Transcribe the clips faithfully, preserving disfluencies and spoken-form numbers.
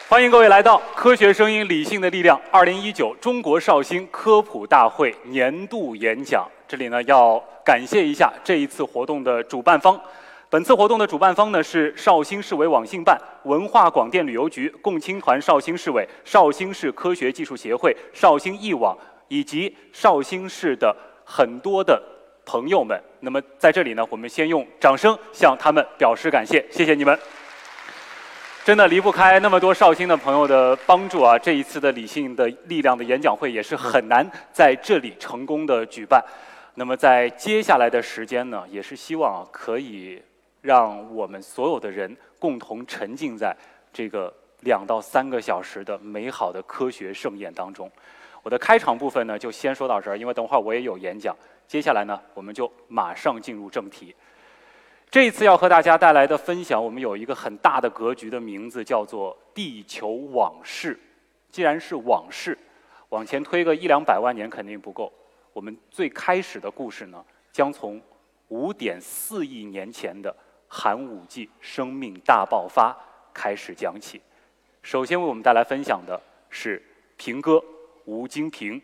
欢迎各位来到科学声音理性的力量二零一九中国绍兴科普大会年度演讲。这里呢要感谢一下这一次活动的主办方。本次活动的主办方呢是绍兴市委网信办、文化广电旅游局、共青团绍兴市委、绍兴市科学技术协会、绍兴艺网以及绍兴市的很多的朋友们。那么在这里呢，我们先用掌声向他们表示感谢，谢谢你们。真的离不开那么多绍兴的朋友的帮助啊！这一次的理性的力量的演讲会也是很难在这里成功的举办。那么在接下来的时间呢，也是希望啊可以让我们所有的人共同沉浸在这个两到三个小时的美好的科学盛宴当中。我的开场部分呢就先说到这儿，因为等会儿我也有演讲。接下来呢，我们就马上进入正题。这一次要和大家带来的分享，我们有一个很大的格局的名字，叫做“地球往事”。既然是往事，往前推个一两百万年肯定不够。我们最开始的故事呢，将从五点四亿年前的寒武纪生命大爆发开始讲起。首先为我们带来分享的是平哥吴金平。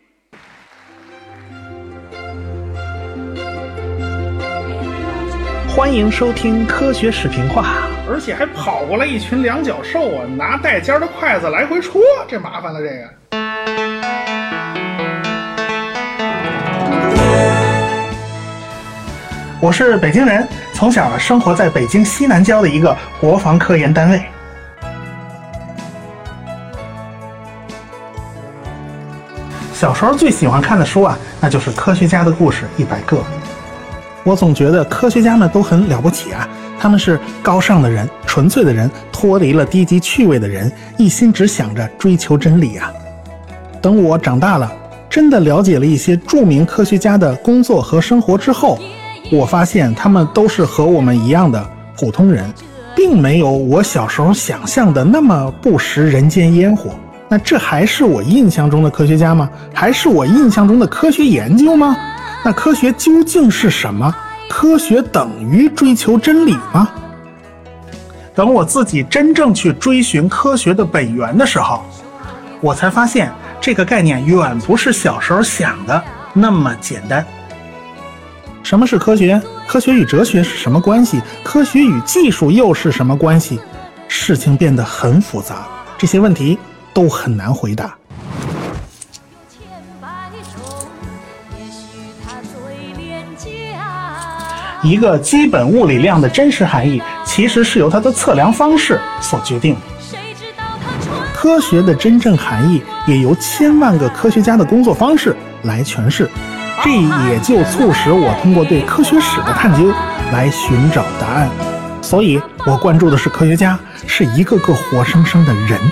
欢迎收听科学视频化， 而且还跑过来一群两脚兽啊，拿带尖的筷子来回戳，这麻烦了这个。 我是北京人，从小生活在北京西南郊的一个国防科研单位。小时候最喜欢看的书啊，那就是科学家的故事一百个。我总觉得科学家们都很了不起啊，他们是高尚的人，纯粹的人，脱离了低级趣味的人，一心只想着追求真理啊。等我长大了，真的了解了一些著名科学家的工作和生活之后，我发现他们都是和我们一样的普通人，并没有我小时候想象的那么不食人间烟火。那这还是我印象中的科学家吗？还是我印象中的科学研究吗？那科学究竟是什么？科学等于追求真理吗？等我自己真正去追寻科学的本源的时候，我才发现这个概念远不是小时候想的那么简单。什么是科学？科学与哲学是什么关系？科学与技术又是什么关系？事情变得很复杂，这些问题都很难回答。一个基本物理量的真实含义，其实是由它的测量方式所决定的。科学的真正含义也由千万个科学家的工作方式来诠释，这也就促使我通过对科学史的探究来寻找答案。所以我关注的是科学家，是一个个活生生的人。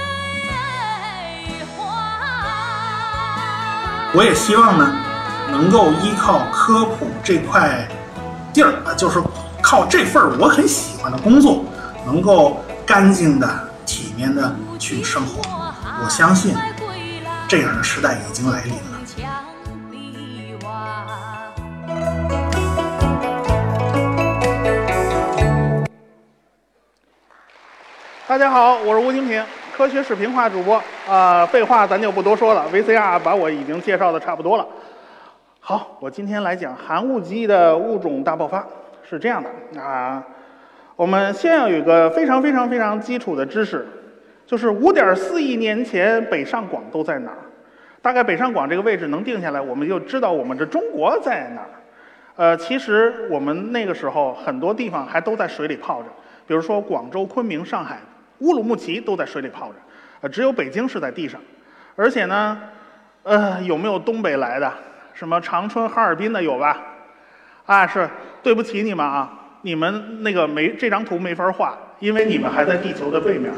我也希望呢，能够依靠科普这块地儿啊，就是靠这份我很喜欢的工作，能够干净的、体面的去生活。我相信，这样的时代已经来临了。 大家好，我是吴金平，科学视频化主播。啊、呃，废话咱就不多说了 ，V C R 把我已经介绍的差不多了。好，我今天来讲寒武纪的物种大爆发是这样的啊。我们先要有一个非常非常非常基础的知识，就是五点四亿年前北上广都在哪儿？大概北上广这个位置能定下来，我们就知道我们这中国在哪儿。呃，其实我们那个时候很多地方还都在水里泡着，比如说广州、昆明、上海、乌鲁木齐都在水里泡着，呃，只有北京是在地上。而且呢，呃，有没有东北来的？什么长春、哈尔滨的有吧？啊，是，对不起你们啊，你们那个没这张图没法画，因为你们还在地球的背面。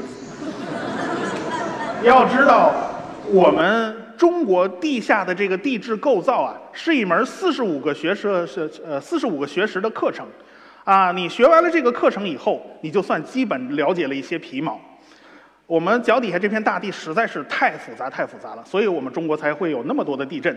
要知道，我们中国地下的这个地质构造啊，是一门四十五个学时是呃四十五个学时的课程，啊，你学完了这个课程以后，你就算基本了解了一些皮毛。我们脚底下这片大地实在是太复杂太复杂了，所以我们中国才会有那么多的地震。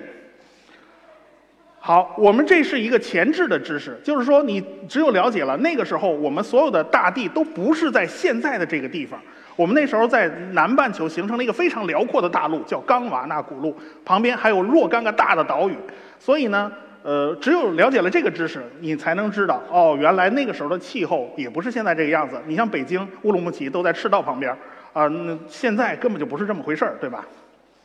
好，我们这是一个前置的知识，就是说你只有了解了那个时候我们所有的大地都不是在现在的这个地方， 我们那时候在南半球形成了一个非常辽阔的大陆，叫冈瓦纳古陆，旁边还有若干个大的岛屿。所以呢，呃，只有了解了这个知识，你才能知道，哦，原来那个时候的气候也不是现在这个样子。你像北京、乌鲁木齐都在赤道旁边，啊、呃，现在根本就不是这么回事儿，对吧？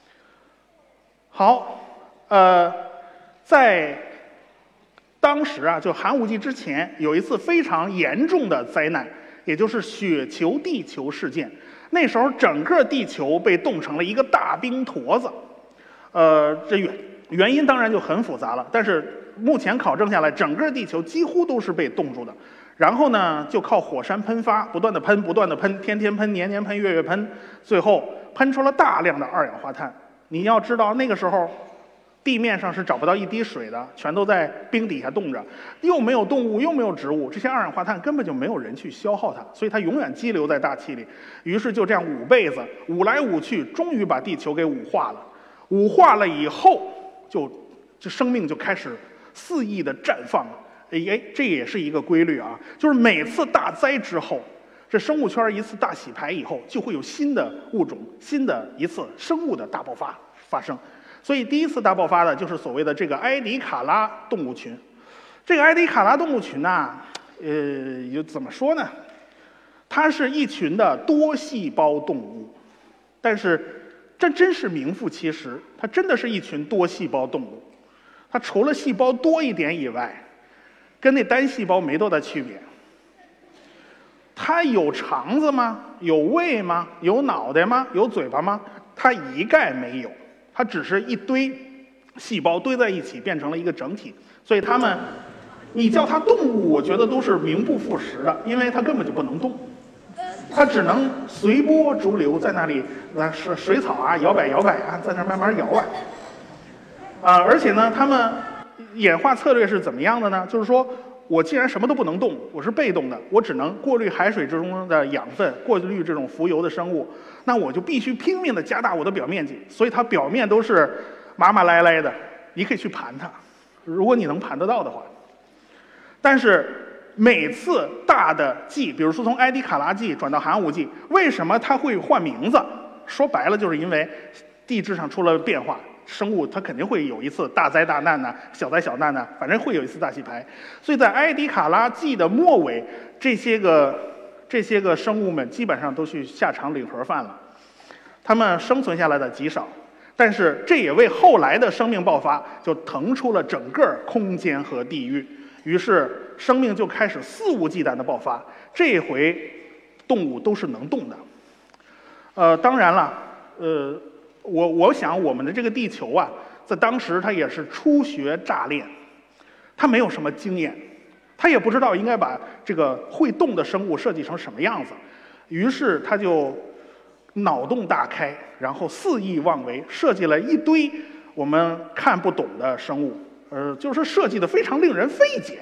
好，呃，在当时啊，就寒武纪之前，有一次非常严重的灾难，也就是雪球地球事件。那时候整个地球被冻成了一个大冰坨子，呃，这原原因当然就很复杂了，但是目前考证下来，整个地球几乎都是被冻住的。然后呢，就靠火山喷发，不断的喷，不断的喷，天天喷，年年喷，月月喷，最后喷出了大量的二氧化碳。你要知道，那个时候地面上是找不到一滴水的，全都在冰底下冻着，又没有动物，又没有植物，这些二氧化碳根本就没有人去消耗它，所以它永远激流在大气里。于是就这样捂被子，捂来捂去，终于把地球给捂化了。捂化了以后，就这生命就开始肆意的绽放了。哎，这也是一个规律啊，就是每次大灾之后，这生物圈一次大洗牌以后，就会有新的物种、新的一次生物的大爆发发生。所以第一次大爆发的就是所谓的这个埃迪卡拉动物群。这个埃迪卡拉动物群呢，呃，有怎么说呢？它是一群的多细胞动物，但是这真是名副其实，它真的是一群多细胞动物。它除了细胞多一点以外，跟那单细胞没多大区别。它有肠子吗？有胃吗？有脑袋吗？有嘴巴吗？它一概没有，它只是一堆细胞堆在一起变成了一个整体。所以它们，你叫它动物，我觉得都是名不副实的，因为它根本就不能动，它只能随波逐流，在那里呃水水草啊摇摆摇摆啊，在那慢慢摇啊。啊、呃，而且呢，它们演化策略是怎么样的呢？就是说，我既然什么都不能动，我是被动的，我只能过滤海水之中的养分，过滤这种浮游的生物，那我就必须拼命的加大我的表面积，所以它表面都是麻麻赖赖的，你可以去盘它，如果你能盘得到的话。但是每次大的纪，比如说从埃迪卡拉纪转到寒武纪，为什么它会换名字？说白了，就是因为地质上出了变化。生物它肯定会有一次大灾大难呢，小灾小难呢，反正会有一次大洗牌。所以在埃迪卡拉纪的末尾，这些个这些个生物们基本上都去下场领盒饭了，它们生存下来的极少。但是这也为后来的生命爆发就腾出了整个空间和地域，于是生命就开始肆无忌惮的爆发。这回动物都是能动的。呃，当然了，呃。我我想我们的这个地球啊，在当时它也是初学乍练，它没有什么经验，它也不知道应该把这个会动的生物设计成什么样子，于是它就脑洞大开，然后肆意妄为，设计了一堆我们看不懂的生物，呃，就是设计的非常令人费解。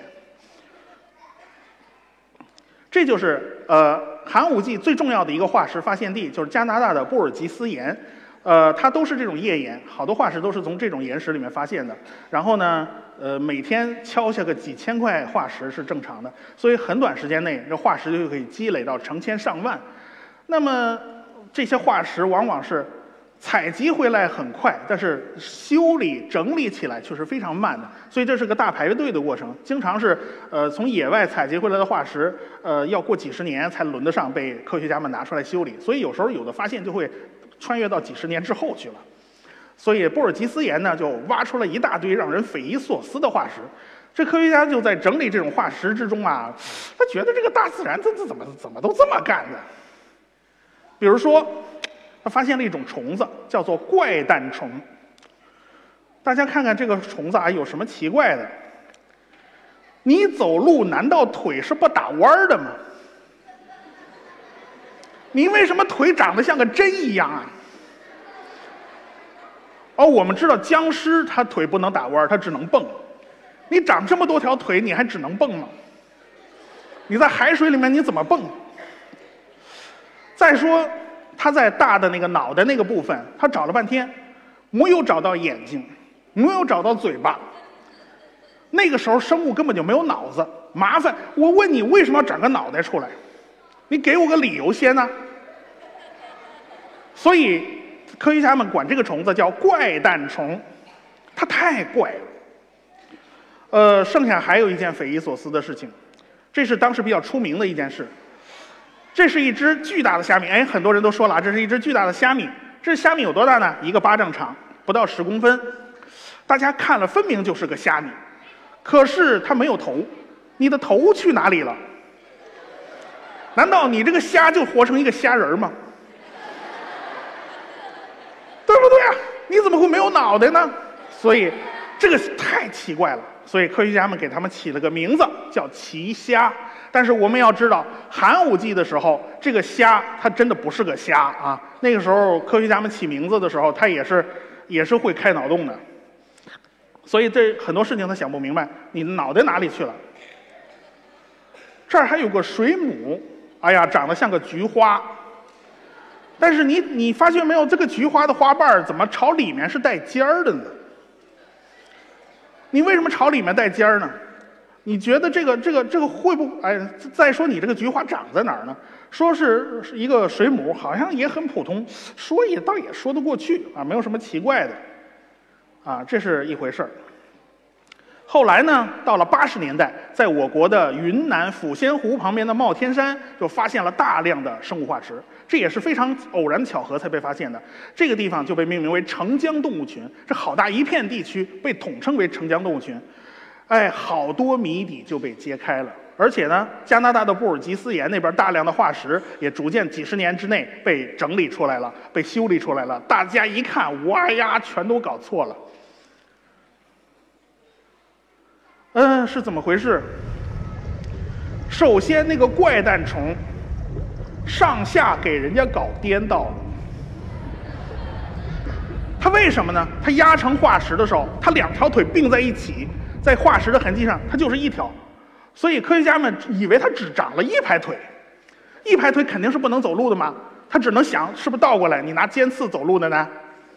这就是呃寒武纪最重要的一个化石发现地，就是加拿大的布尔吉斯岩。呃，它都是这种页岩，好多化石都是从这种岩石里面发现的。然后呢，呃，每天敲下个几千块化石是正常的，所以很短时间内，这化石就可以积累到成千上万。那么这些化石往往是采集回来很快，但是修理整理起来却是非常慢的，所以这是个大排队的过程。经常是呃从野外采集回来的化石，呃要过几十年才轮得上被科学家们拿出来修理，所以有时候有的发现就会穿越到几十年之后去了。所以布尔吉斯岩呢就挖出了一大堆让人匪夷所思的化石。这科学家就在整理这种化石之中啊，他觉得这个大自然这这怎么怎么都这么干的。比如说，他发现了一种虫子，叫做怪诞虫。大家看看这个虫子啊，有什么奇怪的？你走路难道腿是不打弯的吗？你为什么腿长得像个针一样啊？哦，我们知道僵尸他腿不能打弯，他只能蹦。你长这么多条腿，你还只能蹦吗？你在海水里面你怎么蹦？再说他在大的那个脑袋那个部分，他找了半天，没有找到眼睛，没有找到嘴巴。那个时候生物根本就没有脑子，麻烦我问你为什么要长个脑袋出来？你给我个理由先呢、啊？ 所以科学家们管这个虫子叫怪诞虫，它太怪了。呃，剩下还有一件匪夷所思的事情，这是当时比较出名的一件事。这是一只巨大的虾米，哎，很多人都说了，这是一只巨大的虾米。这虾米有多大呢？一个巴掌长，不到十公分。大家看了，分明就是个虾米，可是它没有头。你的头去哪里了？难道你这个虾就活成一个虾仁吗？对不对啊？你怎么会没有脑袋呢？所以这个太奇怪了。所以科学家们给它们起了个名字叫奇虾。但是我们要知道，寒武纪的时候，这个虾它真的不是个虾啊。那个时候科学家们起名字的时候，它也是也是会开脑洞的。所以这很多事情他想不明白，你的脑袋哪里去了？这儿还有个水母，哎呀，长得像个菊花。但是你你发现没有，这个菊花的花瓣怎么朝里面是带尖儿的呢？你为什么朝里面带尖儿呢？你觉得这个这个这个会不？哎，再说你这个菊花长在哪儿呢？说是是一个水母，好像也很普通，说也倒也说得过去啊，没有什么奇怪的，啊，这是一回事儿。后来呢，到了八十年代，在我国的云南抚仙湖旁边的帽天山，就发现了大量的生物化石，这也是非常偶然的巧合才被发现的。这个地方就被命名为澄江动物群，这好大一片地区被统称为澄江动物群。哎，好多谜底就被揭开了。而且呢，加拿大的布尔吉斯岩那边大量的化石也逐渐几十年之内被整理出来了，被修理出来了。大家一看，哇呀，全都搞错了。嗯，是怎么回事？首先，那个怪诞虫上下给人家搞颠倒了。它为什么呢？它压成化石的时候，它两条腿并在一起，在化石的痕迹上，它就是一条。所以科学家们以为它只长了一排腿，一排腿肯定是不能走路的嘛，他只能想是不是倒过来，你拿尖刺走路的呢？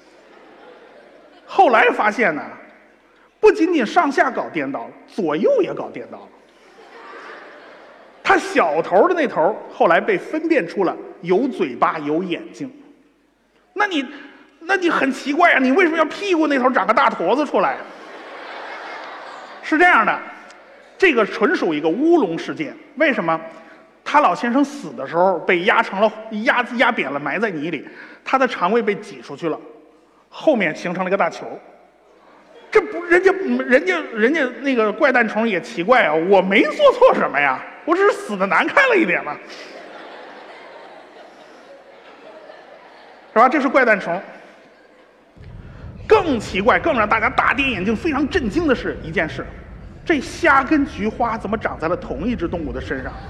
后来发现呢，不仅仅上下搞颠倒了，左右也搞颠倒了。它小头的那头后来被分辨出了有嘴巴有眼睛，那你那你很奇怪啊，你为什么要屁股那头长个大坨子出来？是这样的，这个纯属一个乌龙事件。为什么？他老先生死的时候被压成了压压扁了，埋在泥里，他的肠胃被挤出去了，后面形成了一个大球。这不，人家人家人家那个怪诞虫也奇怪啊，我没做错什么呀，我只是死的难看了一点嘛，是吧？这是怪诞虫。更奇怪、更让大家大跌眼镜、非常震惊的是一件事：这虾跟菊花怎么长在了同一只动物的身上？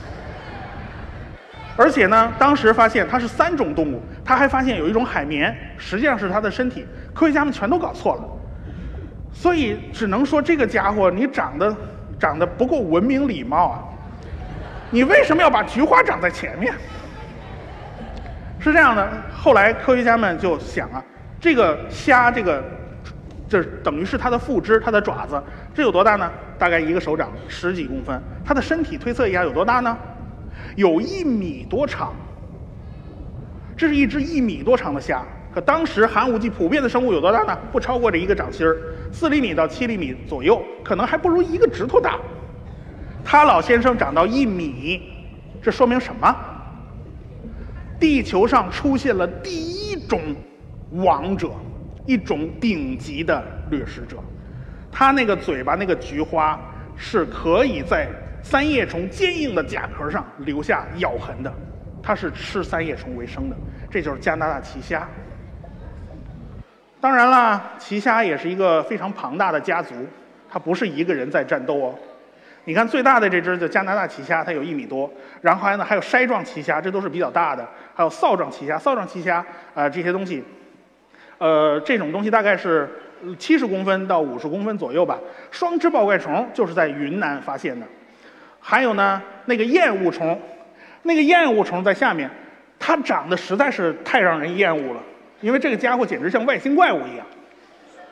而且呢，当时发现它是三种动物，他还发现有一种海绵实际上是它的身体，科学家们全都搞错了。所以只能说这个家伙你长得长得不够文明礼貌啊！你为什么要把菊花长在前面？是这样的，后来科学家们就想啊，这个虾这个这等于是它的腹肢，它的爪子，这有多大呢？大概一个手掌，十几公分。它的身体推测一下有多大呢？有一米多长。这是一只一米多长的虾。可当时寒武纪普遍的生物有多大呢？不超过这一个掌心儿，四厘米到七厘米左右，可能还不如一个指头大。他老先生长到一米，这说明什么？地球上出现了第一种王者，一种顶级的掠食者。他那个嘴巴那个菊花是可以在三叶虫坚硬的甲壳上留下咬痕的，它是吃三叶虫为生的，这就是加拿大奇虾。当然啦，奇虾也是一个非常庞大的家族，它不是一个人在战斗哦。你看最大的这只叫加拿大奇虾，它有一米多，然后还呢还有筛状奇虾，这都是比较大的，还有扫状奇虾，扫状奇虾啊、呃、这些东西，呃这种东西大概是七十公分到五十公分左右吧。双翅抱怪虫就是在云南发现的，还有呢那个厌恶虫，那个厌恶虫在下面，它长得实在是太让人厌恶了。因为这个家伙简直像外星怪物一样，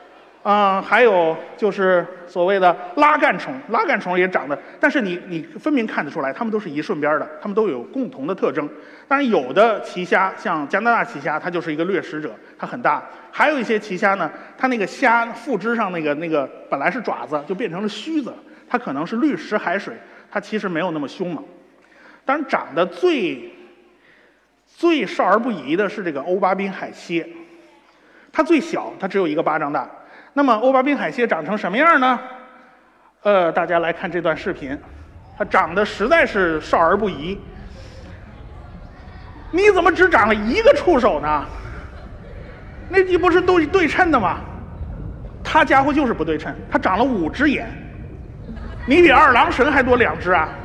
啊、呃，还有就是所谓的拉干虫，拉干虫也长得，但是你你分明看得出来，它们都是一顺边的，它们都有共同的特征。当然，有的奇虾，像加拿大奇虾，它就是一个掠食者，它很大；还有一些奇虾呢，它那个虾腹肢上那个那个本来是爪子，就变成了须子，它可能是滤食海水，它其实没有那么凶猛。当然，长得最最少儿不宜的是这个欧巴宾海蝎，它最小，它只有一个巴掌大。那么欧巴宾海蝎长成什么样呢？呃，大家来看这段视频，它长得实在是少儿不宜。你怎么只长了一个触手呢？那你不是都对称的吗？他家伙就是不对称，他长了五只眼，你比二郎神还多两只啊！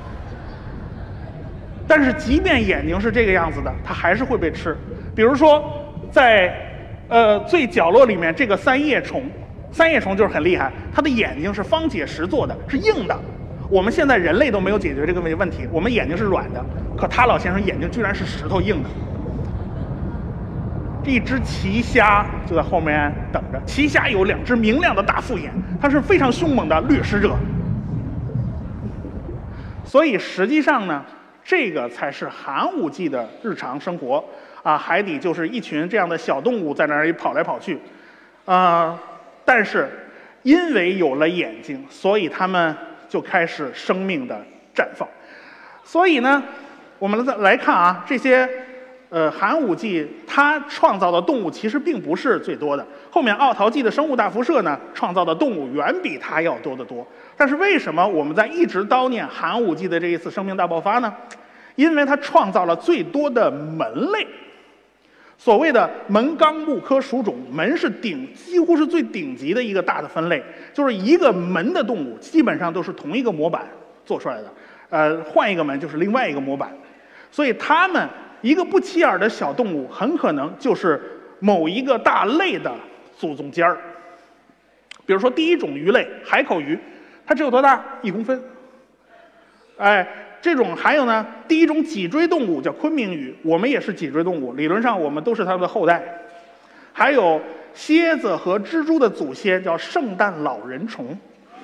但是即便眼睛是这个样子的，它还是会被吃。比如说，在呃最角落里面这个三叶虫，三叶虫就是很厉害，它的眼睛是方解石做的，是硬的。我们现在人类都没有解决这个问题，我们眼睛是软的，可他老先生眼睛居然是石头硬的。一只奇虾就在后面等着，奇虾有两只明亮的大复眼，它是非常凶猛的掠食者。所以实际上呢，这个才是寒武纪的日常生活啊，海底就是一群这样的小动物在那里跑来跑去，啊，但是因为有了眼睛，所以它们就开始生命的绽放。所以呢，我们再来看啊，这些呃寒武纪它创造的动物其实并不是最多的，后面奥陶纪的生物大辐射呢创造的动物远比它要多得多。但是为什么我们在一直叨念寒武纪的这一次生命大爆发呢？因为它创造了最多的门类。所谓的门纲目科属种，门是顶几乎是最顶级的一个大的分类，就是一个门的动物基本上都是同一个模板做出来的，呃，换一个门就是另外一个模板，所以它们一个不起眼的小动物，很可能就是某一个大类的祖宗尖儿。比如说第一种鱼类海口鱼，它只有多大？一公分。哎。这种还有呢，第一种脊椎动物叫昆明鱼，我们也是脊椎动物，理论上我们都是它们的后代。还有蝎子和蜘蛛的祖先叫圣诞老人虫。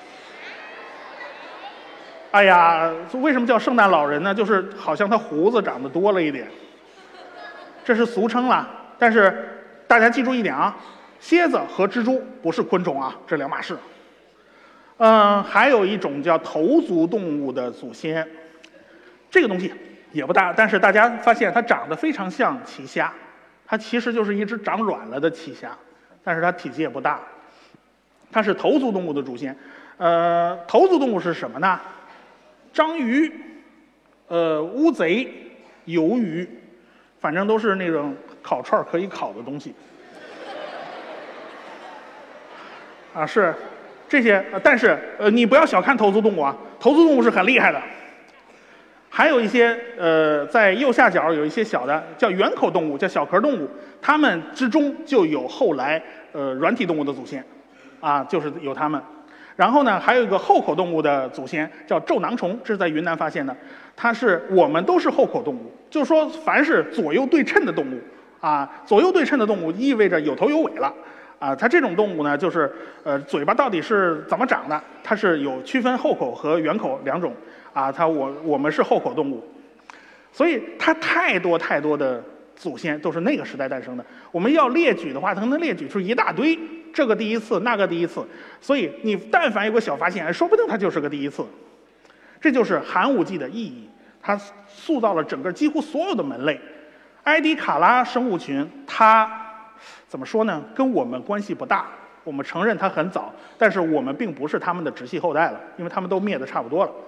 哎呀，为什么叫圣诞老人呢？就是好像他胡子长得多了一点，这是俗称啦。但是大家记住一点啊，蝎子和蜘蛛不是昆虫啊，这两码事。嗯，还有一种叫头足动物的祖先。这个东西也不大，但是大家发现它长得非常像奇虾，它其实就是一只长软了的奇虾，但是它体积也不大。它是头足动物的祖先。呃，头足动物是什么呢？章鱼、呃乌贼、鱿鱼，反正都是那种烤串可以烤的东西。啊，是这些，但是呃，你不要小看头足动物啊，头足动物是很厉害的。还有一些呃，在右下角有一些小的叫圆口动物，叫小壳动物，它们之中就有后来呃软体动物的祖先，啊，就是有它们。然后呢，还有一个后口动物的祖先叫皱囊虫，这是在云南发现的。它是我们都是后口动物，就是说凡是左右对称的动物啊，左右对称的动物意味着有头有尾了。啊，它这种动物呢，就是呃，嘴巴到底是怎么长的？它是有区分后口和圆口两种啊。它我我们是后口动物，所以它太多太多的祖先都是那个时代诞生的。我们要列举的话，它能列举出一大堆，这个第一次，那个第一次。所以你但凡有个小发现，说不定它就是个第一次。这就是寒武纪的意义，它塑造了整个几乎所有的门类。埃迪卡拉生物群，它。怎么说呢？跟我们关系不大，我们承认它很早，但是我们并不是他们的直系后代了，因为他们都灭得差不多了。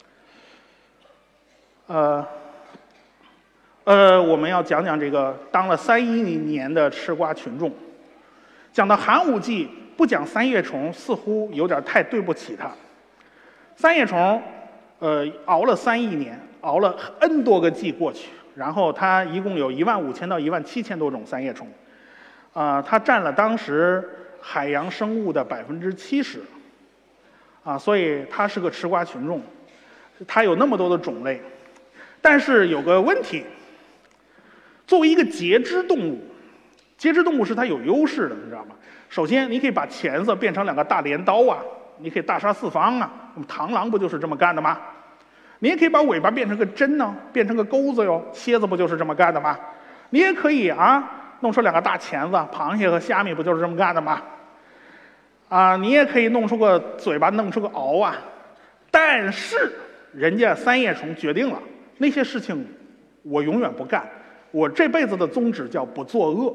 呃，呃，我们要讲讲这个当了三一年的吃瓜群众。讲到寒武纪，不讲三叶虫，似乎有点太对不起它。三叶虫，呃，熬了三亿年，熬了 N 多个纪过去，然后它一共有一万五千到一万七千多种三叶虫。啊、呃，它占了当时海洋生物的百分之七十，啊，所以它是个吃瓜群众，它有那么多的种类，但是有个问题，作为一个节肢动物， 节肢动物是它有优势的，你知道吗？首先，你可以把钳子变成两个大镰刀啊，你可以大杀四方啊。螳螂不就是这么干的吗？你也可以把尾巴变成个针呢，变成个钩子哟。蝎子不就是这么干的吗？你也可以啊，弄出两个大钳子，螃蟹和虾米不就是这么干的吗？啊，你也可以弄出个嘴巴，弄出个螯啊。但是人家三叶虫决定了，那些事情我永远不干，我这辈子的宗旨叫不作恶。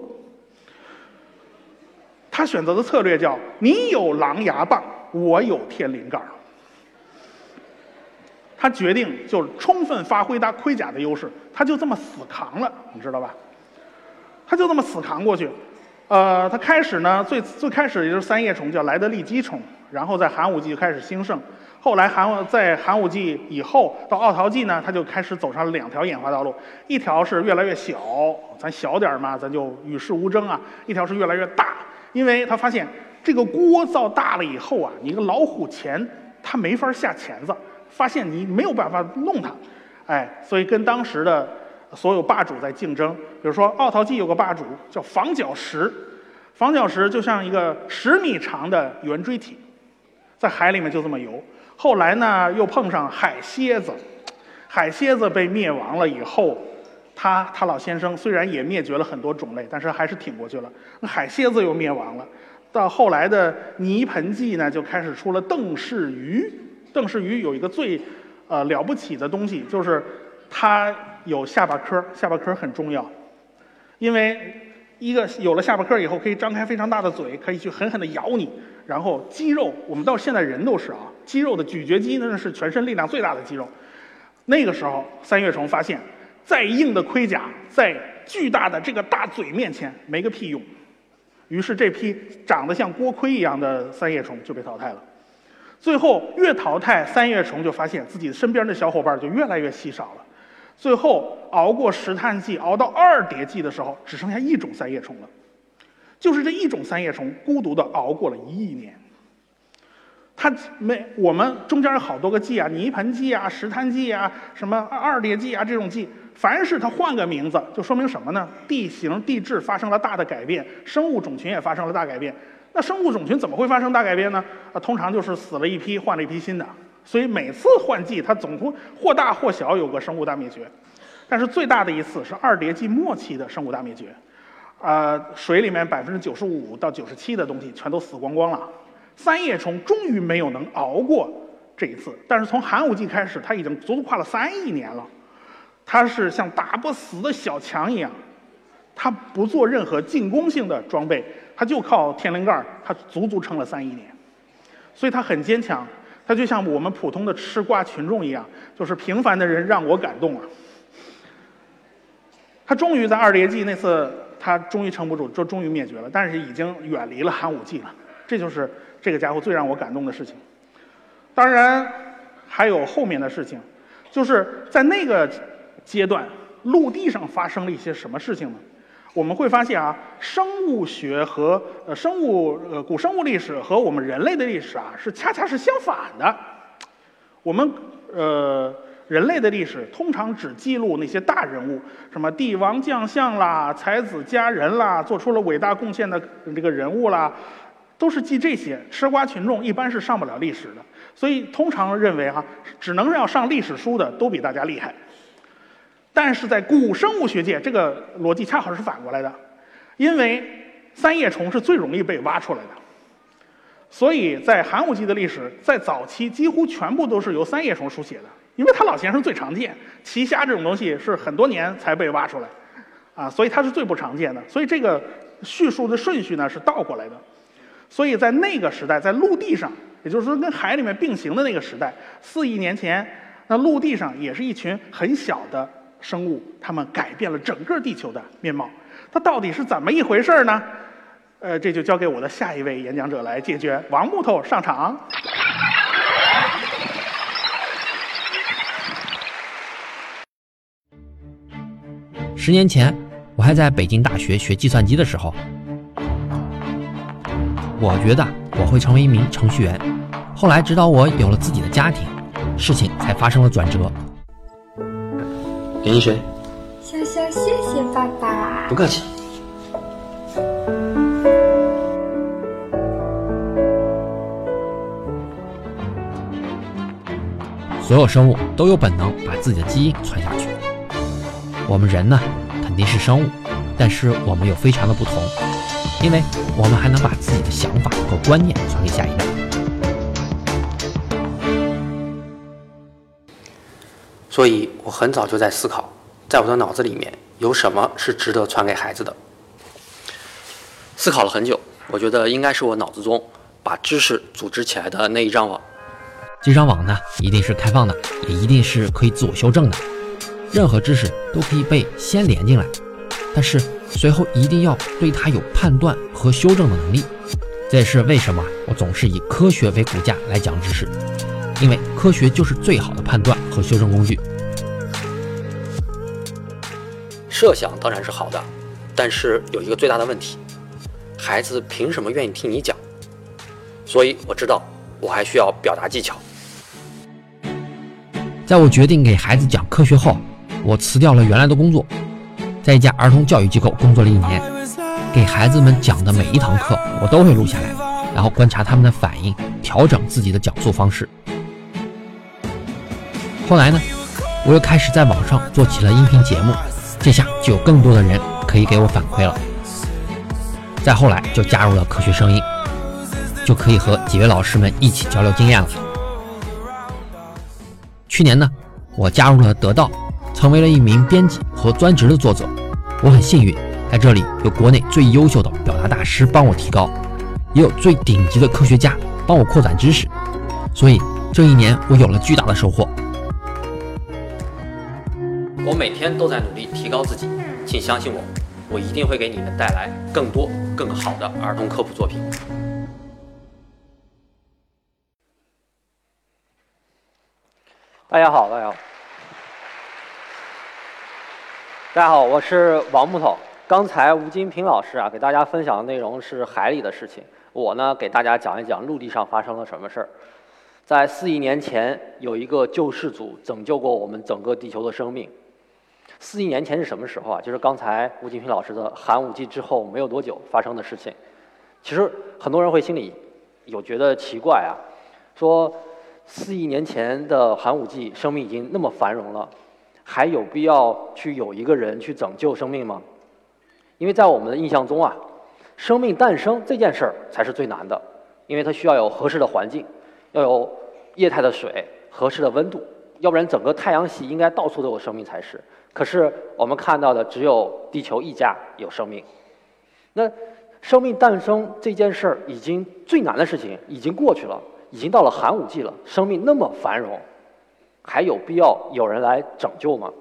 他选择的策略叫你有狼牙棒，我有天灵盖。他决定就充分发挥他盔甲的优势，他就这么死扛了，你知道吧？他就这么死扛过去。呃，他开始呢，最最开始也就是三叶虫叫莱德利基虫，然后在寒武纪就开始兴盛。后来寒在寒武纪以后到奥陶纪呢，他就开始走上了两条演化道路，一条是越来越小，咱小点嘛，咱就与世无争啊；一条是越来越大。因为他发现这个锅造大了以后啊，你一个老虎钳它没法下钳子，发现你没有办法弄它，哎，所以跟当时的所有霸主在竞争。比如说奥陶纪有个霸主叫防角石，防角石就像一个十米长的圆锥体，在海里面就这么游。后来呢，又碰上海蝎子，海蝎子被灭亡了以后。他他老先生虽然也灭绝了很多种类，但是还是挺过去了。那海蝎子又灭亡了，到后来的泥盆纪呢，就开始出了邓氏鱼。邓氏鱼有一个最呃了不起的东西，就是它有下巴颏，下巴颏很重要，因为一个有了下巴颏以后，可以张开非常大的嘴，可以去狠狠地咬你。然后肌肉，我们到现在人都是啊，肌肉的咀嚼肌那是全身力量最大的肌肉。那个时候，三叶虫发现。再硬的盔甲，在巨大的这个大嘴面前没个屁用，于是这批长得像锅盔一样的三叶虫就被淘汰了。最后越淘汰，三叶虫就发现自己身边的小伙伴就越来越稀少了。最后熬过石炭纪，熬到二叠纪的时候，只剩下一种三叶虫了。就是这一种三叶虫孤独地熬过了一亿年。它没，我们中间有好多个纪啊，泥盆纪啊、石炭纪啊、什么二叠纪啊这种纪，凡是它换个名字，就说明什么呢？地形地质发生了大的改变，生物种群也发生了大改变。那生物种群怎么会发生大改变呢？啊，通常就是死了一批，换了一批新的。所以每次换纪，它总会或大或小有个生物大灭绝。但是最大的一次是二叠纪末期的生物大灭绝，呃，水里面百分之九十五到九十七的东西全都死光光了。三叶虫终于没有能熬过这一次，但是从寒武纪开始，它已经足足跨了三亿年了。它是像打不死的小强一样，它不做任何进攻性的装备，它就靠天灵盖，它足足撑了三亿年，所以它很坚强。它就像我们普通的吃瓜群众一样，就是平凡的人让我感动了。它终于在二叠纪那次，它终于撑不住，就终于灭绝了，但是已经远离了寒武纪了。这就是这个家伙最让我感动的事情。当然还有后面的事情，就是在那个阶段陆地上发生了一些什么事情呢？我们会发现啊，生物学和呃生物呃古生物历史和我们人类的历史啊是恰恰是相反的。我们呃人类的历史通常只记录那些大人物，什么帝王将相啦、才子佳人啦，做出了伟大贡献的这个人物啦。都是记这些，吃瓜群众一般是上不了历史的，所以通常认为哈，只能要上历史书的都比大家厉害。但是在古生物学界，这个逻辑恰好是反过来的，因为三叶虫是最容易被挖出来的，所以在寒武纪的历史，在早期几乎全部都是由三叶虫书写的，因为它老先生最常见，奇虾这种东西是很多年才被挖出来，啊，所以它是最不常见的，所以这个叙述的顺序呢是倒过来的。所以在那个时代，在陆地上，也就是说跟海里面并行的那个时代，四亿年前，那陆地上也是一群很小的生物，它们改变了整个地球的面貌。它到底是怎么一回事呢？呃，这就交给我的下一位演讲者来解决。王木头上场。 十年前，我还在北京大学学计算机的时候。我觉得我会成为一名程序员，后来直到我有了自己的家庭，事情才发生了转折。 给你水。 潇潇，谢谢爸爸。 不客气。 所有生物都有本能把自己的基因传下去。我们人呢，肯定是生物，但是我们又非常的不同，因为我们还能把自己的想法和观念传给下一代。 所以我很早就在思考，在我的脑子里面有什么是值得传给孩子的。思考了很久，我觉得应该是我脑子中把知识组织起来的那一张网。 这张网呢，一定是开放的，也一定是可以自我修正的，任何知识都可以被先连进来，但是随后一定要对它有判断和修正的能力。这也是为什么我总是以科学为骨架来讲知识，因为科学就是最好的判断和修正工具。 设想当然是好的，但是有一个最大的问题，孩子凭什么愿意听你讲？所以我知道我还需要表达技巧。 在我决定给孩子讲科学后，我辞掉了原来的工作，在一家儿童教育机构工作了一年，给孩子们讲的每一堂课我都会录下来，然后观察他们的反应，调整自己的讲述方式。后来呢，我又开始在网上做起了音频节目，这下就有更多的人可以给我反馈了。再后来就加入了科学声音，就可以和几位老师们一起交流经验了。去年呢，我加入了得到，成为了一名编辑和专职的作者。我很幸运，在这里有国内最优秀的表达大师帮我提高，也有最顶级的科学家帮我扩展知识，所以这一年我有了巨大的收获。 我每天都在努力提高自己，请相信我，我一定会给你们带来更多更好的儿童科普作品。 大家好，大家好，大家好，我是王木头。刚才吴金平老师啊，给大家分享的内容是海里的事情，我呢给大家讲一讲陆地上发生了什么事儿。在四亿年前，有一个救世主拯救过我们整个地球的生命。四亿年前是什么时候啊？就是刚才吴金平老师的寒武纪之后没有多久发生的事情。其实很多人会心里有觉得奇怪啊，说四亿年前的寒武纪，生命已经那么繁荣了，还有必要去有一个人去拯救生命吗？因为在我们的印象中啊，生命诞生这件事儿才是最难的，因为它需要有合适的环境，要有液态的水、合适的温度，要不然整个太阳系应该到处都有生命才是。可是我们看到的只有地球一家有生命。那生命诞生这件事儿，已经最难的事情已经过去了，已经到了寒武纪了，生命那么繁荣，还有必要有人来拯救吗？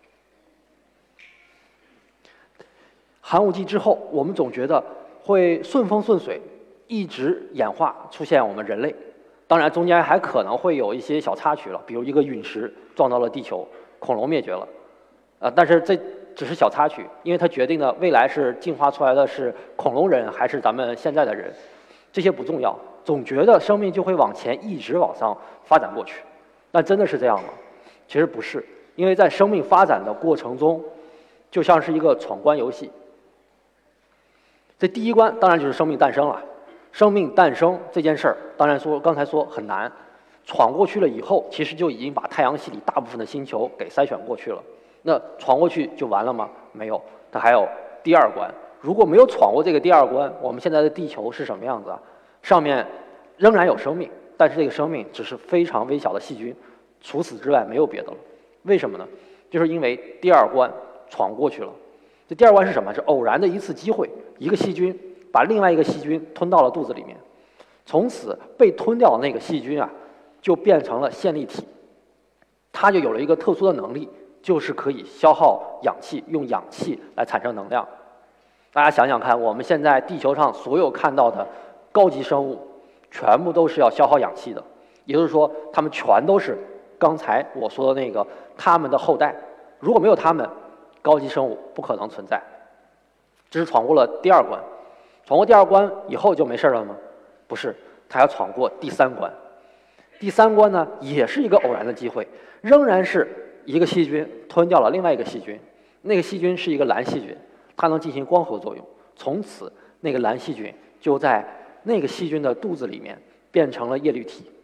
寒武纪之后，我们总觉得会顺风顺水，一直演化出现我们人类。当然，中间还可能会有一些小插曲了，比如一个陨石撞到了地球，恐龙灭绝了。呃，但是这只是小插曲，因为它决定了未来是进化出来的是恐龙人还是咱们现在的人，这些不重要。总觉得生命就会往前一直往上发展过去，但真的是这样吗？其实不是，因为在生命发展的过程中，就像是一个闯关游戏。这第一关当然就是生命诞生了。生命诞生这件事儿，当然说刚才说很难，闯过去了以后，其实就已经把太阳系里大部分的星球给筛选过去了。那闯过去就完了吗？没有，它还有第二关。如果没有闯过这个第二关，我们现在的地球是什么样子啊？上面仍然有生命，但是这个生命只是非常微小的细菌，除此之外没有别的了。为什么呢？就是因为第二关闯过去了。这第二关是什么？是偶然的一次机会，一个细菌把另外一个细菌吞到了肚子里面，从此被吞掉的那个细菌啊，就变成了线粒体，它就有了一个特殊的能力，就是可以消耗氧气，用氧气来产生能量。大家想想看，我们现在地球上所有看到的高级生物，全部都是要消耗氧气的，也就是说，它们全都是刚才我说的那个它们的后代。如果没有它们，高级生物不可能存在。这是闯过了第二关，闯过第二关以后就没事了吗？不是，它要闯过第三关。第三关呢，也是一个偶然的机会，仍然是一个细菌吞掉了另外一个细菌，那个细菌是一个蓝细菌，它能进行光合作用，从此那个蓝细菌就在那个细菌的肚子里面变成了叶绿体。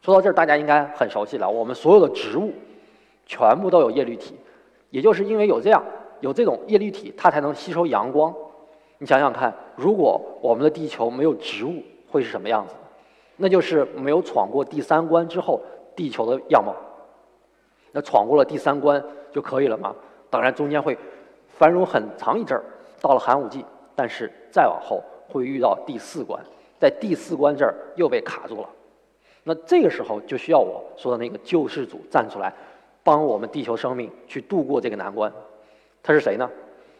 说到这儿，大家应该很熟悉了，我们所有的植物全部都有叶绿体，也就是因为有这样有这种叶绿体，它才能吸收阳光。你想想看，如果我们的地球没有植物，会是什么样子？那就是没有闯过第三关之后地球的样貌。那闯过了第三关就可以了吗？当然中间会繁荣很长一阵儿，到了寒武纪，但是再往后会遇到第四关，在第四关这儿又被卡住了。那这个时候就需要我说的那个救世主站出来，帮我们地球生命去度过这个难关。他是谁呢？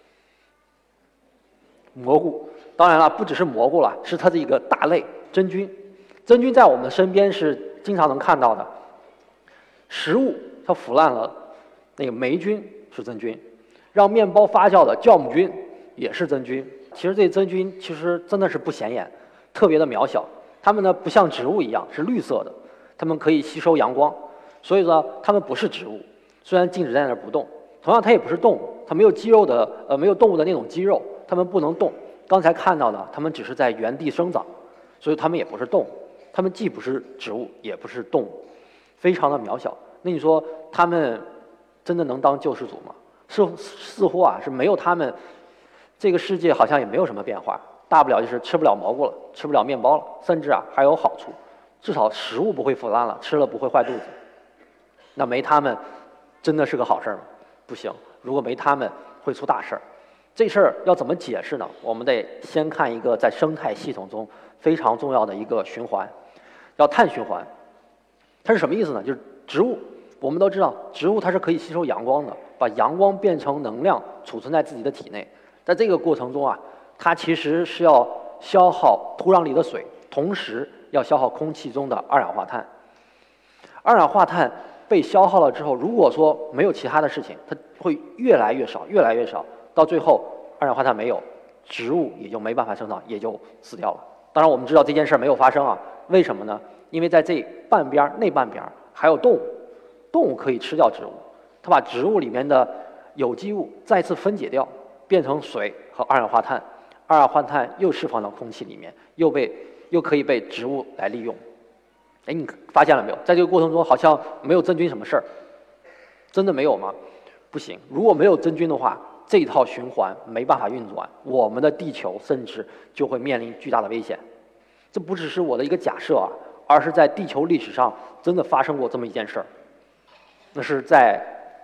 蘑菇。当然了，不只是蘑菇了，是它的一个大类真菌。真菌在我们身边是经常能看到的。食物它腐烂了，那个霉菌是真菌，让面包发酵的酵母菌也是真菌。其实这些真菌其实真的是不显眼，特别的渺小。它们呢不像植物一样是绿色的，它们可以吸收阳光，所以说它们不是植物。虽然静止在那儿不动，同样它也不是动物，它没有肌肉的呃没有动物的那种肌肉，它们不能动。刚才看到的，它们只是在原地生长，所以它们也不是动物，它们既不是植物，也不是动物，非常的渺小。那你说它们真的能当救世主吗？似似乎啊是没有它们，这个世界好像也没有什么变化。大不了就是吃不了蘑菇了，吃不了面包了，甚至啊还有好处，至少食物不会腐烂了，吃了不会坏肚子。那没他们，真的是个好事吗？不行，如果没他们，会出大事儿。这事儿要怎么解释呢？我们得先看一个在生态系统中非常重要的一个循环，叫碳循环。它是什么意思呢？就是植物，我们都知道，植物它是可以吸收阳光的，把阳光变成能量，储存在自己的体内。在这个过程中啊，它其实是要消耗土壤里的水，同时要消耗空气中的二氧化碳。二氧化碳被消耗了之后，如果说没有其他的事情，它会越来越少，越来越少，到最后二氧化碳没有，植物也就没办法生长，也就死掉了。当然我们知道这件事没有发生啊，为什么呢？因为在这半边那半边还有动物，动物可以吃掉植物，它把植物里面的有机物再次分解掉，变成水和二氧化碳，二氧化碳又释放到空气里面，又被又可以被植物来利用。哎，你发现了没有？在这个过程中好像没有真菌什么事儿，真的没有吗？不行，如果没有真菌的话，这一套循环没办法运转，我们的地球甚至就会面临巨大的危险。这不只是我的一个假设啊，而是在地球历史上真的发生过这么一件事儿。那是在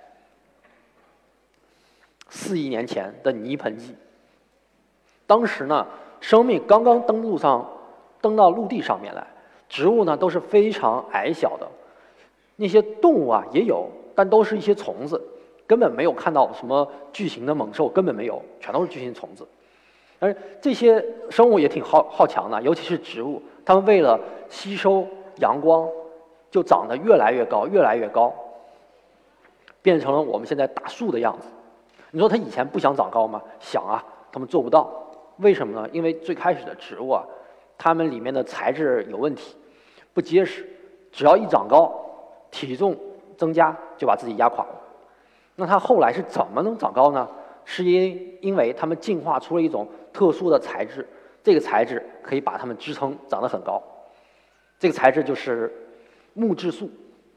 四亿年前的泥盆纪，当时呢，生命刚刚登陆上，登到陆地上面来。植物呢都是非常矮小的，那些动物啊也有，但都是一些虫子，根本没有看到什么巨型的猛兽，根本没有，全都是巨型虫子。而这些生物也挺好好强的，尤其是植物，它们为了吸收阳光，就长得越来越高，越来越高，变成了我们现在大树的样子。你说它以前不想长高吗？想啊，它们做不到。为什么呢？因为最开始的植物啊，它们里面的材质有问题，不结实，只要一长高，体重增加就把自己压垮了。那它后来是怎么能长高呢？是因因为它们进化出了一种特殊的材质，这个材质可以把它们支撑长得很高。这个材质就是木质素。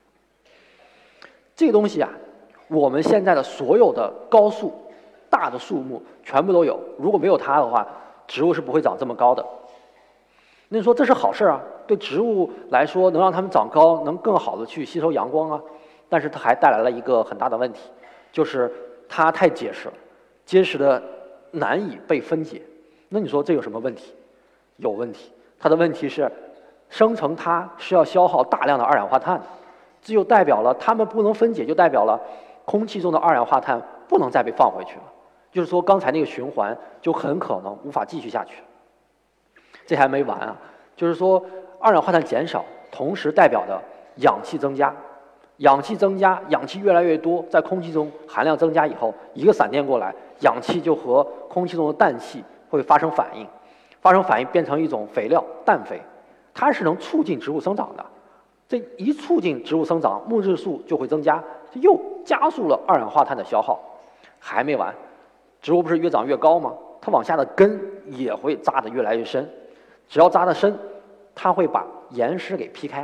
这个东西啊，我们现在的所有的高树、大的树木全部都有。如果没有它的话，植物是不会长这么高的。那你说这是好事啊，对植物来说能让它们长高，能更好的去吸收阳光啊。但是它还带来了一个很大的问题，就是它太结实了，结实的难以被分解。那你说这有什么问题？有问题。它的问题是，生成它是要消耗大量的二氧化碳的，这就代表了它们不能分解，就代表了空气中的二氧化碳不能再被放回去了。就是说刚才那个循环就很可能无法继续下去。这还没完啊，就是说二氧化碳减少，同时代表的氧气增加，氧气增加，氧气越来越多，在空气中含量增加以后，一个闪电过来，氧气就和空气中的氮气会发生反应，发生反应变成一种肥料氮肥，它是能促进植物生长的。这一促进植物生长，木质素就会增加，又加速了二氧化碳的消耗。还没完，植物不是越长越高吗？它往下的根也会扎得越来越深。只要扎得深，它会把岩石给劈开，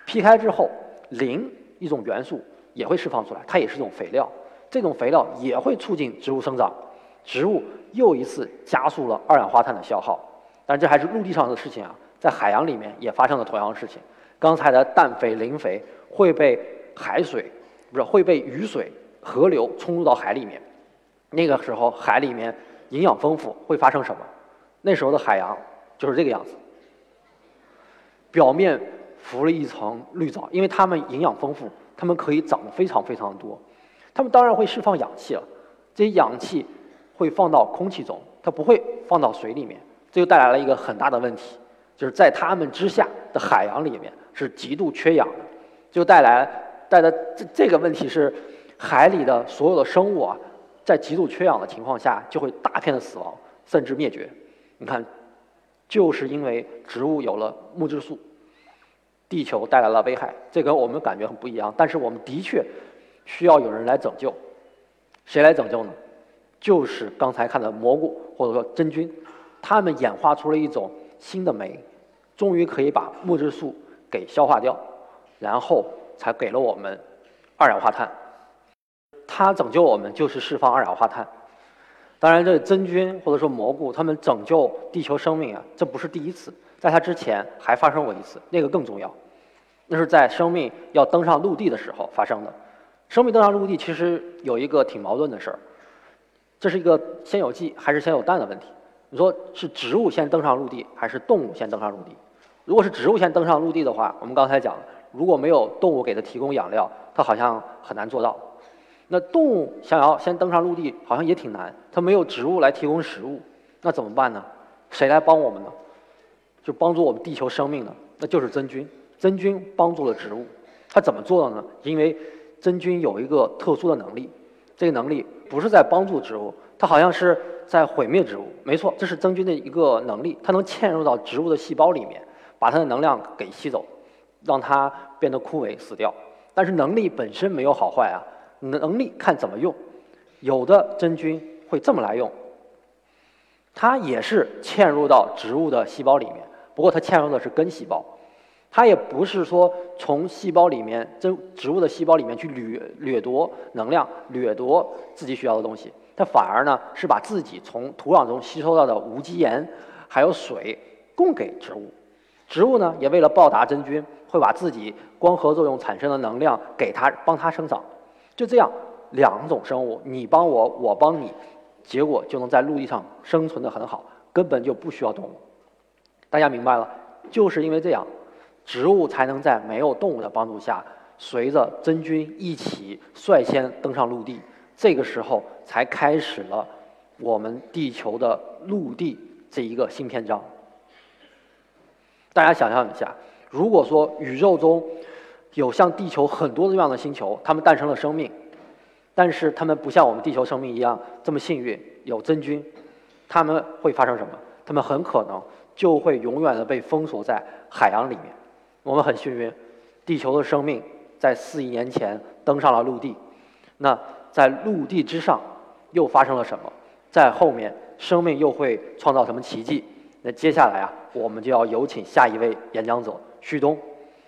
劈开之后，磷一种元素也会释放出来，它也是一种肥料，这种肥料也会促进植物生长，植物又一次加速了二氧化碳的消耗。但这还是陆地上的事情啊，在海洋里面也发生了同样的事情。刚才的氮肥、磷肥会被海水，不是会被雨水、河流冲入到海里面。那个时候海里面营养丰富，会发生什么？那时候的海洋就是这个样子，表面浮了一层绿藻，因为它们营养丰富，它们可以长得非常非常多。它们当然会释放氧气了，这些氧气会放到空气中，它不会放到水里面。这就带来了一个很大的问题，就是在它们之下的海洋里面是极度缺氧的，就带来带来这这个问题是，海里的所有的生物啊，在极度缺氧的情况下，就会大片的死亡，甚至灭绝。你看，就是因为植物有了木质素，地球带来了危害，这跟我们感觉很不一样。但是我们的确需要有人来拯救，谁来拯救呢？就是刚才看的蘑菇或者说真菌。它们演化出了一种新的酶，终于可以把木质素给消化掉，然后才给了我们二氧化碳。它拯救我们就是释放二氧化碳。当然，这真菌或者说蘑菇，它们拯救地球生命啊，这不是第一次，在它之前还发生过一次，那个更重要，那是在生命要登上陆地的时候发生的。生命登上陆地其实有一个挺矛盾的事儿，这是一个先有鸡还是先有蛋的问题。你说是植物先登上陆地，还是动物先登上陆地？如果是植物先登上陆地的话，我们刚才讲了，如果没有动物给它提供养料，它好像很难做到。那动物想要先登上陆地，好像也挺难，它没有植物来提供食物，那怎么办呢？谁来帮我们呢？就帮助我们地球生命呢？那就是真菌。真菌帮助了植物，它怎么做的呢？因为真菌有一个特殊的能力，这个能力不是在帮助植物，它好像是在毁灭植物。没错，这是真菌的一个能力，它能嵌入到植物的细胞里面，把它的能量给吸走，让它变得枯萎死掉。但是能力本身没有好坏啊，能力看怎么用。有的真菌会这么来用，它也是嵌入到植物的细胞里面，不过它嵌入的是根细胞，它也不是说从细胞里面真植物的细胞里面去掠掠夺能量，掠夺自己需要的东西，它反而呢是把自己从土壤中吸收到的无机盐还有水供给植物。植物呢也为了报答真菌，会把自己光合作用产生的能量给它，帮它生长。就这样，两种生物，你帮我，我帮你，结果就能在陆地上生存得很好，根本就不需要动物。大家明白了？就是因为这样，植物才能在没有动物的帮助下，随着真菌一起率先登上陆地。这个时候才开始了我们地球的陆地这一个新篇章。大家想象一下，如果说宇宙中有像地球很多这样的星球，它们诞生了生命，但是它们不像我们地球生命一样这么幸运有真菌，它们会发生什么？它们很可能就会永远的被封锁在海洋里面。我们很幸运，地球的生命在四亿年前登上了陆地。那在陆地之上又发生了什么？在后面生命又会创造什么奇迹？那接下来啊，我们就要有请下一位演讲者旭东。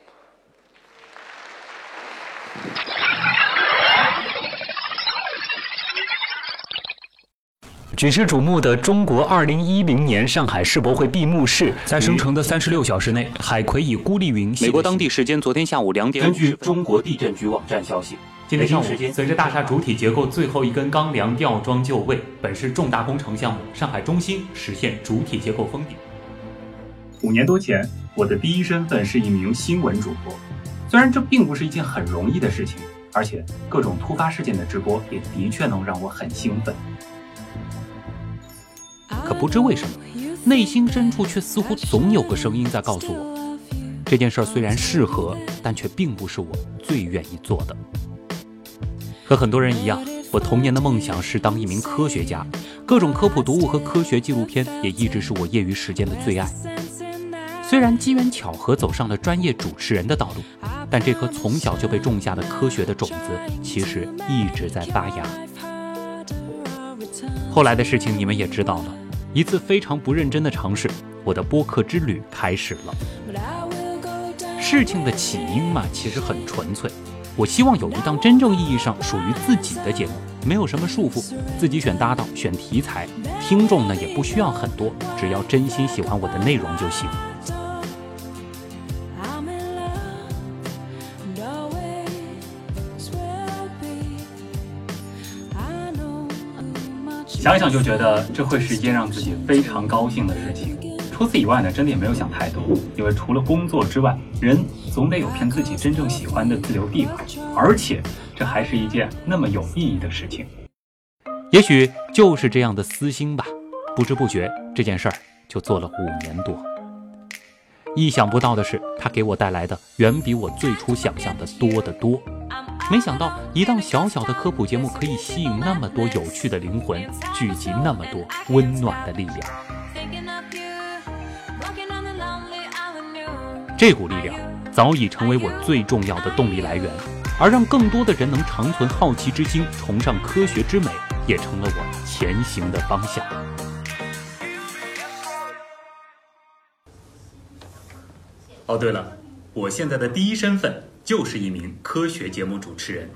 举世瞩目的中国二零一零年上海世博会闭幕式， 在生成的三十六小时内，海葵以孤立云。 美国当地时间昨天下午两点。 根据中国地震局网站消息，今天上午，随着大厦主体结构最后一根钢梁吊装就位，本市重大工程项目上海中心实现主体结构封顶。五年多前，我的第一身份是一名新闻主播，虽然这并不是一件很容易的事情，而且各种突发事件的直播也的确能让我很兴奋。 可不知为什么，内心深处却似乎总有个声音在告诉我，这件事虽然适合，但却并不是我最愿意做的。和很多人一样，我童年的梦想是当一名科学家，各种科普读物和科学纪录片也一直是我业余时间的最爱。虽然机缘巧合走上了专业主持人的道路，但这颗从小就被种下的科学的种子其实一直在发芽。后来的事情你们也知道了，一次非常不认真的尝试，我的播客之旅开始了。 事情的起因嘛，其实很纯粹。我希望有一档真正意义上属于自己的节目，没有什么束缚，自己选搭档、选题材，听众呢也不需要很多，只要真心喜欢我的内容就行。 想想就觉得这会是一件让自己非常高兴的事情。除此以外呢，真的也没有想太多，因为除了工作之外，人总得有片自己真正喜欢的自留地方，而且这还是一件那么有意义的事情。 也许就是这样的私心吧，不知不觉这件事儿就做了五年多。意想不到的是，它给我带来的远比我最初想象的多得多。没想到一档小小的科普节目可以吸引那么多有趣的灵魂，聚集那么多温暖的力量。这股力量早已成为我最重要的动力来源，而让更多的人能长存好奇之心，崇尚科学之美，也成了我前行的方向。 哦，对了，我现在的第一身份就是一名科学节目主持人。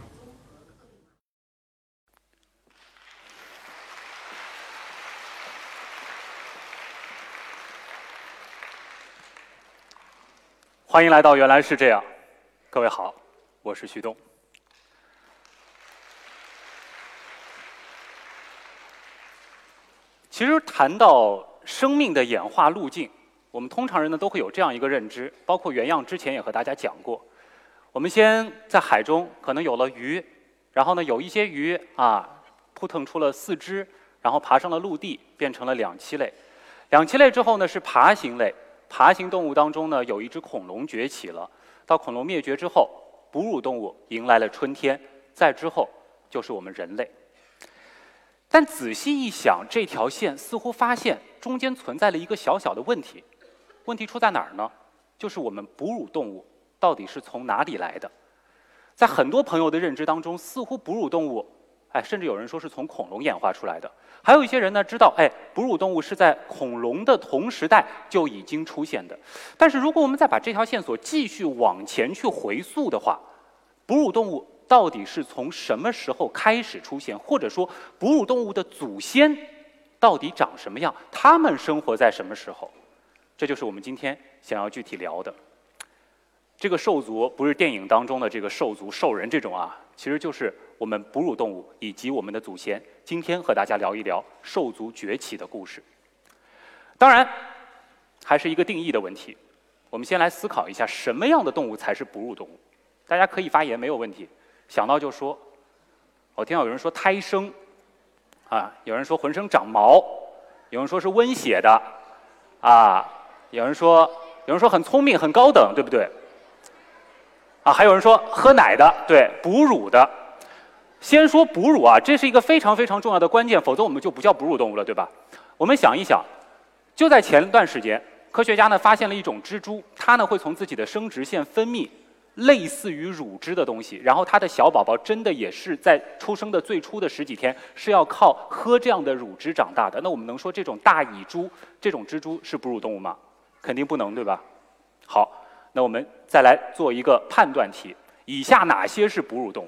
欢迎来到原来是这样，各位好，我是徐东。其实谈到生命的演化路径，我们通常人呢都会有这样一个认知，包括原样之前也和大家讲过。我们先在海中可能有了鱼，然后呢有一些鱼啊扑腾出了四肢，然后爬上了陆地，变成了两栖类。两栖类之后呢是爬行类。爬行动物当中呢，有一只恐龙崛起了。到恐龙灭绝之后，哺乳动物迎来了春天，再之后就是我们人类。但仔细一想，这条线似乎发现中间存在了一个小小的问题。问题出在哪儿呢？就是我们哺乳动物到底是从哪里来的？在很多朋友的认知当中，似乎哺乳动物，哎，甚至有人说是从恐龙演化出来的。还有一些人呢知道，哎，哺乳动物是在恐龙的同时代就已经出现的。但是如果我们再把这条线索继续往前去回溯的话，哺乳动物到底是从什么时候开始出现？或者说，哺乳动物的祖先到底长什么样？它们生活在什么时候？这就是我们今天想要具体聊的。这个兽族不是电影当中的这个兽族兽人这种啊，其实就是我们哺乳动物以及我们的祖先。今天和大家聊一聊兽族崛起的故事。当然，还是一个定义的问题。我们先来思考一下，什么样的动物才是哺乳动物？大家可以发言，没有问题。想到就说。我听到有人说胎生，啊，有人说浑身长毛，有人说是温血的，啊，有人说有人说很聪明、很高等，对不对？啊，还有人说喝奶的，对，哺乳的。先说哺乳啊，这是一个非常非常重要的关键，否则我们就不叫哺乳动物了，对吧？我们想一想，就在前段时间，科学家呢发现了一种蜘蛛，它呢会从自己的生殖腺分泌类似于乳汁的东西，然后它的小宝宝真的也是在出生的最初的十几天是要靠喝这样的乳汁长大的。那我们能说这种大蚁蛛、这种蜘蛛是哺乳动物吗？肯定不能，对吧？好。那我们再来做一个判断题：以下哪些是哺乳动物？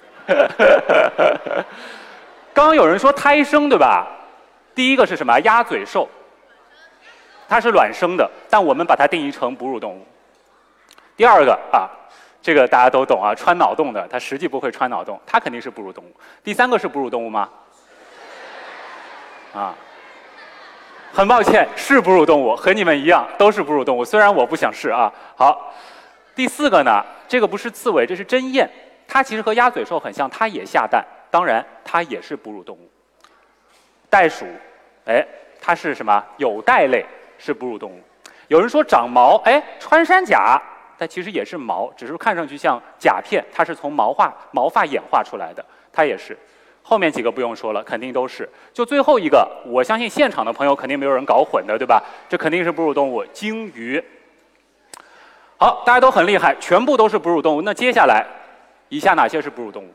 刚刚有人说胎生，对吧？第一个是什么？鸭嘴兽，它是卵生的，但我们把它定义成哺乳动物。第二个啊，这个大家都懂啊，穿脑洞的，它实际不会穿脑洞，它肯定是哺乳动物。第三个是哺乳动物吗？啊。很抱歉，是哺乳动物，和你们一样都是哺乳动物。虽然我不想是啊。好，第四个呢，这个不是刺猬，这是针鼹，它其实和鸭嘴兽很像，它也下蛋，当然它也是哺乳动物。袋鼠，哎，它是什么？有袋类，是哺乳动物。有人说长毛，哎，穿山甲，但其实也是毛，只是看上去像甲片，它是从毛发毛发演化出来的，它也是。后面几个不用说了，肯定都是。就最后一个，我相信现场的朋友肯定没有人搞混的，对吧？这肯定是哺乳动物，鲸鱼。好，大家都很厉害，全部都是哺乳动物。那接下来，以下哪些是哺乳动物？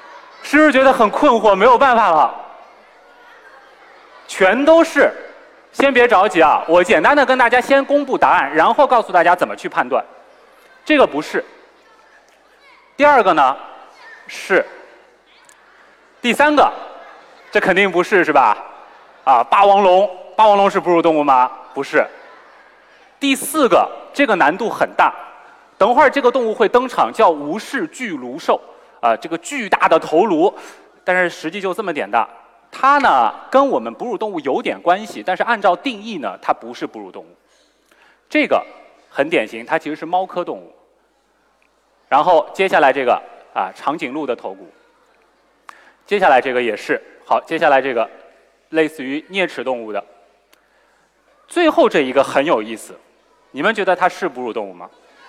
是不是觉得很困惑，没有办法了？全都是。 先别着急啊，我简单的跟大家先公布答案，然后告诉大家怎么去判断。这个不是。第二个呢是。第三个，这肯定不是，是吧？啊，霸王龙，霸王龙是哺乳动物吗？不是。第四个，这个难度很大。等会儿这个动物会登场，叫吴氏巨颅兽，啊，这个巨大的头颅，但是实际就这么点大。它呢跟我们哺乳动物有点关系，但是按照定义呢，它不是哺乳动物。这个很典型，它其实是猫科动物。然后接下来这个啊，长颈鹿的头骨。接下来这个也是好，接下来这个类似于啮齿动物的。最后这一个很有意思，你们觉得它是哺乳动物吗？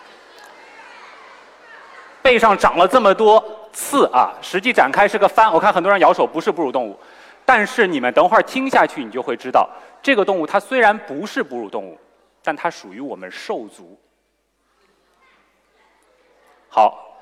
背上长了这么多刺啊，实际展开是个帆。我看很多人摇手，不是哺乳动物。但是你们等会儿听下去，你就会知道，这个动物它虽然不是哺乳动物，但它属于我们兽族。好，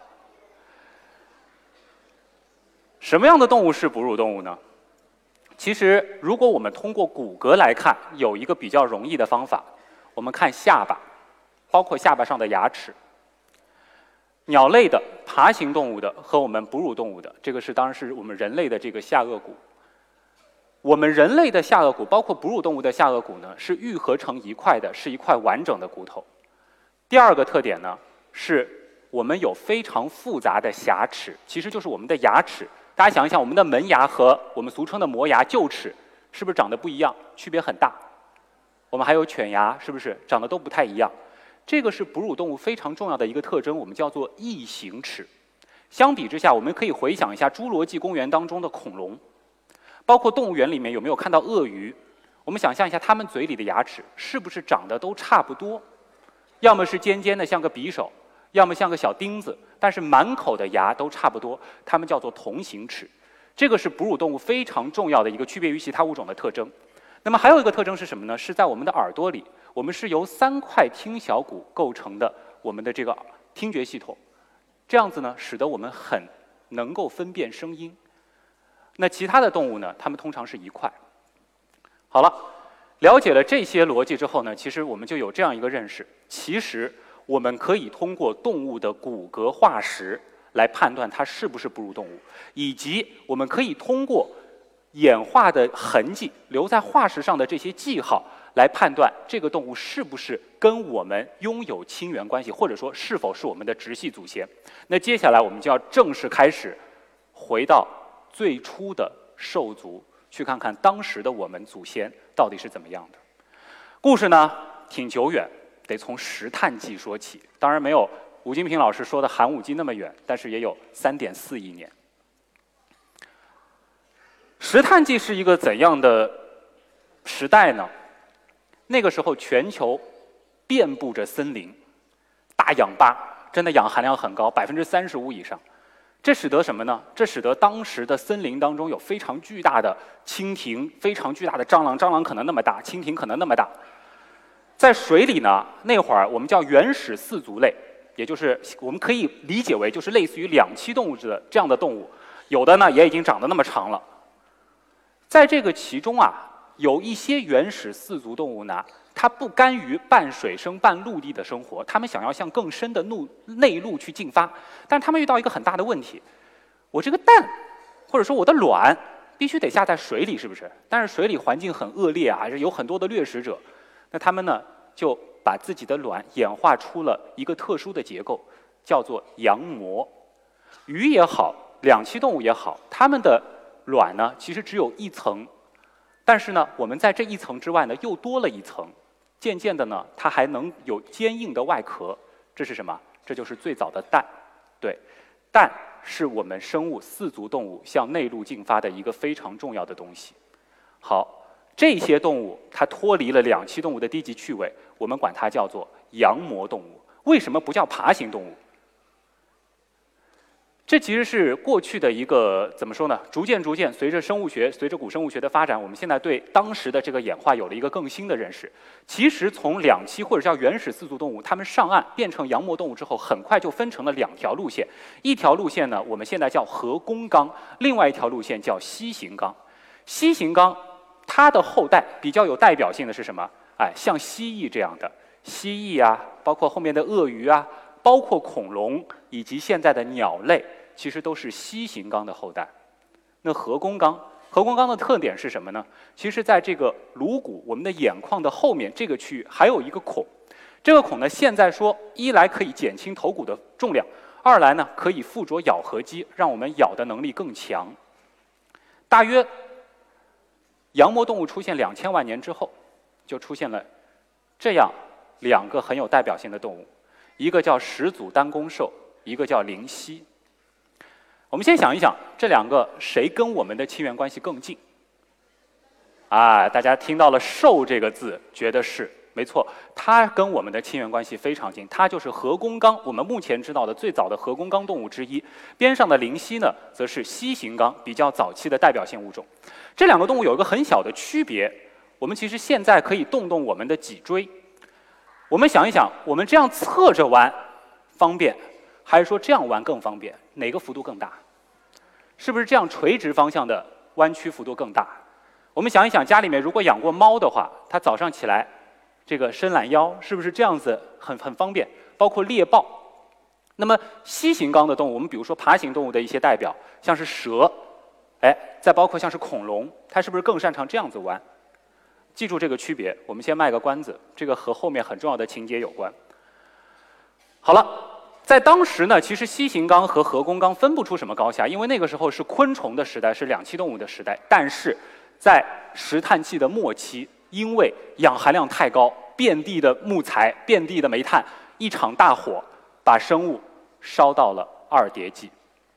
什么样的动物是哺乳动物呢？其实，如果我们通过骨骼来看，有一个比较容易的方法。我们看下巴，包括下巴上的牙齿。鸟类的、爬行动物的和我们哺乳动物的，这个是当然是我们人类的这个下颚骨。我们人类的下颚骨，包括哺乳动物的下颚骨呢，是愈合成一块的，是一块完整的骨头。第二个特点呢，是我们有非常复杂的狭齿，其实就是我们的牙齿。大家想一想，我们的门牙和我们俗称的磨牙、臼齿，是不是长得不一样，区别很大？我们还有犬牙，是不是长得都不太一样？这个是哺乳动物非常重要的一个特征，我们叫做异形齿。相比之下，我们可以回想一下《侏罗纪公园》当中的恐龙，包括动物园里面有没有看到鳄鱼？我们想象一下，它们嘴里的牙齿是不是长得都差不多？要么是尖尖的像个匕首，要么像个小钉子，但是满口的牙都差不多，它们叫做同形齿。这个是哺乳动物非常重要的一个区别于其他物种的特征。那么还有一个特征是什么呢？是在我们的耳朵里，我们是由三块听小骨构成的我们的这个听觉系统，这样子呢，使得我们很能够分辨声音。那其他的动物呢，它们通常是一块。好了，了解了这些逻辑之后呢，其实我们就有这样一个认识：其实我们可以通过动物的骨骼化石来判断它是不是哺乳动物，以及我们可以通过演化的痕迹留在化石上的这些记号来判断这个动物是不是跟我们拥有亲缘关系，或者说是否是我们的直系祖先。那接下来我们就要正式开始回到最初的兽族，去看看当时的我们祖先到底是怎么样的。故事呢挺久远，得从石炭纪说起。当然没有吴金平老师说的寒武纪那么远，但是也有三点四亿年。石炭纪是一个怎样的时代呢？那个时候全球遍布着森林，大氧吧，真的氧含量很高，百分之三十五以上。这使得什么呢？这使得当时的森林当中有非常巨大的蜻蜓，非常巨大的蟑螂，蟑螂可能那么大，蜻蜓可能那么大。在水里呢，那会儿我们叫原始四足类，也就是我们可以理解为就是类似于两栖动物的这样的动物，有的呢也已经长得那么长了。在这个其中啊，有一些原始四足动物呢，它不甘于半水生半陆地的生活，它们想要向更深的陆内陆去进发，但它们遇到一个很大的问题：我这个蛋，或者说我的卵，必须得下在水里，是不是？但是水里环境很恶劣啊，还是有很多的掠食者，那它们呢就把自己的卵演化出了一个特殊的结构，叫做羊膜。鱼也好，两栖动物也好，它们的卵呢其实只有一层，但是呢我们在这一层之外呢又多了一层，渐渐的呢它还能有坚硬的外壳。这是什么？这就是最早的蛋。对，蛋是我们生物四足动物向内陆进发的一个非常重要的东西。好，这些动物它脱离了两栖动物的低级趣味，我们管它叫做羊膜动物。为什么不叫爬行动物？这其实是过去的一个怎么说呢？逐渐逐渐，随着生物学、随着古生物学的发展，我们现在对当时的这个演化有了一个更新的认识。其实从两栖或者叫原始四足动物，它们上岸变成羊膜动物之后，很快就分成了两条路线。一条路线呢，我们现在叫河弓纲；另外一条路线叫蜥形纲。蜥形纲它的后代比较有代表性的是什么？哎，像蜥蜴这样的蜥蜴啊，包括后面的鳄鱼啊，包括恐龙以及现在的鸟类，其实都是蜥形纲的后代。那核弓纲，核弓纲的特点是什么呢？其实在这个颅骨，我们的眼眶的后面这个区域还有一个孔，这个孔呢，现在说一来可以减轻头骨的重量，二来呢可以附着咬合肌，让我们咬的能力更强。大约羊膜动物出现两千万年之后，就出现了这样两个很有代表性的动物，一个叫始祖单弓兽，一个叫灵犀。我们先想一想，这两个谁跟我们的亲缘关系更近？啊，大家听到了“兽”这个字，觉得是没错，它跟我们的亲缘关系非常近，它就是核弓纲，我们目前知道的最早的核弓纲动物之一。边上的灵犀呢，则是蜥形纲比较早期的代表性物种。这两个动物有一个很小的区别，我们其实现在可以动动我们的脊椎。我们想一想，我们这样侧着弯方便，还是说这样弯更方便？哪个幅度更大？是不是这样垂直方向的弯曲幅度更大？我们想一想，家里面如果养过猫的话，它早上起来这个伸懒腰，是不是这样子很很方便？包括猎豹。那么蜥形纲的动物，我们比如说爬行动物的一些代表，像是蛇，哎，再包括像是恐龙，它是不是更擅长这样子弯？记住这个区别，我们先卖个关子，这个和后面很重要的情节有关。好了，在当时呢，其实蜥形纲和核弓纲分不出什么高下，因为那个时候是昆虫的时代，是两栖动物的时代。但是在石炭纪的末期，因为氧含量太高，遍地的木材，遍地的煤炭，一场大火把生物烧到了二叠纪。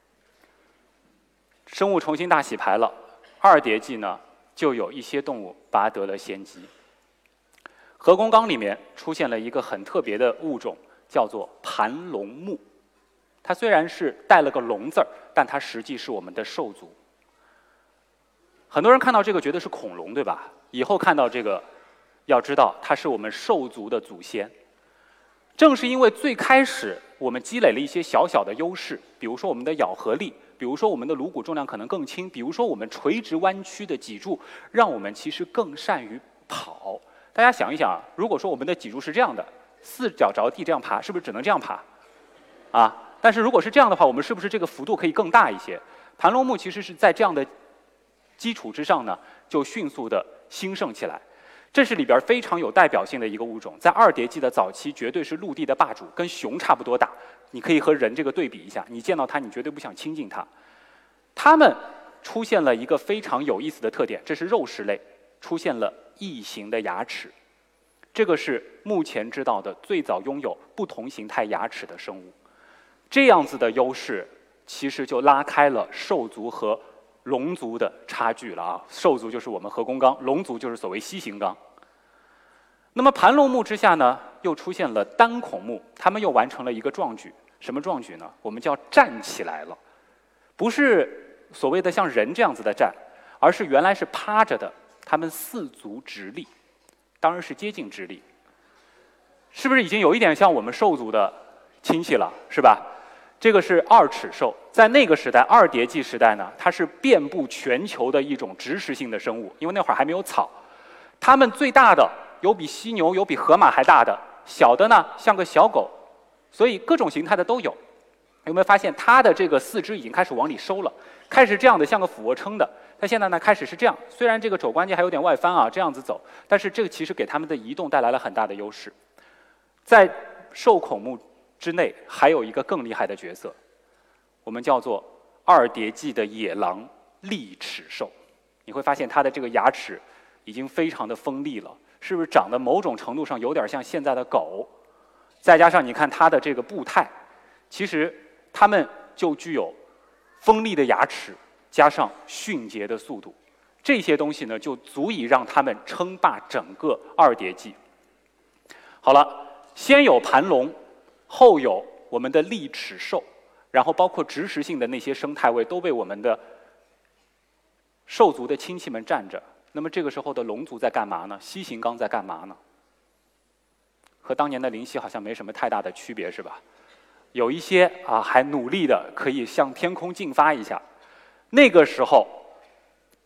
生物重新大洗牌了，二叠纪呢，就有一些动物拔得了先机。核弓纲里面出现了一个很特别的物种，叫做盘龙目。它虽然是带了个龙字儿，但它实际是我们的兽族。很多人看到这个觉得是恐龙，对吧？以后看到这个，要知道它是我们兽族的祖先。正是因为最开始我们积累了一些小小的优势，比如说我们的咬合力，比如说我们的颅骨重量可能更轻，比如说我们垂直弯曲的脊柱，让我们其实更善于跑。大家想一想啊，如果说我们的脊柱是这样的，四脚着地这样爬，是不是只能这样爬？啊，但是如果是这样的话，我们是不是这个幅度可以更大一些？盘龙目其实是在这样的基础之上呢，就迅速的兴盛起来。这是里边非常有代表性的一个物种，在二叠纪的早期绝对是陆地的霸主，跟熊差不多大。你可以和人这个对比一下，你见到它，你绝对不想亲近它。它们出现了一个非常有意思的特点，这是肉食类，出现了异形的牙齿。这个是目前知道的最早拥有不同形态牙齿的生物。这样子的优势，其实就拉开了兽族和龙族的差距了啊！兽族就是我们核弓纲，龙族就是所谓蜥形纲。那么盘龙目之下呢，又出现了单孔目，他们又完成了一个壮举。什么壮举呢？我们叫站起来了，不是所谓的像人这样子的站，而是原来是趴着的，他们四足直立，当然是接近直立。是不是已经有一点像我们兽族的亲戚了？是吧？这个是二齿兽，在那个时代，二叠纪时代呢，它是遍布全球的一种植食性的生物，因为那会儿还没有草。它们最大的有比犀牛、有比河马还大的，小的呢像个小狗，所以各种形态的都有。有没有发现它的这个四肢已经开始往里收了，开始这样的像个俯卧撑的。它现在呢开始是这样，虽然这个肘关节还有点外翻啊，这样子走，但是这个其实给它们的移动带来了很大的优势。在兽孔目之内还有一个更厉害的角色，我们叫做二叠纪的野狼利齿兽。你会发现它的这个牙齿已经非常的锋利了，是不是长得某种程度上有点像现在的狗？再加上你看它的这个步态，其实它们就具有锋利的牙齿加上迅捷的速度，这些东西呢就足以让它们称霸整个二叠纪。好了，先有盘龙，后有我们的利齿兽，然后包括植食性的那些生态位都被我们的兽族的亲戚们占着。那么这个时候的龙族在干嘛呢？蜥形纲在干嘛呢？和当年的灵犀好像没什么太大的区别，是吧？有一些啊还努力的可以向天空竞发一下。那个时候，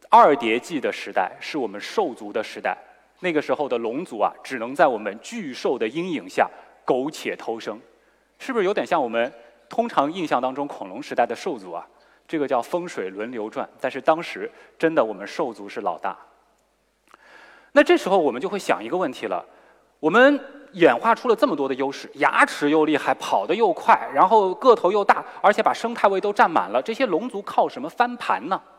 二叠纪的时代是我们兽族的时代，那个时候的龙族啊，只能在我们巨兽的阴影下苟且偷生，是不是有点像我们通常印象当中恐龙时代的兽族啊？这个叫风水轮流转，但是当时真的我们兽族是老大。那这时候我们就会想一个问题了，我们演化出了这么多的优势，牙齿又厉害，跑得又快，然后个头又大，而且把生态位都占满了，这些龙族靠什么翻盘呢？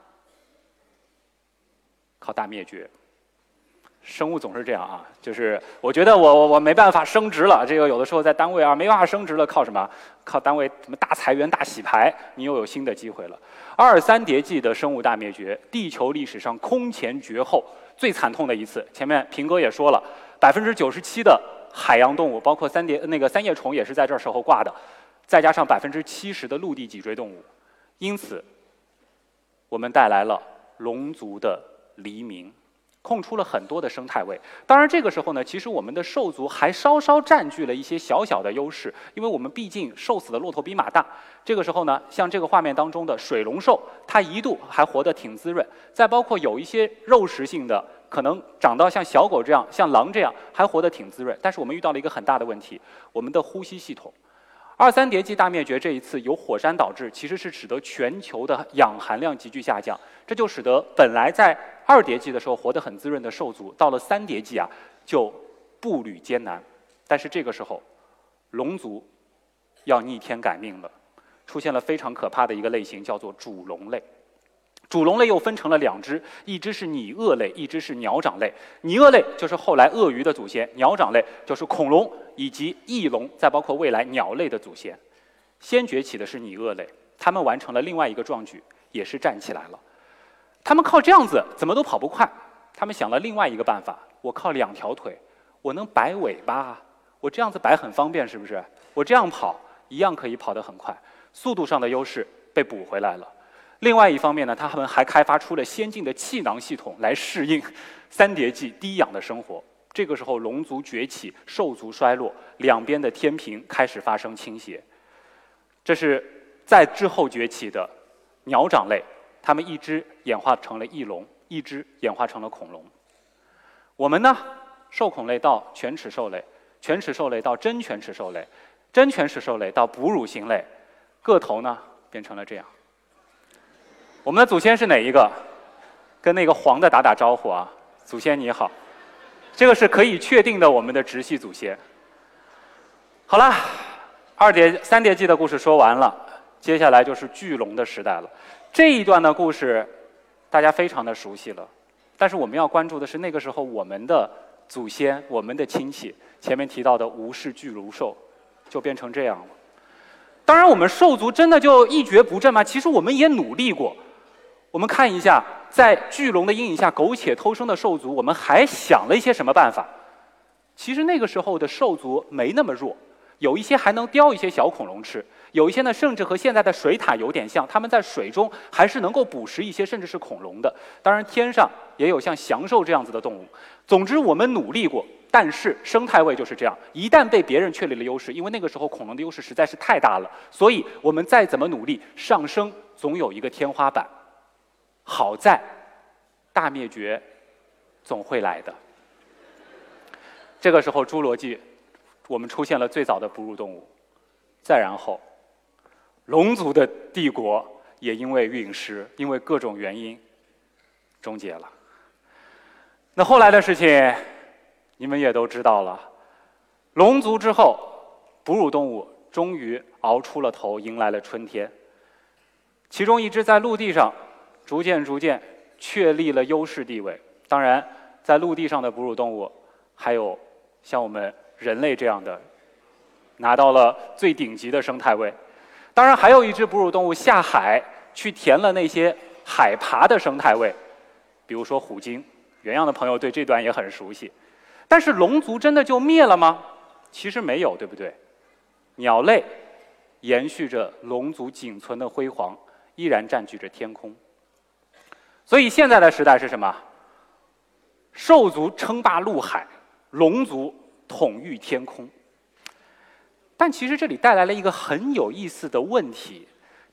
靠大灭绝。生物总是这样啊，就是我觉得我我我没办法升职了，这个有的时候在单位啊没办法升职了，靠什么？靠单位什么大裁员、大洗牌，你又有新的机会了。二三叠纪的生物大灭绝，地球历史上空前绝后、最惨痛的一次。前面平哥也说了，百分之九十七的海洋动物，包括三叠那个三叶虫也是在这时候挂的，再加上百分之七十的陆地脊椎动物，因此我们带来了龙族的黎明。空出了很多的生态位，当然这个时候呢，其实我们的兽族还稍稍占据了一些小小的优势，因为我们毕竟瘦死的骆驼比马大。这个时候呢，像这个画面当中的水龙兽，它一度还活得挺滋润，再包括有一些肉食性的，可能长到像小狗这样、像狼这样，还活得挺滋润。但是我们遇到了一个很大的问题，我们的呼吸系统。二三叠纪大灭绝这一次由火山导致，其实是使得全球的氧含量急剧下降，这就使得本来在二叠纪的时候活得很滋润的兽族，到了三叠纪啊就步履艰难。但是这个时候，龙族要逆天改命了，出现了非常可怕的一个类型，叫做主龙类。主龙类又分成了两支，一支是拟鳄类，一支是鸟掌类。拟鳄类就是后来鳄鱼的祖先，鸟掌类就是恐龙以及翼龙，再包括未来鸟类的祖先。先崛起的是拟鳄类，他们完成了另外一个壮举，也是站起来了。他们靠这样子怎么都跑不快，他们想了另外一个办法，我靠两条腿，我能摆尾巴，我这样子摆很方便，是不是？我这样跑一样可以跑得很快，速度上的优势被补回来了。另外一方面呢，他们还开发出了先进的气囊系统来适应三叠纪低氧的生活。这个时候，龙族崛起，兽族衰落，两边的天平开始发生倾斜。这是在之后崛起的鸟掌类，它们一只演化成了翼龙，一只演化成了恐龙。我们呢，兽孔类到犬齿兽类，犬齿兽类到真犬齿兽类，真犬齿兽类到哺乳型类，个头呢变成了这样。我们的祖先是哪一个？跟那个黄的打打招呼啊，祖先你好。这个是可以确定的我们的直系祖先。好了，二叠三叠纪的故事说完了，接下来就是巨龙的时代了。这一段的故事大家非常的熟悉了，但是我们要关注的是那个时候我们的祖先、我们的亲戚，前面提到的吴氏巨龙兽就变成这样了。当然，我们兽族真的就一蹶不振吗？其实我们也努力过。我们看一下，在巨龙的阴影下苟且偷生的兽族，我们还想了一些什么办法？其实那个时候的兽族没那么弱，有一些还能叼一些小恐龙吃，有一些呢甚至和现在的水獭有点像，它们在水中还是能够捕食一些甚至是恐龙的。当然，天上也有像翔兽这样子的动物。总之，我们努力过，但是生态位就是这样，一旦被别人确立了优势，因为那个时候恐龙的优势实在是太大了，所以我们再怎么努力上升，总有一个天花板。好在大灭绝总会来的。这个时候，侏罗纪我们出现了最早的哺乳动物，再然后，龙族的帝国也因为陨石，因为各种原因终结了。那后来的事情，你们也都知道了。龙族之后，哺乳动物终于熬出了头，迎来了春天。其中一只在陆地上逐渐逐渐确立了优势地位。当然，在陆地上的哺乳动物，还有像我们人类这样的，拿到了最顶级的生态位。当然，还有一只哺乳动物下海去填了那些海爬的生态位，比如说虎鲸。原样的朋友对这段也很熟悉。但是龙族真的就灭了吗？其实没有，对不对？鸟类延续着龙族仅存的辉煌，依然占据着天空。所以现在的时代是什么？兽族称霸陆海，龙族统御天空。但其实这里带来了一个很有意思的问题。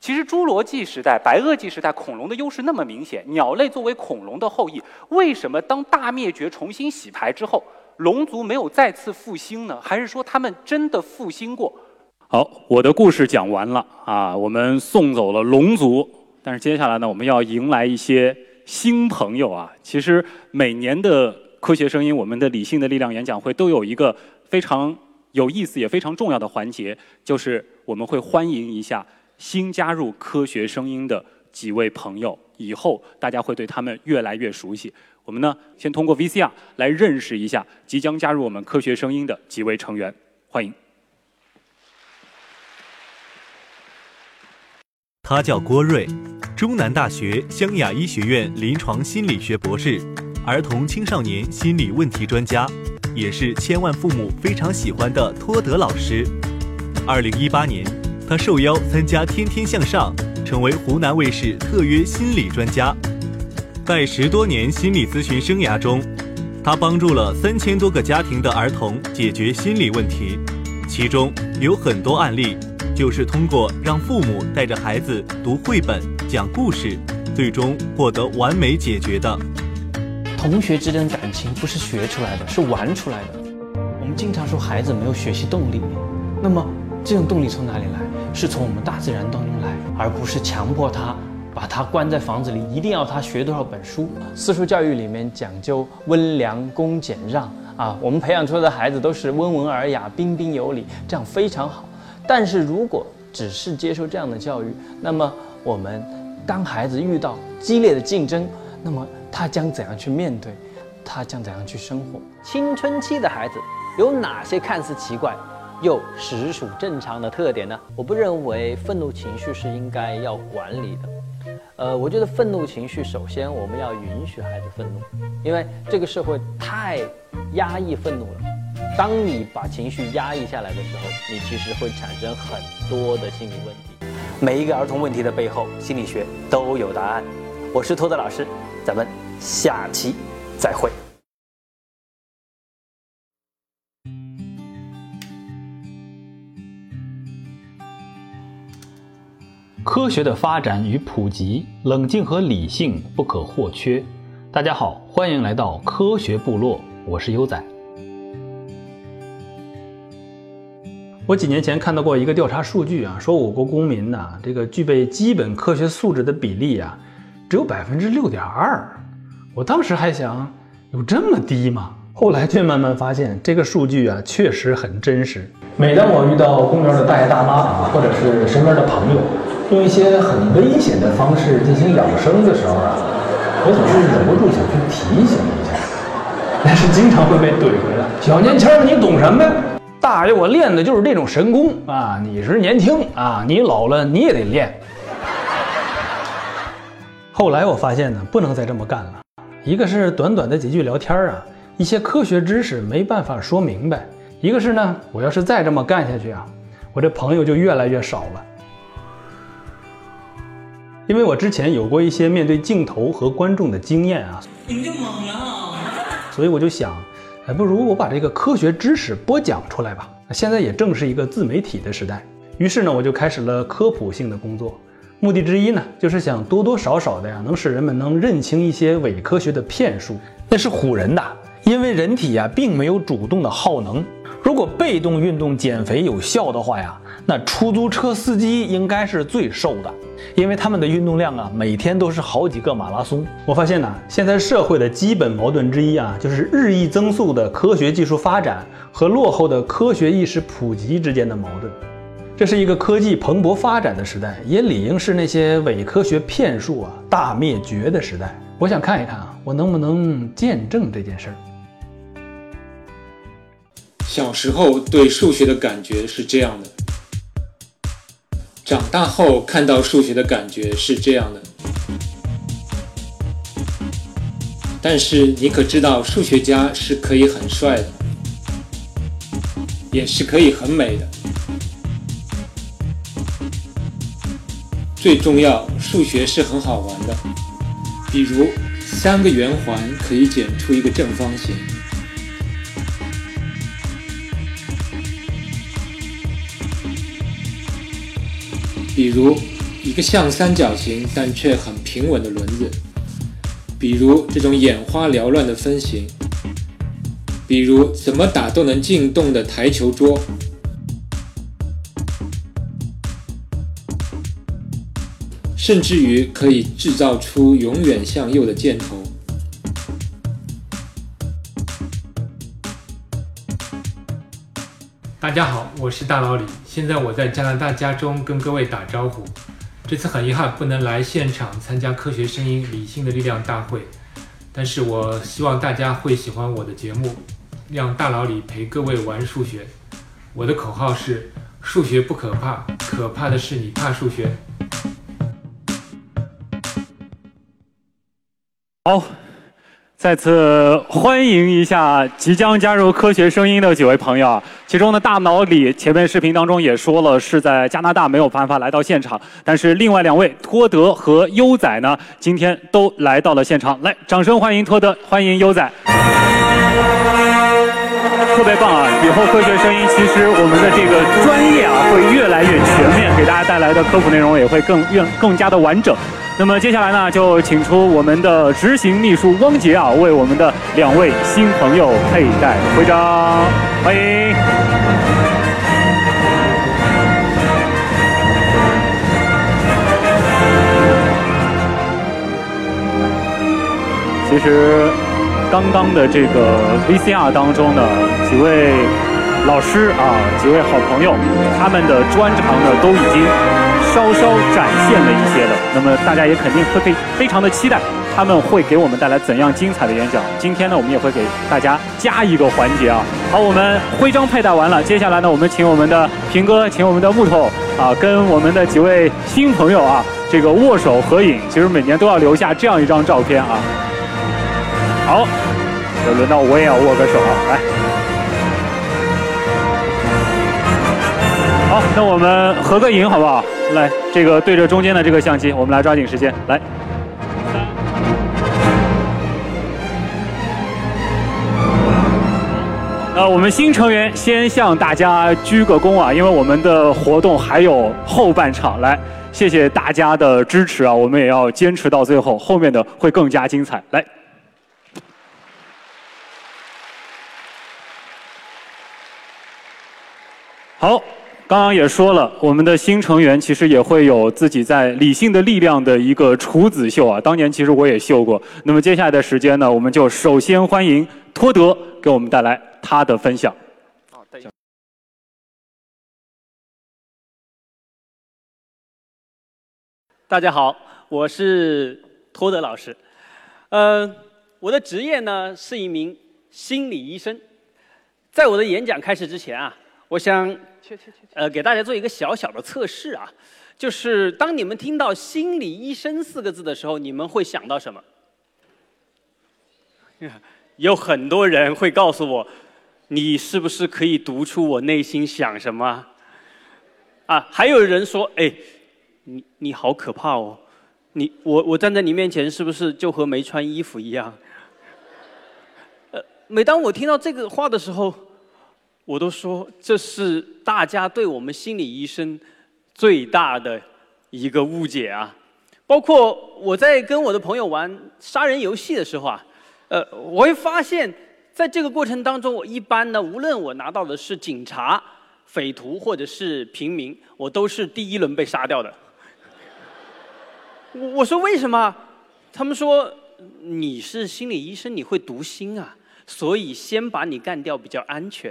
其实侏罗纪时代、白垩纪时代，恐龙的优势那么明显，鸟类作为恐龙的后裔，为什么当大灭绝重新洗牌之后，龙族没有再次复兴呢？还是说他们真的复兴过？好，我的故事讲完了啊，我们送走了龙族，但是接下来呢，我们要迎来一些新朋友啊。其实每年的科学声音，我们的理性的力量演讲会都有一个非常有意思也非常重要的环节，就是我们会欢迎一下新加入科学声音的几位朋友，以后大家会对他们越来越熟悉。我们呢，先通过 V C R 来认识一下即将加入我们科学声音的几位成员，欢迎。 他叫郭瑞，中南大学湘雅医学院临床心理学博士，儿童青少年心理问题专家，也是千万父母非常喜欢的托德老师。二零一八年，他受邀参加《天天向上》，成为湖南卫视特约心理专家。在十多年心理咨询生涯中，他帮助了三千多个家庭的儿童解决心理问题，其中有很多案例就是通过让父母带着孩子读绘本、讲故事，最终获得完美解决的。 同学之间的感情不是学出来的，是玩出来的。我们经常说孩子没有学习动力，那么这种动力从哪里来？是从我们大自然当中来，而不是强迫他，把他关在房子里，一定要他学多少本书。私塾教育里面讲究温良恭俭让啊，我们培养出来的孩子都是温文尔雅、彬彬有礼，这样非常好。但是如果只是接受这样的教育，那么我们当孩子遇到激烈的竞争，那么他将怎样去面对？他将怎样去生活？ 青春期的孩子有哪些看似奇怪又实属正常的特点呢？我不认为愤怒情绪是应该要管理的。呃，我觉得愤怒情绪，首先我们要允许孩子愤怒，因为这个社会太压抑愤怒了。当你把情绪压抑下来的时候，你其实会产生很多的心理问题。每一个儿童问题的背后，心理学都有答案。我是托德老师，咱们下期再会。 科学的发展与普及，冷静和理性不可或缺。大家好，欢迎来到科学部落，我是优仔。我几年前看到过一个调查数据啊，说我国公民呐、啊，这个具备基本科学素质的比例啊，只有百分之六点二。我当时还想，有这么低吗？后来却慢慢发现，这个数据啊，确实很真实。每当我遇到公园的大爷大妈啊，或者是身边的朋友，用一些很危险的方式进行养生的时候啊，我总是忍不住想去提醒一下，但是经常会被怼回来。小年轻的你懂什么呀？大爷，我练的就是这种神功啊！你是年轻啊，你老了你也得练。后来我发现呢，不能再这么干了。一个是短短的几句聊天啊，一些科学知识没办法说明白；一个是呢，我要是再这么干下去啊，我这朋友就越来越少了。因为我之前有过一些面对镜头和观众的经验啊，你们就猛了，所以我就想。还不如我把这个科学知识播讲出来吧。现在也正是一个自媒体的时代，于是呢，我就开始了科普性的工作。目的之一呢，就是想多多少少的呀，能使人们能认清一些伪科学的骗术。那是唬人的，因为人体呀，并没有主动的耗能。如果被动运动减肥有效的话呀，那出租车司机应该是最瘦的，因为他们的运动量啊，每天都是好几个马拉松。我发现呢，现在社会的基本矛盾之一啊，就是日益增速的科学技术发展和落后的科学意识普及之间的矛盾。这是一个科技蓬勃发展的时代，也理应是那些伪科学骗术啊大灭绝的时代。我想看一看啊，我能不能见证这件事儿。 小时候对数学的感觉是这样的，长大后看到数学的感觉是这样的。但是你可知道，数学家是可以很帅的，也是可以很美的。最重要，数学是很好玩的。比如，三个圆环可以剪出一个正方形。比如， 一个像三角形但却很平稳的轮子，比如这种眼花缭乱的分形，比如怎么打都能进洞的台球桌，甚至于可以制造出永远向右的箭头。 大家好，我是大老李，现在我在加拿大加州跟各位打招呼。这次很遗憾不能来现场参加科学声音理性的力量大会，但是我希望大家会喜欢我的节目，让大老李陪各位玩数学。我的口号是：数学不可怕，可怕的是你怕数学。 好，再次欢迎一下即将加入科学声音的几位朋友啊！其中呢，大脑里前面视频当中也说了，是在加拿大没有办法来到现场，但是另外两位托德和优仔呢，今天都来到了现场。来，掌声欢迎托德，欢迎优仔。特别棒啊！以后科学声音其实我们的这个专业啊会越来越全面，给大家带来的科普内容也会更更更加的完整。那么接下来呢，就请出我们的执行秘书汪杰啊，为我们的两位新朋友佩戴徽章，欢迎。其实刚刚的这个 V C R 当中呢，几位老师啊，几位好朋友，他们的专长呢都已经稍稍展现了一些了。那么大家也肯定会非非常的期待，他们会给我们带来怎样精彩的演讲。今天呢，我们也会给大家加一个环节啊。好，我们徽章佩戴完了，接下来呢，我们请我们的平哥，请我们的木头啊，跟我们的几位新朋友啊，这个握手合影。其实每年都要留下这样一张照片啊。好，就轮到我也要握个手啊，来。好，那我们合个影好不好？来，这个对着中间的这个相机，我们来抓紧时间，来。呃，我们新成员先向大家鞠个躬啊，因为我们的活动还有后半场，来，谢谢大家的支持啊，我们也要坚持到最后，后面的会更加精彩，来。好，刚刚也说了，我们的新成员其实也会有自己在理性的力量的一个处子秀啊。当年其实我也秀过。那么接下来的时间呢，我们就首先欢迎托德给我们带来他的分享。 大家好，我是托德老师。呃，我的职业呢是一名心理医生。在我的演讲开始之前啊，我想呃给大家做一个小小的测试啊，就是当你们听到心理医生四个字的时候，你们会想到什么？有很多人会告诉我，你是不是可以读出我内心想什么？啊，还有人说，哎，你你好可怕哦，你我我站在你面前是不是就和没穿衣服一样？呃，每当我听到这个话的时候，我都说这是大家对我们心理医生最大的一个误解啊！包括我在跟我的朋友玩杀人游戏的时候啊，呃，我会发现，在这个过程当中，我一般呢，无论我拿到的是警察、匪徒或者是平民，我都是第一轮被杀掉的。我我说为什么？他们说你是心理医生，你会读心啊，所以先把你干掉比较安全。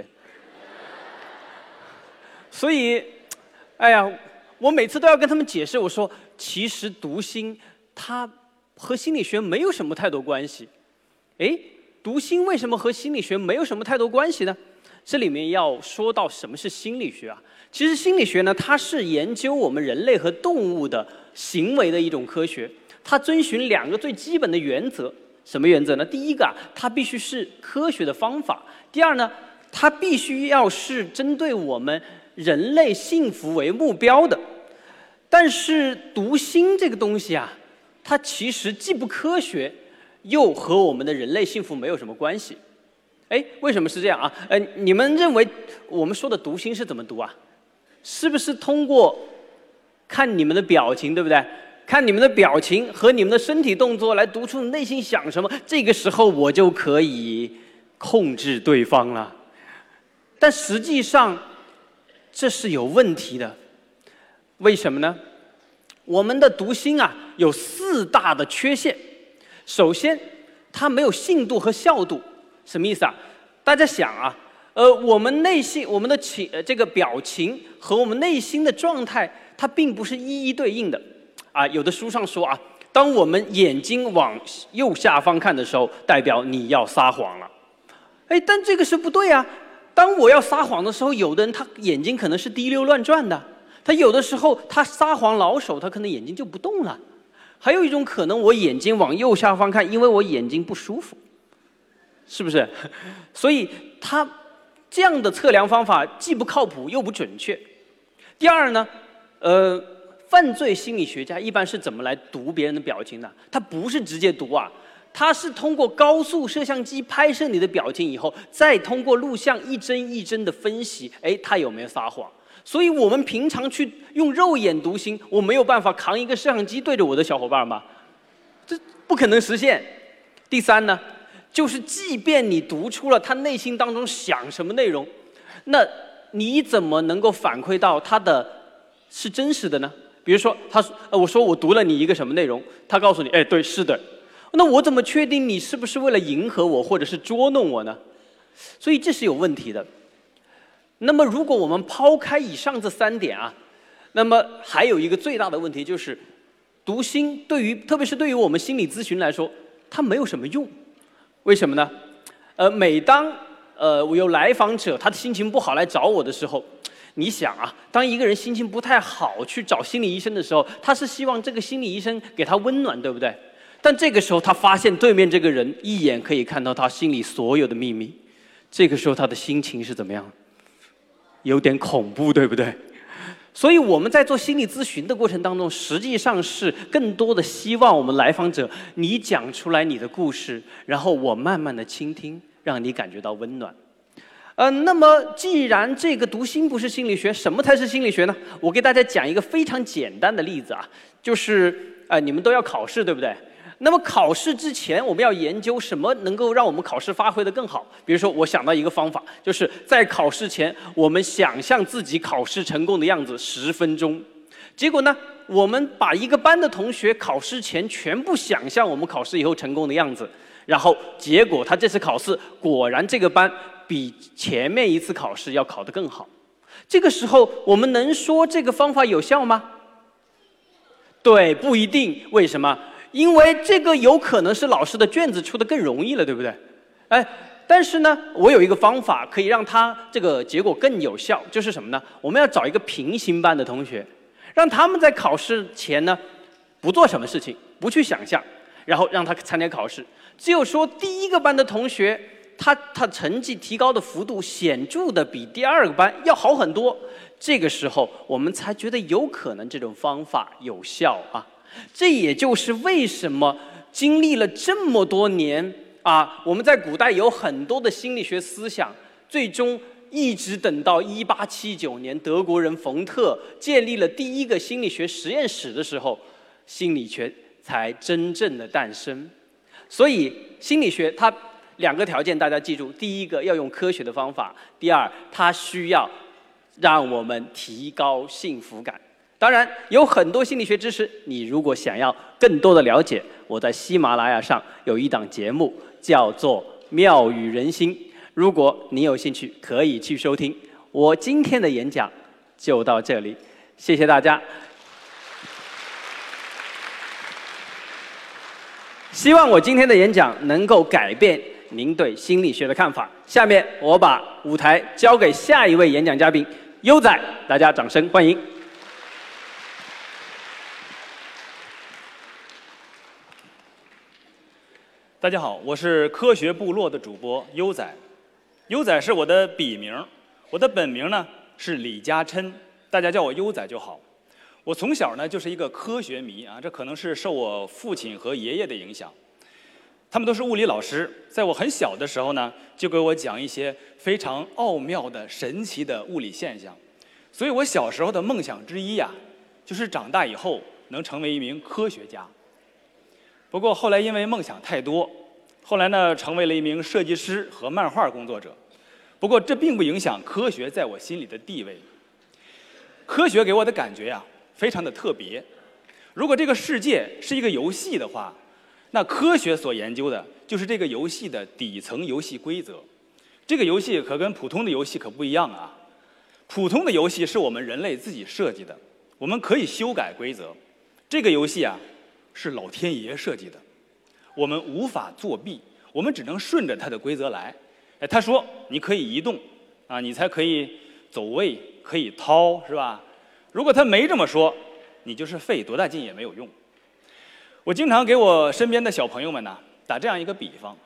所以，哎呀，我每次都要跟他们解释，我说其实读心它和心理学没有什么太多关系。哎，读心为什么和心理学没有什么太多关系呢？这里面要说到什么是心理学啊？其实心理学呢，它是研究我们人类和动物的行为的一种科学。它遵循两个最基本的原则，什么原则呢？第一个啊，它必须是科学的方法；第二呢，它必须要是针对我们人类幸福为目标的。但是读心这个东西啊，它其实既不科学，又和我们的人类幸福没有什么关系。哎，为什么是这样啊？呃，你们认为我们说的读心是怎么读啊？是不是通过看你们的表情，对不对？看你们的表情和你们的身体动作来读出你内心想什么，这个时候我就可以控制对方了。但实际上这是有问题的，为什么呢？我们的读心啊有四大的缺陷。首先，它没有信度和效度，什么意思啊？大家想啊，呃，我们内心我们的情呃这个表情和我们内心的状态，它并不是一一对应的。啊，有的书上说啊，当我们眼睛往右下方看的时候，代表你要撒谎了。哎，但这个是不对啊。当我要撒谎的时候，有的人他眼睛可能是滴溜乱转的，他有的时候他撒谎老手，他可能眼睛就不动了。还有一种可能，我眼睛往右下方看，因为我眼睛不舒服，是不是？所以他这样的测量方法既不靠谱又不准确。第二呢，呃。犯罪心理学家一般是怎么来读别人的表情呢？他不是直接读啊，他是通过高速摄像机拍摄你的表情以后，再通过录像一帧一帧的分析，哎，他有没有撒谎？所以我们平常去用肉眼读心，我没有办法扛一个摄像机对着我的小伙伴吧，这不可能实现。第三呢，就是即便你读出了他内心当中想什么内容，那你怎么能够反馈到他的是真实的呢？比如说，他呃，我说我读了你一个什么内容，他告诉你，哎，对，是的。那我怎么确定你是不是为了迎合我，或者是捉弄我呢？所以这是有问题的。那么，如果我们抛开以上这三点啊，那么还有一个最大的问题就是，读心对于，特别是对于我们心理咨询来说，它没有什么用。为什么呢？呃，每当呃我有来访者他的心情不好来找我的时候。你想啊，当一个人心情不太好去找心理医生的时候，他是希望这个心理医生给他温暖，对不对？但这个时候他发现对面这个人一眼可以看到他心里所有的秘密，这个时候他的心情是怎么样？有点恐怖，对不对？所以我们在做心理咨询的过程当中，实际上是更多的希望我们来访者你讲出来你的故事，然后我慢慢的倾听，让你感觉到温暖。呃，那么既然这个读心不是心理学，什么才是心理学呢？我给大家讲一个非常简单的例子啊，就是呃，你们都要考试，对不对？那么考试之前，我们要研究什么能够让我们考试发挥得更好。比如说，我想到一个方法，就是在考试前，我们想象自己考试成功的样子十分钟。结果呢，我们把一个班的同学考试前全部想象我们考试以后成功的样子，然后结果他这次考试果然这个班比前面一次考试要考得更好。这个时候，我们能说这个方法有效吗？对，不一定。为什么？因为这个有可能是老师的卷子出的更容易了，对不对？哎，但是呢，我有一个方法可以让他这个结果更有效，就是什么呢？我们要找一个平行班的同学，让他们在考试前呢不做什么事情，不去想象，然后让他参加考试。只有说第一个班的同学，他他成绩提高的幅度显著的比第二个班要好很多，这个时候我们才觉得有可能这种方法有效啊。这也就是为什么经历了这么多年啊，我们在古代有很多的心理学思想，最终一直等到一八七九年德国人冯特建立了第一个心理学实验室的时候，心理学才真正的诞生。所以心理学它两个条件大家记住，第一个要用科学的方法，第二它需要让我们提高幸福感。当然有很多心理学知识，你如果想要更多的了解，我在喜马拉雅上有一档节目叫做妙语人心，如果你有兴趣可以去收听。我今天的演讲就到这里，谢谢大家。希望我今天的演讲能够改变您对心理学的看法。下面我把舞台交给下一位演讲嘉宾优仔，大家掌声欢迎。 大家好，我是科学部落的主播优仔。优仔是我的笔名，我的本名呢是李嘉琛，大家叫我优仔就好。我从小呢就是一个科学迷啊，这可能是受我父亲和爷爷的影响。他们都是物理老师，在我很小的时候呢，就给我讲一些非常奥妙的、神奇的物理现象。所以我小时候的梦想之一呀、啊， 就是长大以后能成为一名科学家。不过后来因为梦想太多，后来呢成为了一名设计师和漫画工作者。不过这并不影响科学在我心里的地位。科学给我的感觉呀、啊，非常的特别。如果这个世界是一个游戏的话，那科学所研究的就是这个游戏的底层游戏规则。这个游戏可跟普通的游戏可不一样啊。普通的游戏是我们人类自己设计的，我们可以修改规则。这个游戏啊，是老天爷设计的，我们无法作弊，我们只能顺着它的规则来。哎，他说你可以移动啊，你才可以走位，可以掏，是吧？如果他没这么说，你就是费多大劲也没有用。我经常给我身边的小朋友们呢打这样一个比方：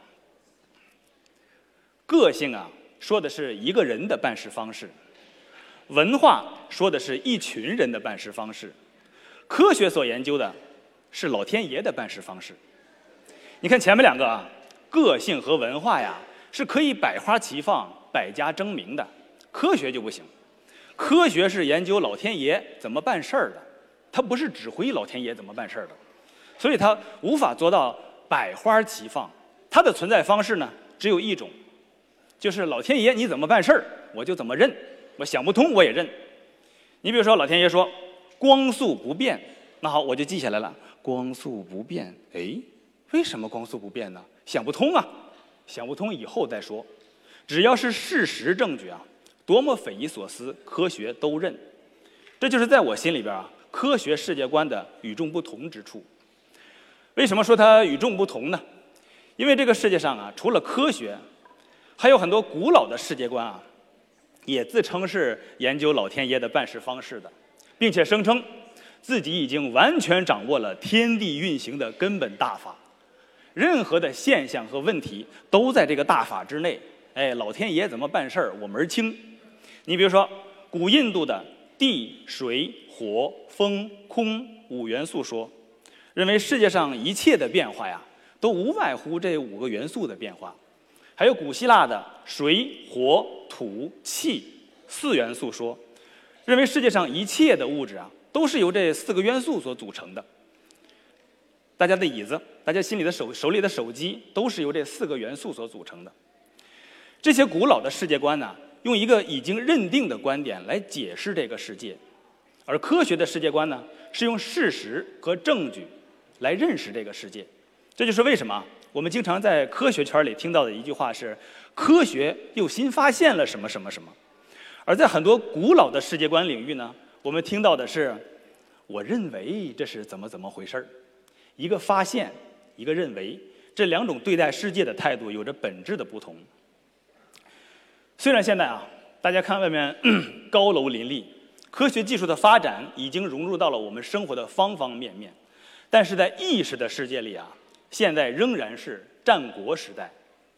个性啊，说的是一个人的办事方式；文化说的是一群人的办事方式；科学所研究的是老天爷的办事方式。你看前面两个啊，个性和文化呀，是可以百花齐放、百家争鸣的，科学就不行。科学是研究老天爷怎么办事儿的，它不是指挥老天爷怎么办事儿的，所以它无法做到百花齐放。它的存在方式呢，只有一种，就是老天爷你怎么办事儿，我就怎么认，我想不通我也认。你比如说老天爷说光速不变，那好，我就记下来了，光速不变。哎，为什么光速不变呢？想不通啊，想不通以后再说。只要是事实证据啊，多么匪夷所思，科学都认。这就是在我心里边啊，科学世界观的与众不同之处。为什么说它与众不同呢？因为这个世界上啊，除了科学，还有很多古老的世界观啊，也自称是研究老天爷的办事方式的，并且声称自己已经完全掌握了天地运行的根本大法，任何的现象和问题都在这个大法之内。哎，老天爷怎么办事儿，我门儿清。你比如说，古印度的地、水、火、风、空五元素说，认为世界上一切的变化呀，都无外乎这五个元素的变化。还有古希腊的水、火、土、气四元素说，认为世界上一切的物质啊，都是由这四个元素所组成的。大家的椅子，大家心里的手手里的手机，都是由这四个元素所组成的。这些古老的世界观呢，用一个已经认定的观点来解释这个世界，而科学的世界观呢，是用事实和证据来认识这个世界。这就是为什么我们经常在科学圈里听到的一句话是：科学又新发现了什么什么什么。而在很多古老的世界观领域呢，我们听到的是：我认为这是怎么怎么回事儿。一个发现，一个认为，这两种对待世界的态度有着本质的不同。虽然现在啊，大家看外面高楼林立，科学技术的发展已经融入到了我们生活的方方面面，但是在意识的世界里啊，现在仍然是战国时代。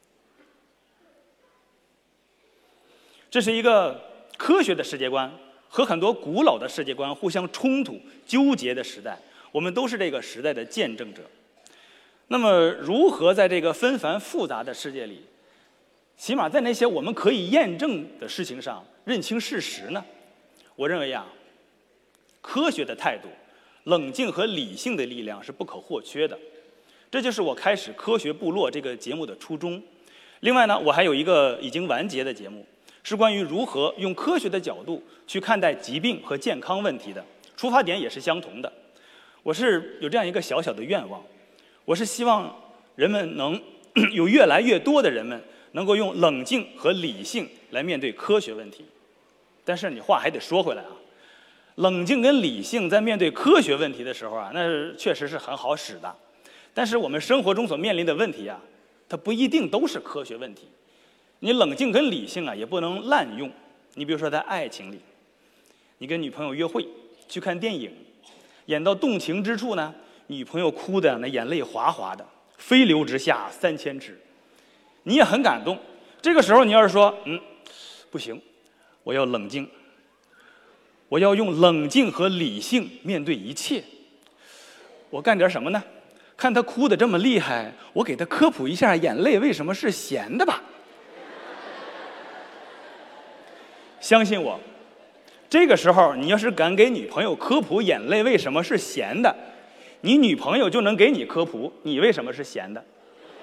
这是一个科学的世界观和很多古老的世界观互相冲突、纠结的时代，我们都是这个时代的见证者。那么，如何在这个纷繁复杂的世界里，起码在那些我们可以验证的事情上认清事实呢？我认为啊，科学的态度、冷静和理性的力量是不可或缺的。这就是我开始科学部落这个节目的初衷。另外呢，我还有一个已经完结的节目，是关于如何用科学的角度去看待疾病和健康问题的，出发点也是相同的。我是有这样一个小小的愿望，我是希望人们能有越来越多的人们能够用冷静和理性来面对科学问题。但是你话还得说回来啊，冷静跟理性在面对科学问题的时候啊，那是确实是很好使的。但是我们生活中所面临的问题啊，它不一定都是科学问题。你冷静跟理性啊，也不能滥用。你比如说在爱情里，你跟女朋友约会去看电影，演到动情之处呢，女朋友哭的那眼泪哗哗的，飞流直下三千尺，你也很感动。这个时候你要是说，嗯，不行，我要冷静，我要用冷静和理性面对一切。我干点什么呢？看他哭得这么厉害，我给他科普一下眼泪为什么是咸的吧。相信我， 这个时候，你要是敢给女朋友科普眼泪为什么是咸的，你女朋友就能给你科普你为什么是咸的。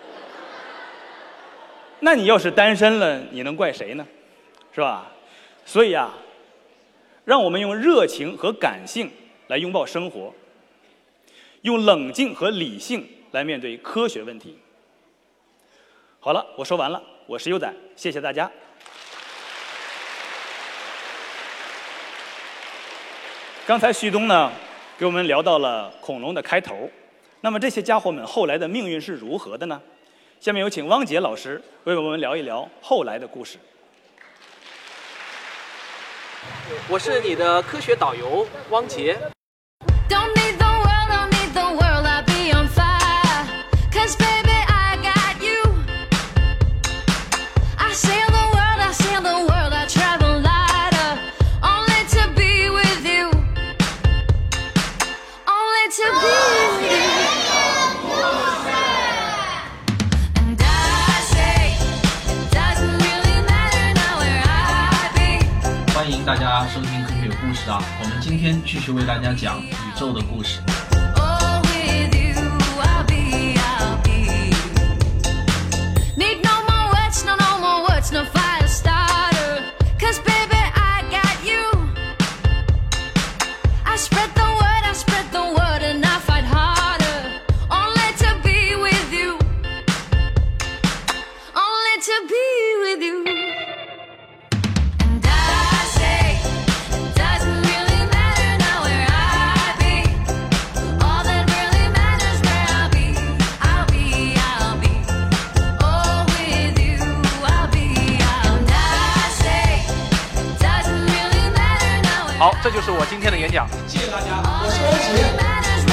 那你要是单身了，你能怪谁呢？是吧？所以啊，让我们用热情和感性来拥抱生活，用冷静和理性来面对科学问题。好了，我说完了，我是优仔，谢谢大家。刚才旭东呢，给我们聊到了恐龙的开头，那么这些家伙们后来的命运是如何的呢？下面有请汪杰老师为我们聊一聊后来的故事。 我是你的科学导游汪杰。 欢迎大家收听科学有故事啊！我们今天继续为大家讲宇宙的故事。 好，这就是我今天的演讲。谢谢大家，我是汪杰。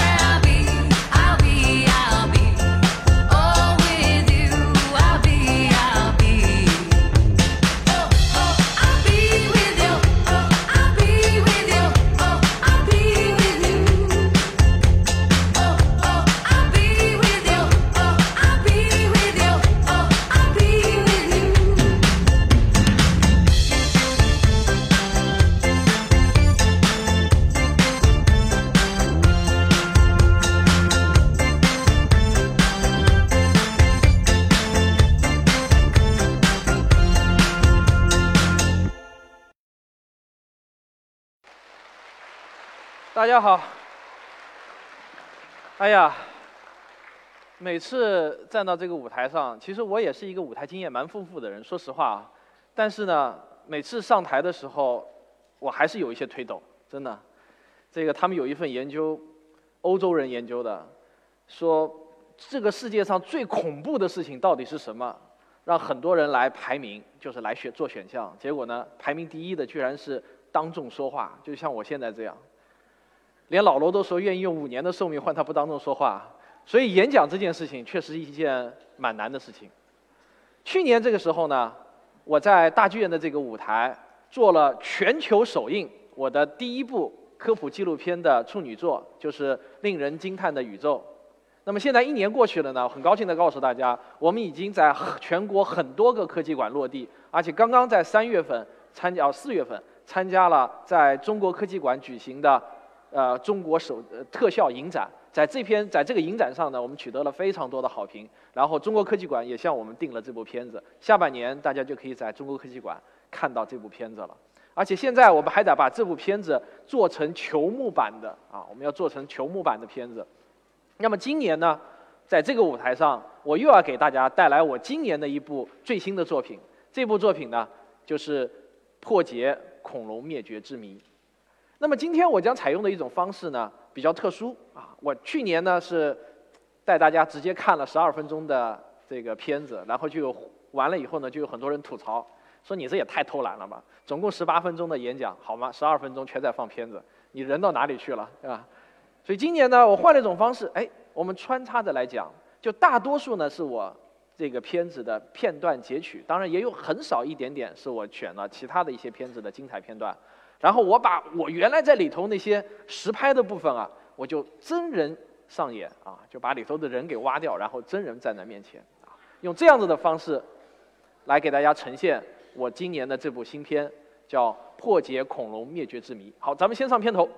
大家好。哎呀，每次站到这个舞台上，其实我也是一个舞台经验蛮丰富的人，说实话啊。但是呢，每次上台的时候，我还是有一些推抖，真的。这个他们有一份研究，欧洲人研究的，说这个世界上最恐怖的事情到底是什么？让很多人来排名，就是来选做选项。结果呢，排名第一的居然是当众说话，就像我现在这样。连老罗都说愿意用五年的寿命换他不当众说话，所以演讲这件事情确实一件蛮难的事情。去年这个时候呢，我在大剧院的这个舞台做了全球首映我的第一部科普纪录片的处女作，就是《令人惊叹的宇宙》。那么现在一年过去了呢，很高兴地告诉大家，我们已经在全国很多个科技馆落地，而且刚刚在三月份参加，四月份参加了在中国科技馆举行的。呃，中国首、呃、特效影展，在这篇在这个影展上呢，我们取得了非常多的好评。然后中国科技馆也向我们订了这部片子，下半年大家就可以在中国科技馆看到这部片子了。而且现在我们还得把这部片子做成球幕版的啊，我们要做成球幕版的片子。那么今年呢，在这个舞台上，我又要给大家带来我今年的一部最新的作品。这部作品呢，就是破解恐龙灭绝之谜。那么今天我将采用的一种方式呢，比较特殊啊。我去年呢是带大家直接看了十二分钟的这个片子，然后就有完了以后呢，就有很多人吐槽，说你这也太偷懒了吧！总共十八分钟的演讲，好吗？十二分钟全在放片子，你人到哪里去了，对吧？所以今年呢，我换了一种方式，哎，我们穿插着来讲，就大多数呢是我这个片子的片段截取，当然也有很少一点点是我选了其他的一些片子的精彩片段。然后我把我原来在里头那些实拍的部分啊，我就真人上演啊，就把里头的人给挖掉，然后真人站在面前啊，用这样子的方式来给大家呈现我今年的这部新片叫《破解恐龙灭绝之谜》。好，咱们先上片头。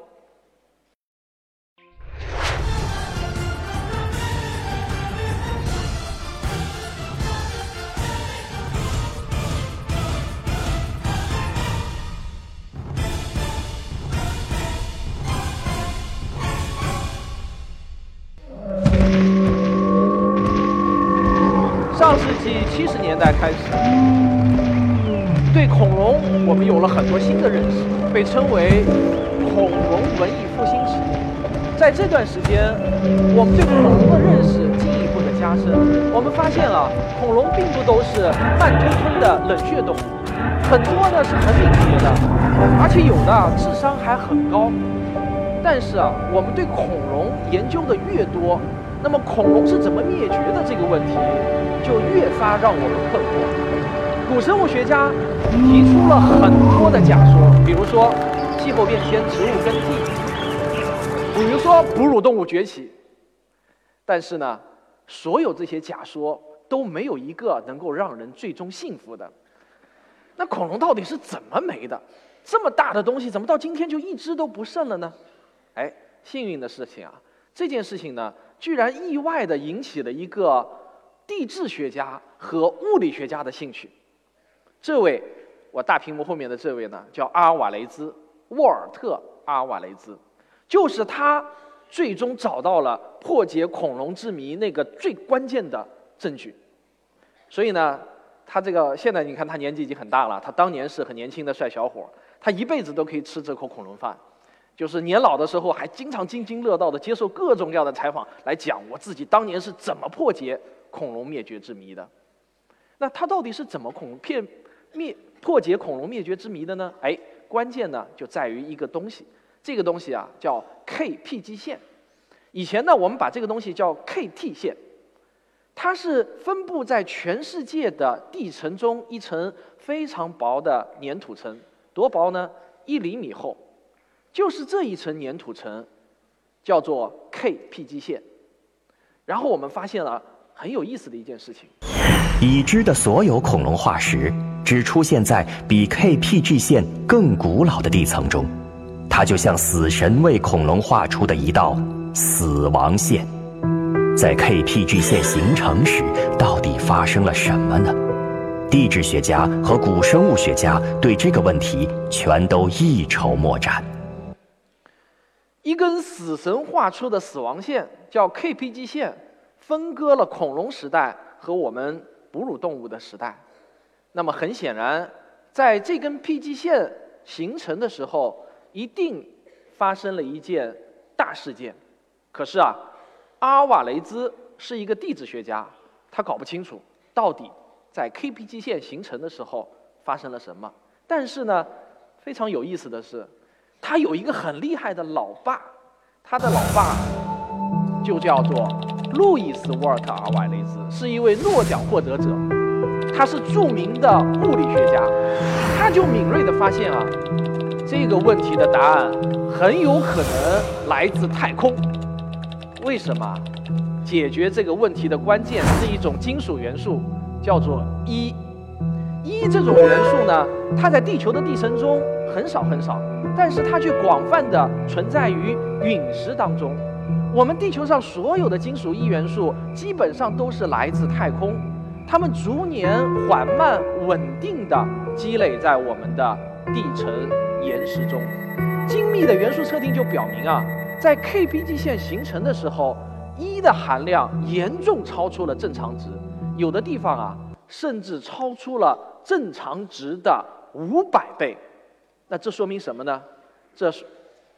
上世纪七十年代开始，对恐龙我们有了很多新的认识，被称为恐龙文艺复兴时。在这段时间，我们对恐龙的认识进一步的加深。我们发现了恐龙并不都是慢吞吞的冷血动物，很多呢是很敏捷的，而且有的智商还很高。但是啊，我们对恐龙研究的越多，那么恐龙是怎么灭绝的这个问题，就越发让我们困惑。古生物学家提出了很多的假说，比如说气候变迁、植物更替，比如说哺乳动物崛起。但是呢，所有这些假说都没有一个能够让人最终信服的。那恐龙到底是怎么没的？这么大的东西，怎么到今天就一只都不剩了呢？哎，幸运的事情啊，这件事情呢，居然意外地引起了一个地质学家和物理学家的兴趣。这位，我大屏幕后面的这位呢，叫阿尔瓦雷兹，沃尔特·阿尔瓦雷兹，就是他最终找到了破解恐龙之谜那个最关键的证据。所以呢，他这个现在你看他年纪已经很大了，他当年是很年轻的帅小伙，他一辈子都可以吃这口恐龙饭。就是年老的时候还经常津津乐道的接受各种各样的采访，来讲我自己当年是怎么破解恐龙灭绝之谜的。那他到底是怎么恐骗灭破解恐龙灭绝之谜的呢？哎，关键呢就在于一个东西，这个东西啊叫 K P G 线。以前呢我们把这个东西叫 K T 线，它是分布在全世界的地层中一层非常薄的粘土层，多薄呢？一厘米厚。就是这一层粘土层叫做 K P G 线。然后我们发现了很有意思的一件事情， 已知的所有恐龙化石只出现在比 K P G 线更古老的地层中，它就像死神为恐龙画出的一道死亡线。在 K P G 线形成时，到底发生了什么呢？地质学家和古生物学家对这个问题全都一筹莫展。 一根死神画出的死亡线叫 K P G 线，分割了恐龙时代和我们哺乳动物的时代。那么很显然，在这根 P G 线形成的时候，一定发生了一件大事件。可是啊，阿尔瓦雷兹是一个地质学家，他搞不清楚到底在 K P G 线形成的时候发生了什么。但是呢，非常有意思的是，他有一个很厉害的老爸，他的老爸就叫做路易斯·沃尔特·阿尔瓦雷兹，是一位诺奖获得者，他是著名的物理学家。他就敏锐地发现啊，这个问题的答案很有可能来自太空。为什么？解决这个问题的关键是一种金属元素，叫做铱。铱这种元素呢，它在地球的地层中很少很少，但是它却广泛的存在于陨石当中。我们地球上所有的金属铱元素基本上都是来自太空，它们逐年缓慢稳定的积累在我们的地层岩石中。精密的元素测定就表明啊，在 K P G 线形成的时候，铱的含量严重超出了正常值，有的地方啊甚至超出了正常值的五百倍。那这说明什么呢？这是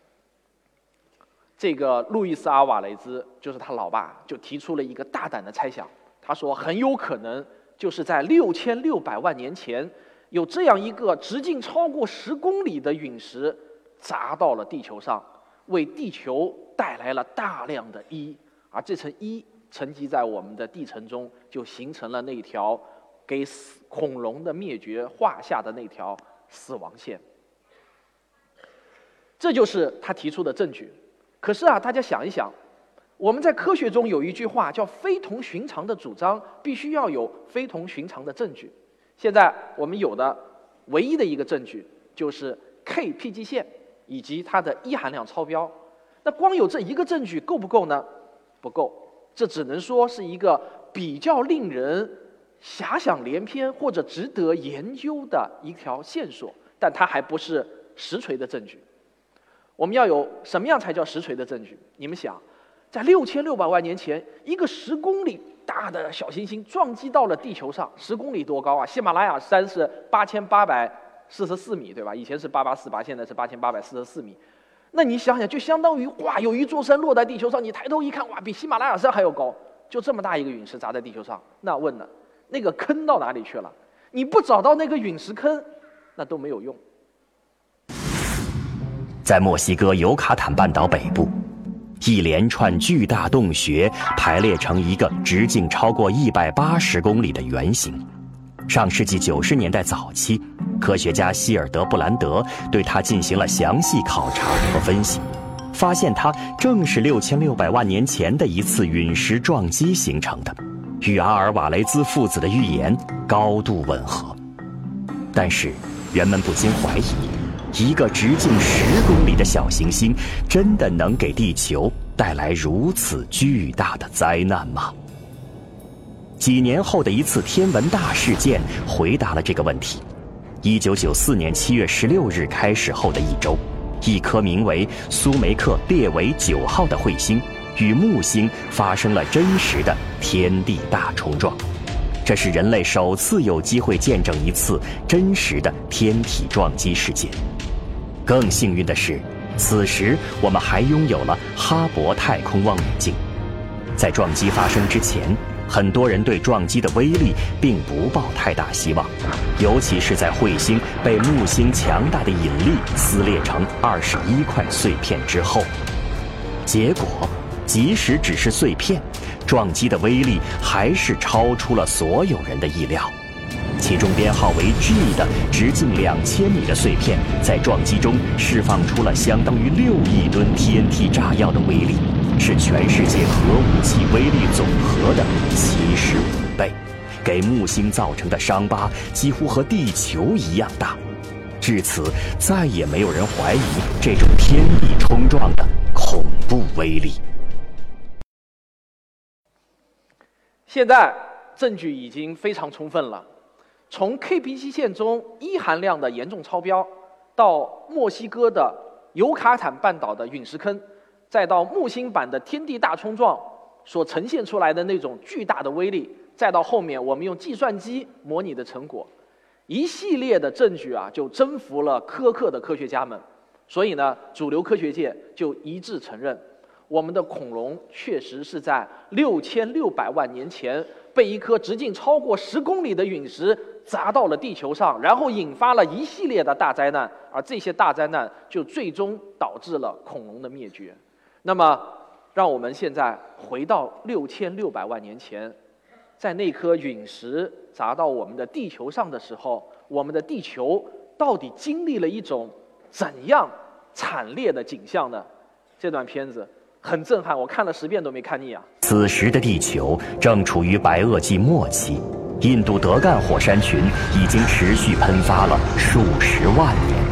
这个路易斯·阿尔瓦雷兹，就是他老爸，就提出了一个大胆的猜想。他说，很有可能就是在六千六百万年前，有这样一个直径超过十公里的陨石砸到了地球上，为地球带来了大量的铱，而这层铱沉积在我们的地层中，就形成了那条给恐龙的灭绝画下的那条死亡线。这就是他提出的证据。可是啊，大家想一想，我们在科学中有一句话叫非同寻常的主张必须要有非同寻常的证据。现在我们有的唯一的一个证据就是 K P G 线以及它的一含量超标。那光有这一个证据够不够呢？不够，这只能说是一个比较令人遐想连篇或者值得研究的一条线索，但它还不是实锤的证据。我们要有什么样才叫实锤的证据？你们想，在六千六百万年前，一个十公里大的小行星撞击到了地球上，十公里多高啊？喜马拉雅山是八千八百四十四米，对吧？以前是八八四八，现在是八千八百四十四米。那你想想，就相当于哇，有一座山落在地球上，你抬头一看，哇，比喜马拉雅山还要高，就这么大一个陨石砸在地球上。那问了，那个坑到哪里去了？你不找到那个陨石坑，那都没有用。 在墨西哥尤卡坦半岛北部，一连串巨大洞穴排列成一个直径超过一百八十公里的圆形。上世纪九十年代早期，科学家希尔德布兰德对它进行了详细考察和分析，发现它正是六千六百万年前的一次陨石撞击形成的，与阿尔瓦雷兹父子的预言高度吻合。但是，人们不禁怀疑，一个直径十公里的小行星真的能给地球带来如此巨大的灾难吗？几年后的一次天文大事件回答了这个问题。一九九四年七月十六日开始后的一周，一颗名为苏梅克列维九号的彗星与木星发生了真实的天地大冲撞。这是人类首次有机会见证一次真实的天体撞击事件。更幸运的是，此时我们还拥有了哈勃太空望远镜。在撞击发生之前，很多人对撞击的威力并不抱太大希望，尤其是在彗星被木星强大的引力撕裂成二十一块碎片之后。结果，即使只是碎片，撞击的威力还是超出了所有人的意料。其中编号为 G 的直径两千米的碎片，在撞击中释放出了相当于六亿吨 T N T 炸药的威力，是全世界核武器威力总和的七十五倍，给木星造成的伤疤几乎和地球一样大。至此，再也没有人怀疑这种天地冲撞的恐怖威力。 现在证据已经非常充分了。从 K P G 线中一含量的严重超标，到墨西哥的尤卡坦半岛的陨石坑，再到木星版的天地大冲撞所呈现出来的那种巨大的威力，再到后面我们用计算机模拟的成果，一系列的证据啊，就征服了苛刻的科学家们。所以呢，主流科学界就一致承认，我们的恐龙确实是在六千六百万年前被一颗直径超过十公里的陨石砸到了地球上，然后引发了一系列的大灾难，而这些大灾难就最终导致了恐龙的灭绝。那么，让我们现在回到六千六百万年前，在那颗陨石砸到我们的地球上的时候，我们的地球到底经历了一种怎样惨烈的景象呢？这段片子很震撼，我看了十遍都没看腻啊！ 此时的地球正处于白垩纪末期，印度德干火山群已经持续喷发了数十万年。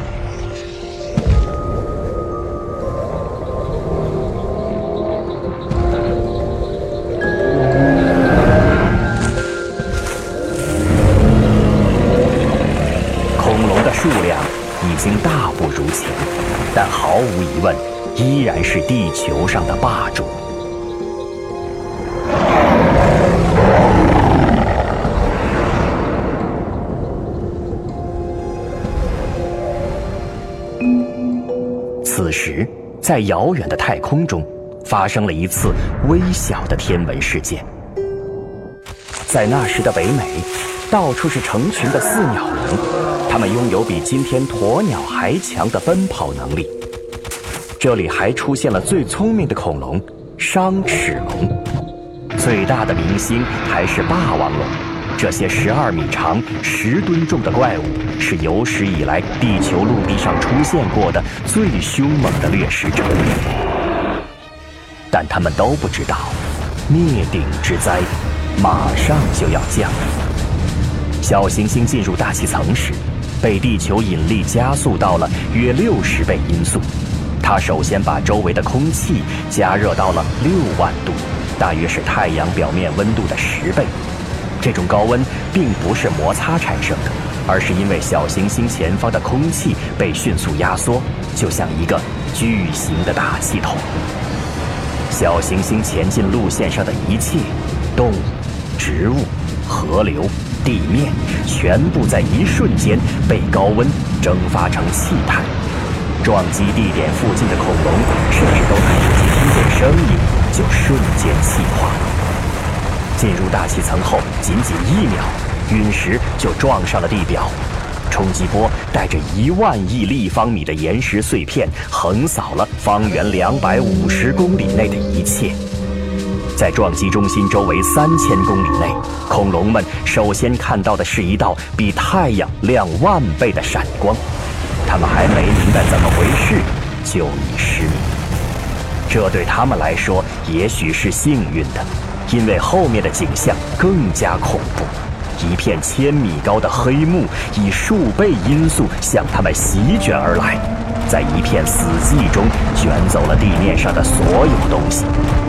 恐龙的数量已经大不如前，但毫无疑问，依然是地球上的霸主。此时，在遥远的太空中，发生了一次微小的天文事件。在那时的北美，到处是成群的似鸟龙，它们拥有比今天鸵鸟还强的奔跑能力。这里还出现了最聪明的恐龙——商齿龙，最大的明星还是霸王龙。这些十二米长、十吨重的怪物，是有史以来地球陆地上出现过的最凶猛的掠食者。但他们都不知道，灭顶之灾马上就要降临。小行星进入大气层时， 被地球引力加速到了约六十倍音速。它首先把周围的空气加热到了六万度，大约是太阳表面温度的十倍。这种高温并不是摩擦产生的，而是因为小行星前方的空气被迅速压缩，就像一个巨型的大气筒。小行星前进路线上的一切，动物、植物、河流、地面，全部在一瞬间被高温蒸发成气态。撞击地点附近的恐龙甚至都来不及听见声音，就瞬间气化了。进入大气层后，仅仅一秒，陨石就撞上了地表。冲击波带着一万亿立方米的岩石碎片，横扫了方圆两百五十公里内的一切。在撞击中心周围三千公里内，恐龙们首先看到的是一道比太阳亮万倍的闪光。他们还没明白怎么回事，就已失明。这对他们来说也许是幸运的，因为后面的景象更加恐怖。一片千米高的黑幕以数倍音速向他们席卷而来，在一片死寂中卷走了地面上的所有东西。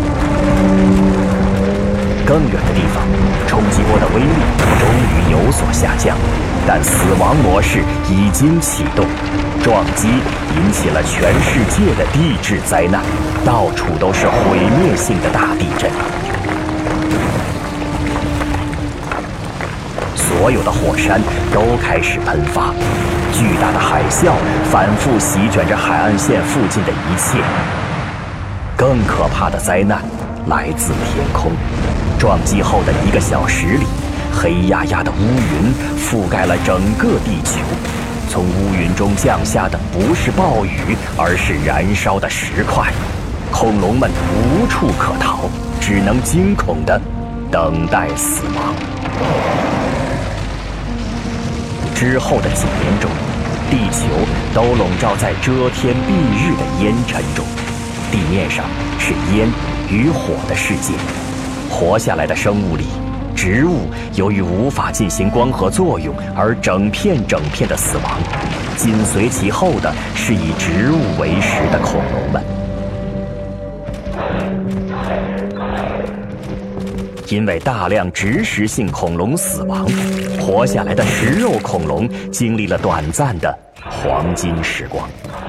更远的地方，冲击波的威力终于有所下降，但死亡模式已经启动。撞击引起了全世界的地质灾难，到处都是毁灭性的大地震。所有的火山都开始喷发，巨大的海啸反复席卷着海岸线附近的一切。更可怕的灾难来自天空。撞击后的一个小时里，黑压压的乌云覆盖了整个地球。从乌云中降下的不是暴雨，而是燃烧的石块。恐龙们无处可逃，只能惊恐地等待死亡。之后的几年中，地球都笼罩在遮天蔽日的烟尘中，地面上是烟与火的世界。活下来的生物里，植物由于无法进行光合作用而整片整片的死亡，紧随其后的是以植物为食的恐龙们。因为大量植食性恐龙死亡，活下来的食肉恐龙经历了短暂的黄金时光。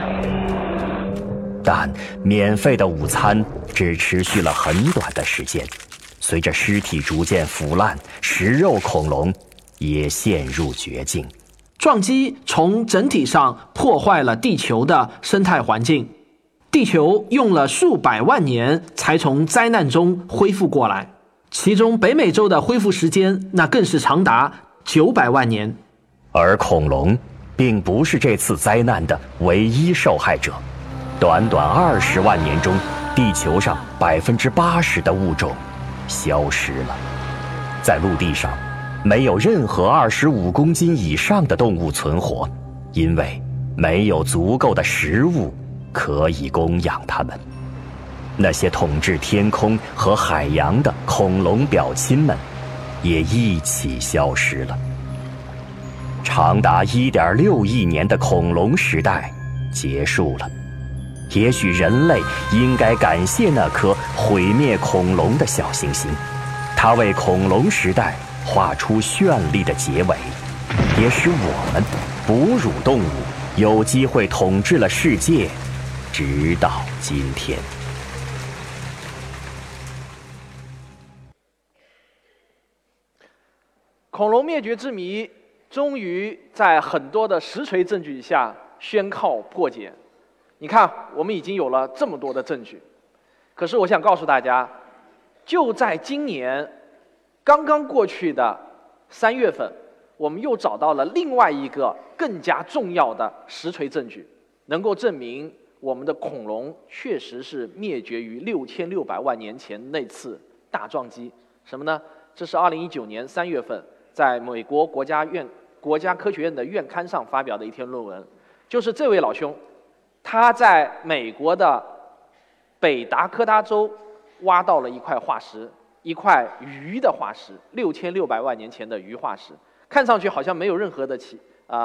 但免费的午餐只持续了很短的时间，随着尸体逐渐腐烂，食肉恐龙也陷入绝境。 撞击从整体上破坏了地球的生态环境，地球用了数百万年才从灾难中恢复过来，其中北美洲的恢复时间那更是长达九百万年。 而恐龙并不是这次灾难的唯一受害者，短短二十万年中，地球上百分之八十的物种消失了。在陆地上，没有任何二十五公斤以上的动物存活，因为没有足够的食物可以供养它们。那些统治天空和海洋的恐龙表亲们也一起消失了。长达 一点六亿年的恐龙时代结束了。也许人类应该感谢那颗毁灭恐龙的小行星，它为恐龙时代画出绚丽的结尾，也使我们哺乳动物有机会统治了世界，直到今天。 恐龙灭绝之谜终于在很多的实锤证据下宣告破解。你看，我们已经有了这么多的证据，可是我想告诉大家，就在今年刚刚过去的三月份，我们又找到了另外一个更加重要的实锤证据，能够证明我们的恐龙确实是灭绝于六千六百万年前那次大撞击。什么呢？这是二零一九年三月份在美国国家院国家科学院的院刊上发表的一篇论文，就是这位老兄。他在美国的北达科他州挖到了一块化石，一块鱼的化石，六千六百万年前的鱼化石，看上去好像没有任何的起啊、呃、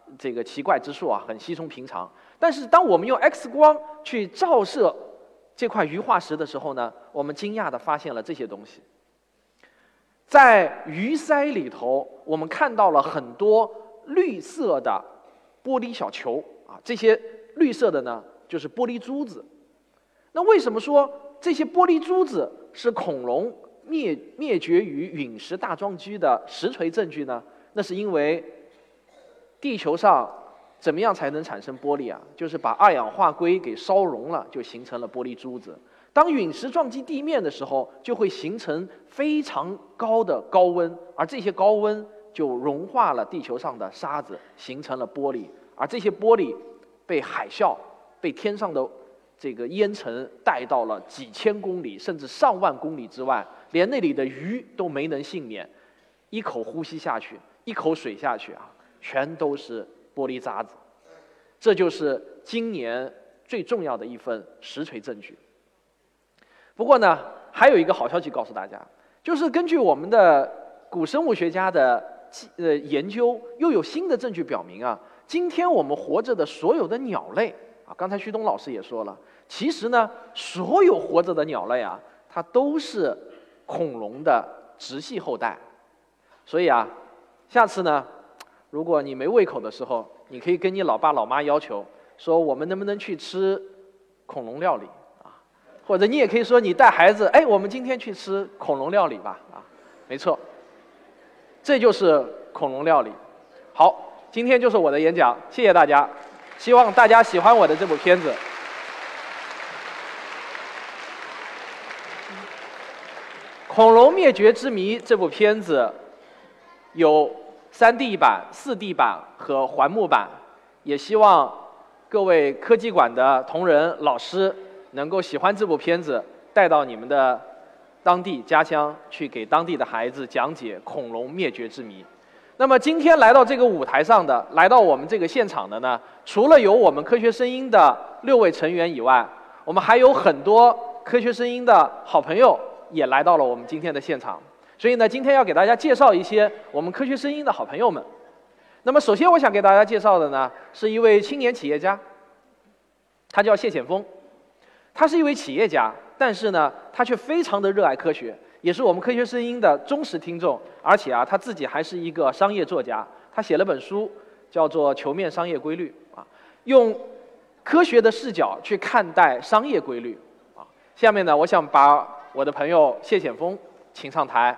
这个奇怪之处啊，很稀松平常。但是当我们用 X 光去照射这块鱼化石的时候呢，我们惊讶地发现了这些东西。在鱼鳃里头，我们看到了很多绿色的玻璃小球啊，这些绿色的呢，就是玻璃珠子。那为什么说这些玻璃珠子是恐龙灭灭绝于陨石大撞击的实锤证据呢？那是因为地球上怎么样才能产生玻璃啊？就是把二氧化硅给烧融了，就形成了玻璃珠子。当陨石撞击地面的时候，就会形成非常高的高温，而这些高温就融化了地球上的沙子，形成了玻璃。而这些玻璃被海啸、被天上的这个烟尘带到了几千公里，甚至上万公里之外，连那里的鱼都没能幸免。一口呼吸下去，一口水下去啊，全都是玻璃渣子。这就是今年最重要的一份实锤证据。不过呢，还有一个好消息告诉大家，就是根据我们的古生物学家的呃研究，又有新的证据表明啊，今天我们活着的所有的鸟类啊，刚才旭东老师也说了，其实呢，所有活着的鸟类啊，它都是恐龙的直系后代。所以啊，下次呢，如果你没胃口的时候，你可以跟你老爸老妈要求说，我们能不能去吃恐龙料理啊？或者你也可以说，你带孩子，哎，我们今天去吃恐龙料理吧啊，没错，这就是恐龙料理。好，今天就是我的演讲，谢谢大家，希望大家喜欢我的这部片子。《恐龙灭绝之谜》这部片子有三 D 版、四 D 版和环幕版，也希望各位科技馆的同仁、老师能够喜欢这部片子，带到你们的当地家乡去，给当地的孩子讲解恐龙灭绝之谜。那么今天来到这个舞台上的，来到我们这个现场的呢，除了有我们科学声音的六位成员以外，我们还有很多科学声音的好朋友也来到了我们今天的现场。所以呢，今天要给大家介绍一些我们科学声音的好朋友们。那么首先我想给大家介绍的呢，是一位青年企业家，他叫谢显峰。他是一位企业家，但是呢，他却非常的热爱科学，也是我们科学声音的忠实听众，而且啊，他自己还是一个商业作家。他写了本书，叫做《球面商业规律》啊，用科学的视角去看待商业规律啊。下面呢，我想把我的朋友谢显峰请上台。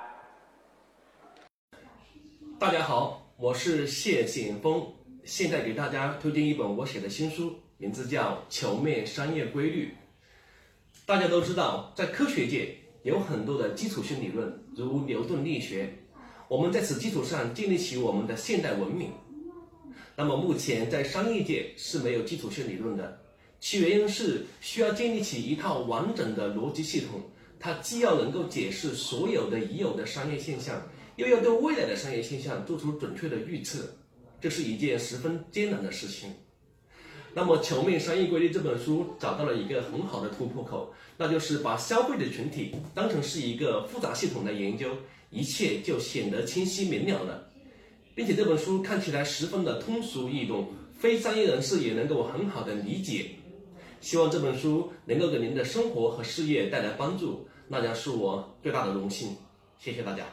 大家好，我是谢显峰，现在给大家推荐一本我写的新书，名字叫《球面商业规律》。大家都知道，在科学界有很多的基础性理论，如牛顿力学，我们在此基础上建立起我们的现代文明。那么目前在商业界是没有基础性理论的，其原因是需要建立起一套完整的逻辑系统，它既要能够解释所有的已有的商业现象，又要对未来的商业现象做出准确的预测，这是一件十分艰难的事情。那么《球面商业规律》这本书找到了一个很好的突破口，那就是把消费者群体当成是一个复杂系统来研究，一切就显得清晰明了了。并且这本书看起来十分的通俗易懂，非专业人士也能够很好的理解。希望这本书能够给您的生活和事业带来帮助，那将是我最大的荣幸。谢谢大家。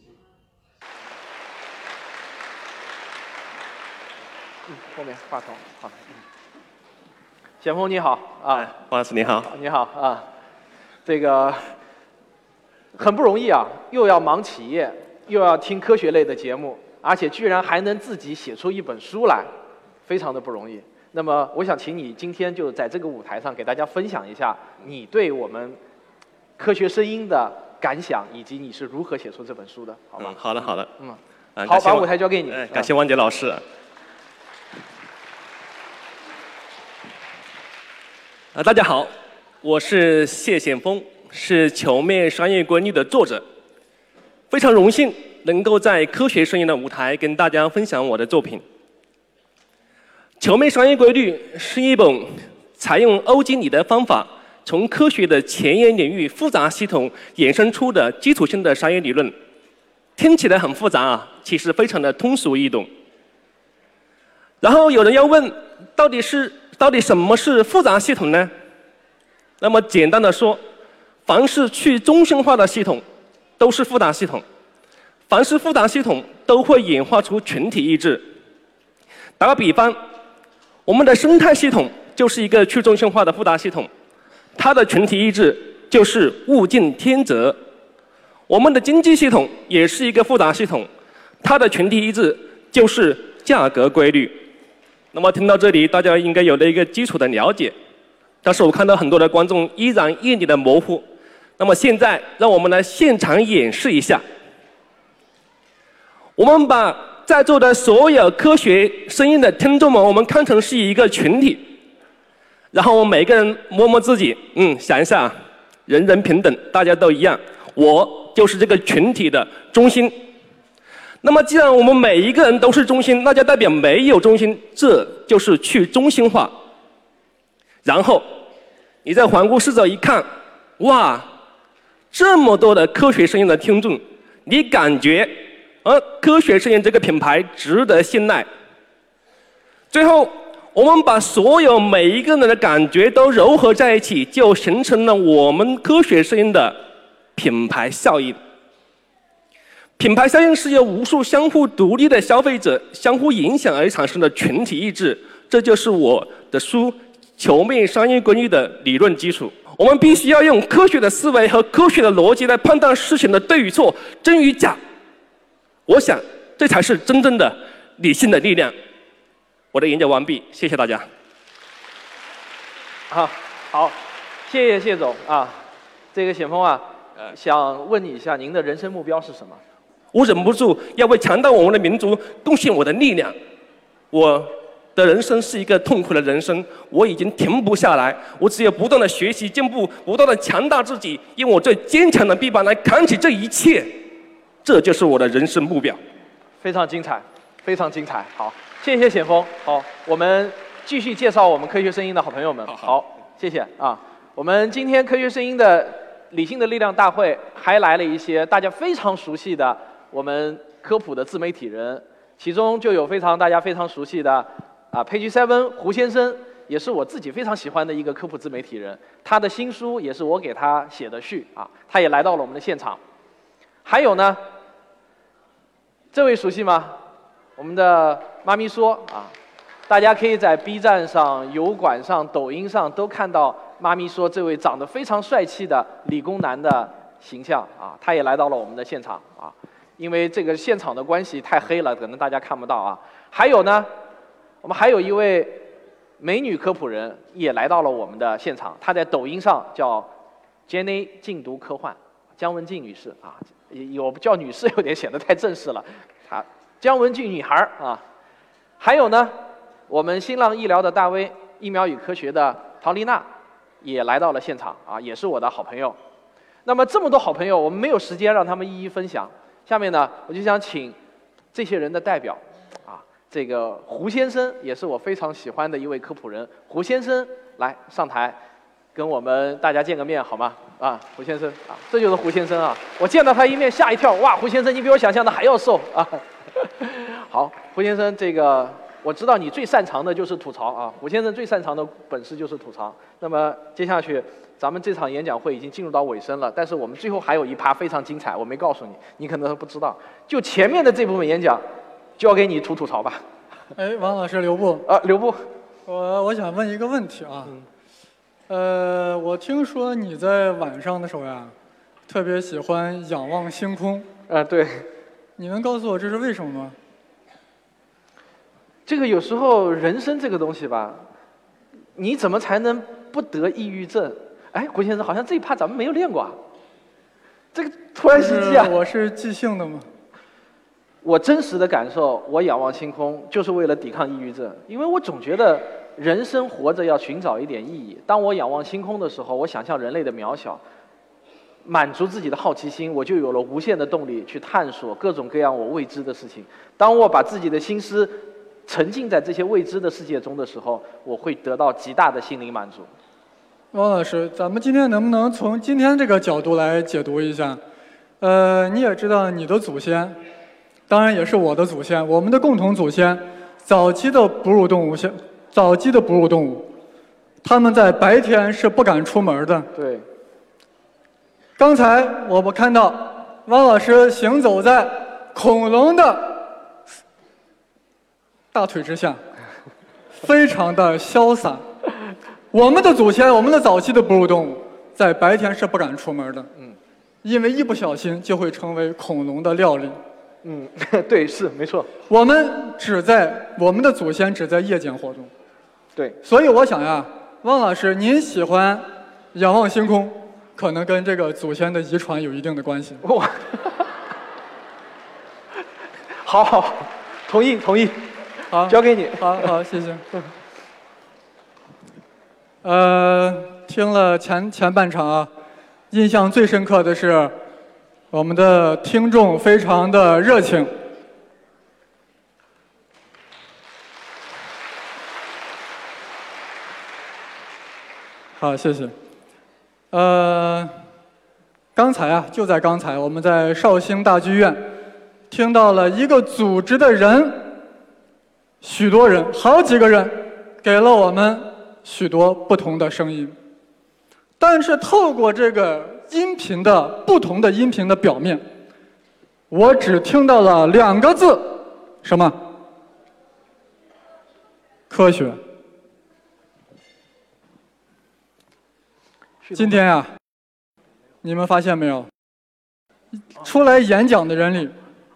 嗯，后面话筒好。嗯，显峰你好啊， 王老师你好， 你好啊，这个很不容易啊，又要忙企业，又要听科学类的节目，而且居然还能自己写出一本书来，非常的不容易。那么，我想请你今天就在这个舞台上给大家分享一下你对我们科学声音的感想，以及你是如何写出这本书的，好吧？ 嗯，好的，好的。 嗯， 呃、 好，把舞台交给你。 呃、感谢汪杰老师。啊，大家好，我是谢显峰，是《球面商业规律》的作者，非常荣幸能够在科学声音的舞台跟大家分享我的作品。《球面商业规律》是一本采用欧几里得方法，从科学的前沿领域复杂系统衍生出的基础性的商业理论。听起来很复杂啊，其实非常的通俗易懂。 然后有人要问，到底是到底什么是复杂系统呢？那么简单的说，凡是去中心化的系统都是复杂系统，凡是复杂系统都会演化出群体意志。打个比方，我们的生态系统就是一个去中心化的复杂系统，它的群体意志就是物竞天择。我们的经济系统也是一个复杂系统，它的群体意志就是价格规律。那么听到这里，大家应该有了一个基础的了解，但是我看到很多的观众依然一脸的模糊。那么现在让我们来现场演示一下，我们把在座的所有科学声音的听众们，我们看成是一个群体，然后我们每个人摸摸自己，嗯，想一下，人人平等，大家都一样，我就是这个群体的中心。那么既然我们每一个人都是中心，那就代表没有中心，这就是去中心化。然后你再环顾四周一看，哇，这么多的科学声音的听众，你感觉而科学声音这个品牌值得信赖。最后，我们把所有每一个人的感觉都糅合在一起，就形成了我们科学声音的品牌效应。品牌效应是由无数相互独立的消费者相互影响而产生的群体意志，这就是我的书《球面商业规律》的理论基础。我们必须要用科学的思维和科学的逻辑来判断事情的对与错、真与假。我想，这才是真正的理性的力量。我的演讲完毕，谢谢大家。 好，好，谢谢谢总啊。这个险峰啊，呃，想问你一下，您的人生目标是什么？ 我忍不住要为强大我们的民族贡献我的力量。我的人生是一个痛苦的人生，我已经停不下来，我只有不断的学习进步，不断的强大自己，用我最坚强的臂膀来扛起这一切。这就是我的人生目标。 非常精彩，非常精彩。好，谢谢险峰。好，我们继续介绍我们科学声音的好朋友们。好，谢谢啊。我们今天科学声音的理性的力量大会还来了一些大家非常熟悉的我们科普的自媒体人，其中就有非常大家非常熟悉的啊 Page Seven 胡先生，也是我自己非常喜欢的一个科普自媒体人，他的新书也是我给他写的序啊，他也来到了我们的现场。还有呢，这位熟悉吗？我们的妈咪说啊，大家可以在 B 站上、油管上、抖音上都看到妈咪说这位长得非常帅气的理工男的形象啊，他也来到了我们的现场啊。因为这个现场的关系太黑了，可能大家看不到啊。还有呢，我们还有一位美女科普人也来到了我们的现场，她在抖音上叫 Jenny 静读科幻，姜文静女士啊，有叫女士有点显得太正式了，她姜文静女孩啊。还有呢，我们新浪医疗的大 V 疫苗与科学的陶丽娜也来到了现场啊，也是我的好朋友。那么这么多好朋友，我们没有时间让他们一一分享。下面呢，我就想请这些人的代表，啊，这个胡先生也是我非常喜欢的一位科普人，胡先生来上台，跟我们大家见个面好吗？啊，胡先生啊，这就是胡先生啊，我见到他一面吓一跳，哇，胡先生你比我想象的还要瘦啊。好，胡先生，这个我知道你最擅长的就是吐槽啊，胡先生最擅长的本事就是吐槽。那么接下去。咱们这场演讲会已经进入到尾声了，但是我们最后还有一趴非常精彩，我没告诉你，你可能不知道。就前面的这部分演讲，交给你吐吐槽吧。 哎，王老师，刘部。 啊，刘部。 我我想问一个问题啊，嗯、呃，我听说你在晚上的时候呀，特别喜欢仰望星空。 啊，对。 你能告诉我这是为什么吗？ 这个有时候人生这个东西吧，你怎么才能不得抑郁症？哎，胡先生，好像这一趴咱们没有练过啊。这个突然袭击啊！ 我是即兴的吗？ 我真实的感受，我仰望星空，就是为了抵抗抑郁症。因为我总觉得人生活着要寻找一点意义。当我仰望星空的时候，我想象人类的渺小，满足自己的好奇心，我就有了无限的动力去探索各种各样我未知的事情。当我把自己的心思沉浸在这些未知的世界中的时候，我会得到极大的心灵满足。 王老师，咱们今天能不能从今天这个角度来解读一下？呃，你也知道你的祖先，当然也是我的祖先，我们的共同祖先， 早期的哺乳动物，早期的哺乳动物，它们在白天是不敢出门的。 对。 刚才我们看到汪老师行走在恐龙的大腿之下，非常的潇洒。我们的祖先，我们的早期的哺乳动物，在白天是不敢出门的，嗯，因为一不小心就会成为恐龙的料理。 嗯，对，是没错。 我们只在我们的祖先只在夜间活动。 对。 所以我想呀，汪老师，您喜欢仰望星空，可能跟这个祖先的遗传有一定的关系。 哇！好好，同意同意。 好， 交给你。 好好，谢谢。呃，听了前前半场啊，印象最深刻的是我们的听众非常的热情。好，谢谢。呃，刚才啊，就在刚才，我们在绍兴大剧院听到了一个组织的人，许多人，好几个人，给了我们许多不同的声音。但是透过这个音频的不同的音频的表面，我只听到了两个字，什么？科学。今天啊，你们发现没有？出来演讲的人里，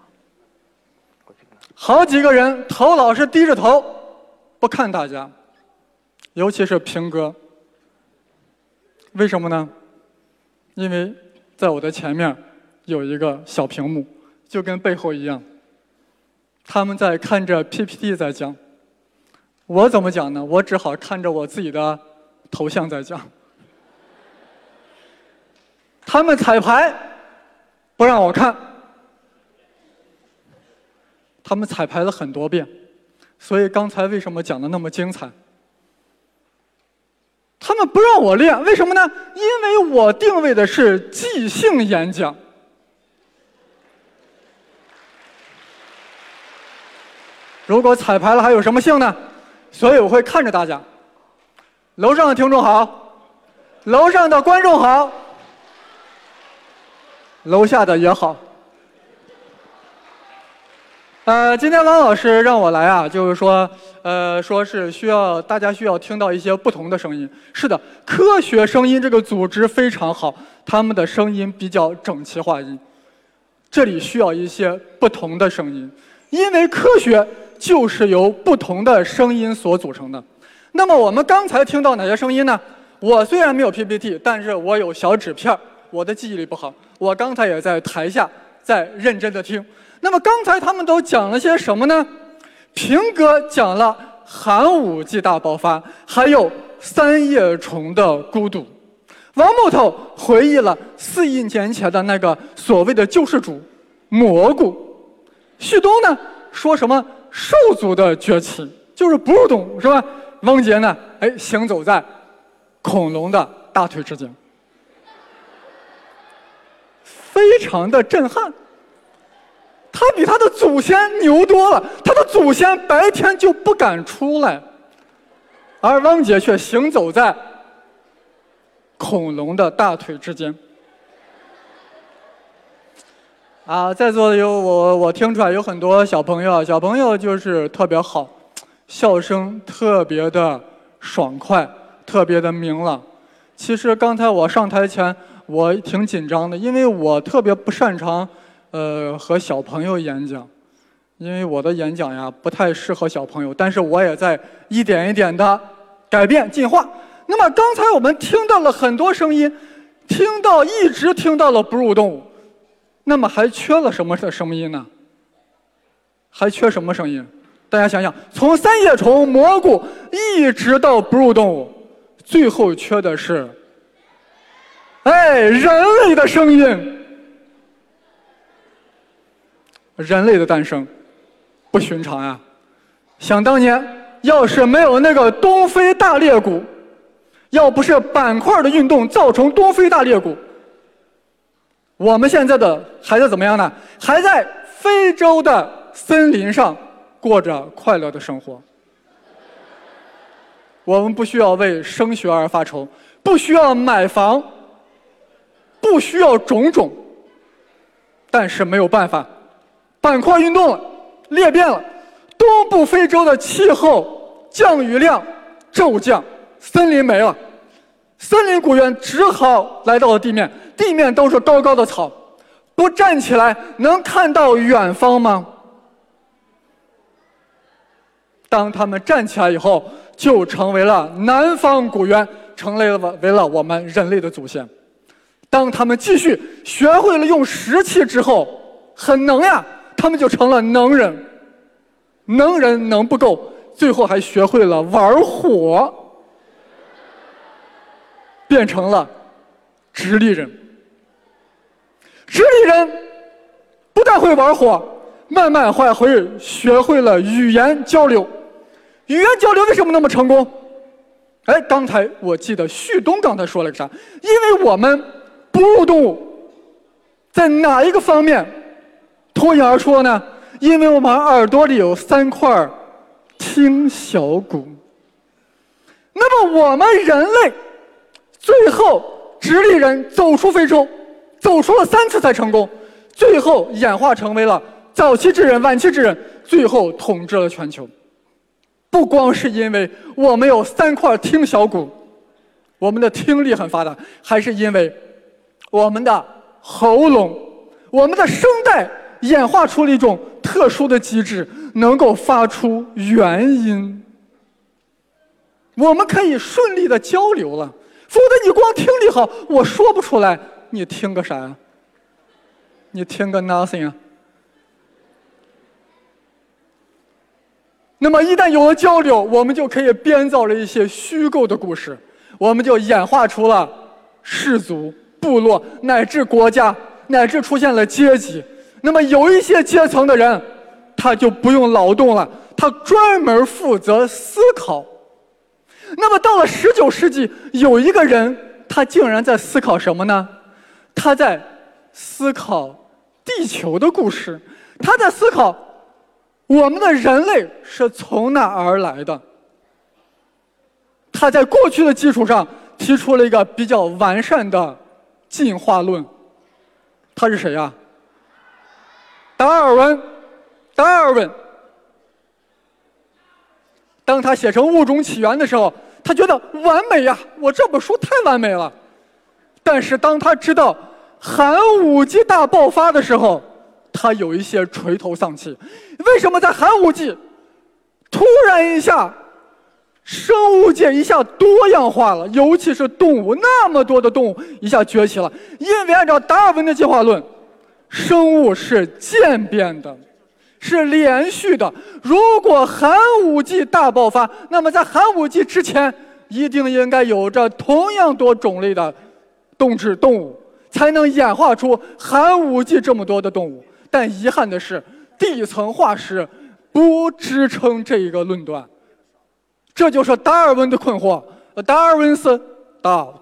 好几个人头老是低着头，不看大家，尤其是平哥。为什么呢？因为在我的前面有一个小屏幕，就跟背后一样，他们在看着 P P T 在讲。我怎么讲呢？我只好看着我自己的头像在讲。他们彩排不让我看，他们彩排了很多遍，所以刚才为什么讲的那么精彩？他们不让我练，为什么呢？因为我定位的是即兴演讲。如果彩排了还有什么兴呢？所以我会看着大家。楼上的听众好，楼上的观众好，楼下的也好。呃，今天汪老师让我来啊，就是说，呃，说是需要大家需要听到一些不同的声音。是的，科学声音这个组织非常好，他们的声音比较整齐划一。这里需要一些不同的声音，因为科学就是由不同的声音所组成的。那么我们刚才听到哪些声音呢？我虽然没有 P P T， 但是我有小纸片，我的记忆力不好，我刚才也在台下在认真的听。那么刚才他们都讲了些什么呢？平哥讲了寒武纪大爆发，还有三叶虫的孤独。王木头回忆了四亿年前的那个所谓的救世主蘑菇。旭东呢说什么兽族的崛起，就是哺乳动物是吧？汪杰呢，哎，行走在恐龙的大腿之间，非常的震撼。他比他的祖先牛多了，他的祖先白天就不敢出来，而汪杰却行走在恐龙的大腿之间。啊，在座的有我，我听出来有很多小朋友，小朋友就是特别好，笑声特别的爽快，特别的明朗。其实刚才我上台前，我挺紧张的，因为我特别不擅长。呃，和小朋友演讲，因为我的演讲呀不太适合小朋友，但是我也在一点一点的改变进化。那么刚才我们听到了很多声音，听到一直听到了哺乳动物，那么还缺了什么的声音呢？还缺什么声音？大家想想，从三叶虫、蘑菇一直到哺乳动物，最后缺的是，哎，人类的声音。人类的诞生不寻常啊！想当年，要是没有那个东非大裂谷，要不是板块的运动造成东非大裂谷，我们现在的还在怎么样呢？还在非洲的森林上过着快乐的生活。我们不需要为升学而发愁，不需要买房，不需要种种。但是没有办法，板块运动了，裂变了，东部非洲的气候降雨量骤降，森林没了，森林古猿只好来到了地面，地面都是高高的草，不站起来能看到远方吗？当他们站起来以后，就成为了南方古猿，成为了为了我们人类的祖先。当他们继续学会了用石器之后，很能呀，他们就成了能人。能人能不够，最后还学会了玩火，变成了直立人。直立人不但会玩火，慢慢还会学会了语言交流。语言交流为什么那么成功？哎，刚才我记得旭东刚才说了个啥？因为我们哺乳动物在哪一个方面脱颖而出呢？因为我们耳朵里有三块听小骨。那么我们人类最后直立人走出非洲，走出了三次才成功，最后演化成为了早期智人、晚期智人，最后统治了全球。不光是因为我们有三块听小骨，我们的听力很发达，还是因为我们的喉咙、我们的声带演化出了一种特殊的机制，能够发出元音。我们可以顺利的交流了，否则你光听力好，我说不出来，你听个啥呀？你听个 nothing 啊！那么一旦有了交流，我们就可以编造了一些虚构的故事，我们就演化出了氏族、部落，乃至国家，乃至出现了阶级。那么有一些阶层的人，他就不用劳动了，他专门负责思考。那么到了十九世纪，有一个人，他竟然在思考什么呢？他在思考地球的故事，他在思考我们的人类是从哪而来的。他在过去的基础上提出了一个比较完善的进化论。他是谁呀？达尔文。达尔文。当他写成《物种起源》的时候，他觉得完美呀，我这本书太完美了。但是当他知道寒武纪大爆发的时候，他有一些垂头丧气。为什么在寒武纪突然一下生物界一下多样化了，尤其是动物，那么多的动物一下崛起了？因为按照达尔文的进化论，生物是渐变的，是连续的。如果寒武纪大爆发，那么在寒武纪之前一定应该有着同样多种类的动植动物，才能演化出寒武纪这么多的动物。但遗憾的是，地层化石不支撑这一个论断，这就是达尔文的困惑。达尔文斯 doubt，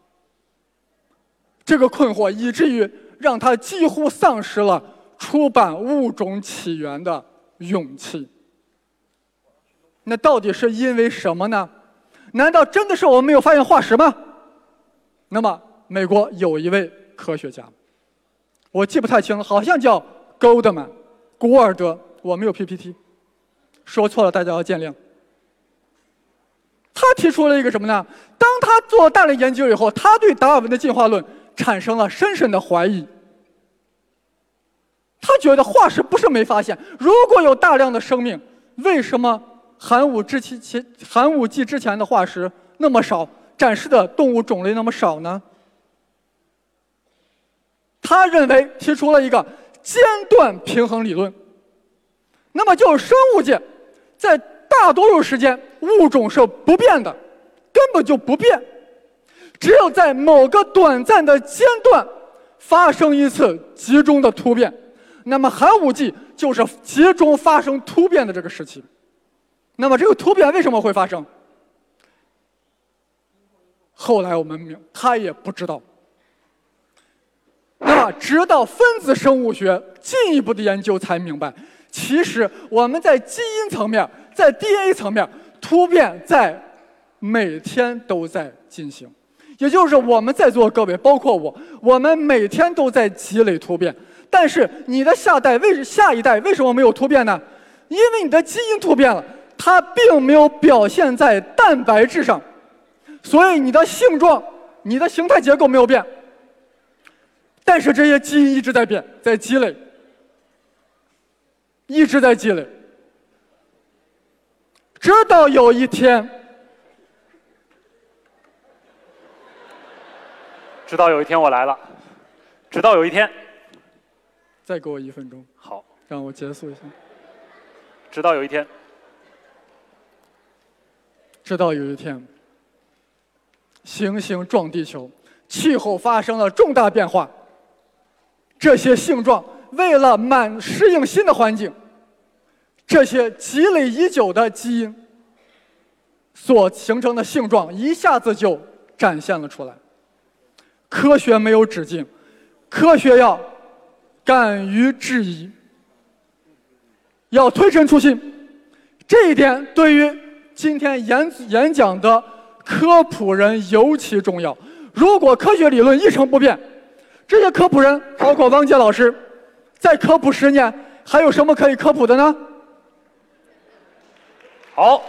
这个困惑以至于让他几乎丧失了出版《物种起源》的勇气。那到底是因为什么呢？难道真的是我们没有发现化石吗？那么美国有一位科学家，我记不太清了，好像叫 Goldman 古尔德，我没有 P P T， 说错了大家要见谅。他提出了一个什么呢？当他做了大量研究以后，他对达尔文的进化论产生了深深的怀疑。他觉得化石不是没发现，如果有大量的生命，为什么寒武之前寒武纪之前的化石那么少，展示的动物种类那么少呢？他认为提出了一个间断平衡理论，那么就是生物界在大多数时间物种是不变的，根本就不变，只有在某个短暂的间断发生一次集中的突变。那么寒武纪就是集中发生突变的这个时期。那么这个突变为什么会发生？后来我们明他也不知道。那么直到分子生物学进一步的研究才明白， 其实我们在基因层面，在 D N A 层面，突变在每天都在进行。也就是我们在座各位，包括我，我们每天都在积累突变。但是你的下代为下一代为什么没有突变呢？因为你的基因突变了，它并没有表现在蛋白质上，所以你的性状、你的形态结构没有变。但是这些基因一直在变，在积累，一直在积累，直到有一天。 直到有一天我来了，直到有一天， 再给我一分钟， 好， 让我结束一下。 直到有一天， 直到有一天，行星撞地球，气候发生了重大变化。这些性状为了满适应新的环境，这些积累已久的基因所形成的性状一下子就展现了出来。科学没有止境，科学要敢于质疑，要推陈出新。这一点对于今天演演讲的科普人尤其重要。如果科学理论一成不变，这些科普人，包括汪杰老师，再科普十年，还有什么可以科普的呢？ 好。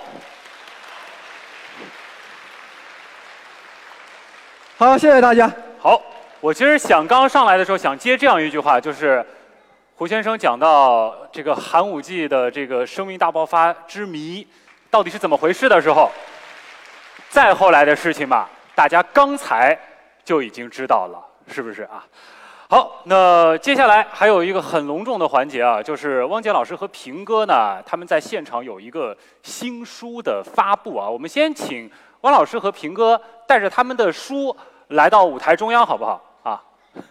好，谢谢大家。 好，我其实想刚上来的时候想接这样一句话，就是胡先生讲到这个寒武纪的这个生命大爆发之谜到底是怎么回事的时候，再后来的事情嘛，大家刚才就已经知道了，是不是啊？好，那接下来还有一个很隆重的环节啊，就是汪杰老师和平哥呢，他们在现场有一个新书的发布啊。我们先请汪老师和平哥带着他们的书来到舞台中央，好不好啊？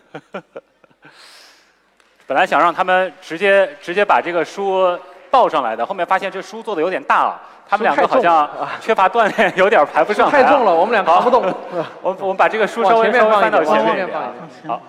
本来想让他们直接直接把这个书抱上来的，后面发现这书做的有点大了，他们两个好像缺乏锻炼，有点排不上来、啊。 太重了，我们俩扛不动。 我我们把这个书稍微稍微翻到前面一点。好。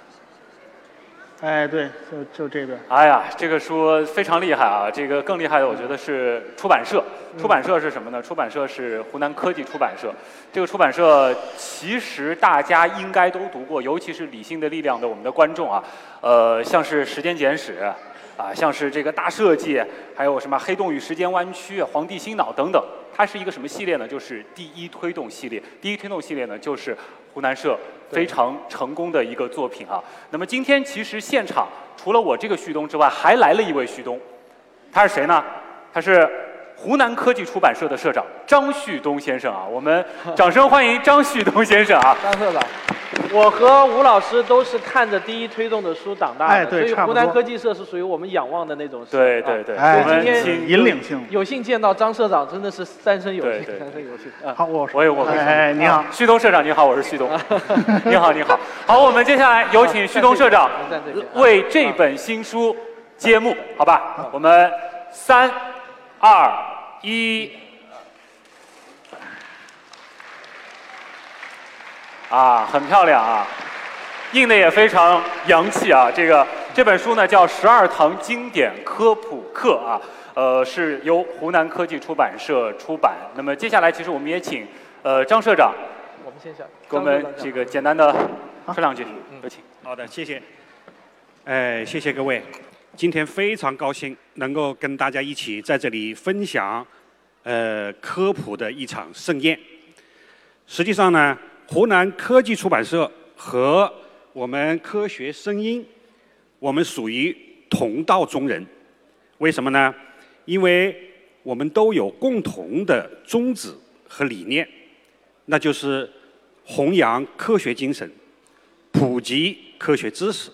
哎，对，就就这边。 哎呀，这个书非常厉害啊！这个更厉害的，我觉得是出版社。出版社是什么呢？出版社是湖南科技出版社。这个出版社其实大家应该都读过，尤其是《理性的力量》的我们的观众啊，呃，像是《时间简史》啊，像是这个大设计，还有什么《黑洞与时间弯曲》《黄帝心脑》等等。它是一个什么系列呢？就是第一推动系列。第一推动系列呢，就是湖南社非常成功的一个作品啊。那么今天其实现场除了我这个旭东之外，还来了一位旭东，他是谁呢？他是湖南科技出版社的社长张旭东先生啊。我们掌声欢迎张旭东先生啊。 张社长，我和吴老师都是看着第一推动的书长大的， 哎、对， 所以湖南科技社是属于我们仰望的那种书。 对对对， 哎， 所以今天引领性， 有幸见到张社长，真的是三生有幸， 对对三生有幸。 好，我我也我哎，你好， 旭东社长，你好，我是旭东。你好，你好。好，我们接下来有请旭东社长为这本新书揭幕，好吧？我们三、二、一。啊，很漂亮啊，印的也非常洋气啊。这个这本书呢叫《十二堂经典科普课》啊，呃，是由湖南科技出版社出版。那么接下来，其实我们也请呃张社长， 我们先下， 给我们这个简单的说两句，有请。 好的，谢谢。哎，谢谢各位，今天非常高兴能够跟大家一起在这里分享呃科普的一场盛宴。实际上呢，湖南科技出版社和我们科学声音，我们属于同道中人。为什么呢？因为我们都有共同的宗旨和理念，那就是弘扬科学精神，普及科学知识。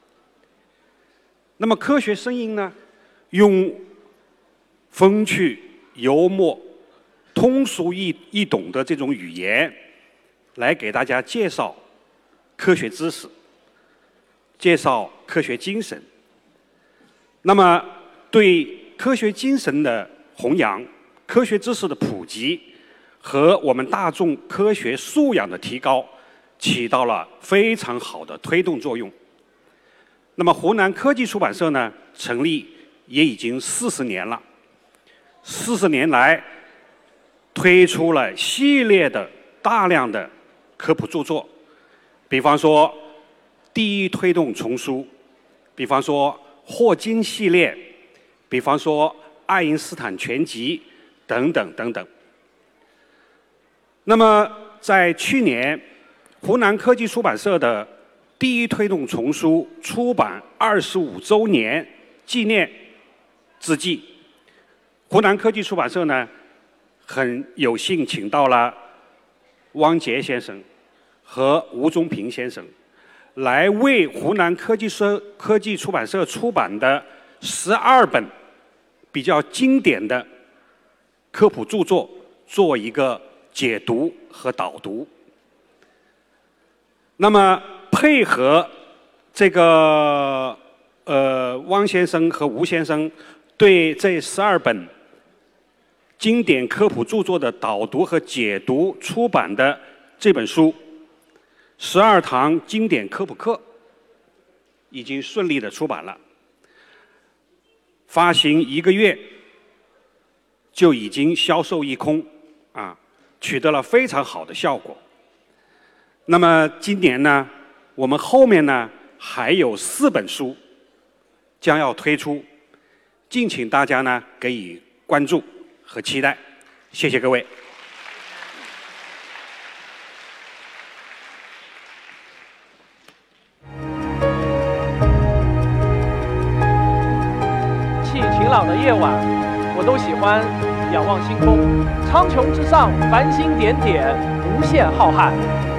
那么科学声音呢，用风趣、幽默、通俗易易懂的这种语言来给大家介绍科学知识，介绍科学精神。那么对科学精神的弘扬、科学知识的普及和我们大众科学素养的提高起到了非常好的推动作用。那么湖南科技出版社呢，成立也已经四十年了。四十年来，推出了系列的大量的科普著作，比方说第一推动丛书，比方说霍金系列，比方说爱因斯坦全集等等等等。那么在去年，湖南科技出版社的第一推动丛书出版二十五周年纪念之际，湖南科技出版社呢很有幸请到了汪杰先生和吴宗平先生，来为湖南科技社科技出版社出版的十二本比较经典的科普著作做一个解读和导读。那么配合这个呃汪先生和吴先生对这十二本经典科普著作的导读和解读出版的这本书《十二堂经典科普课》已经顺利的出版了，发行一个月就已经销售一空啊，取得了非常好的效果。那么今年呢，我们后面呢还有四本书将要推出，敬请大家呢给予关注和期待。谢谢各位。 气晴朗的夜晚，我都喜欢仰望星空，苍穹之上繁星点点，无限浩瀚。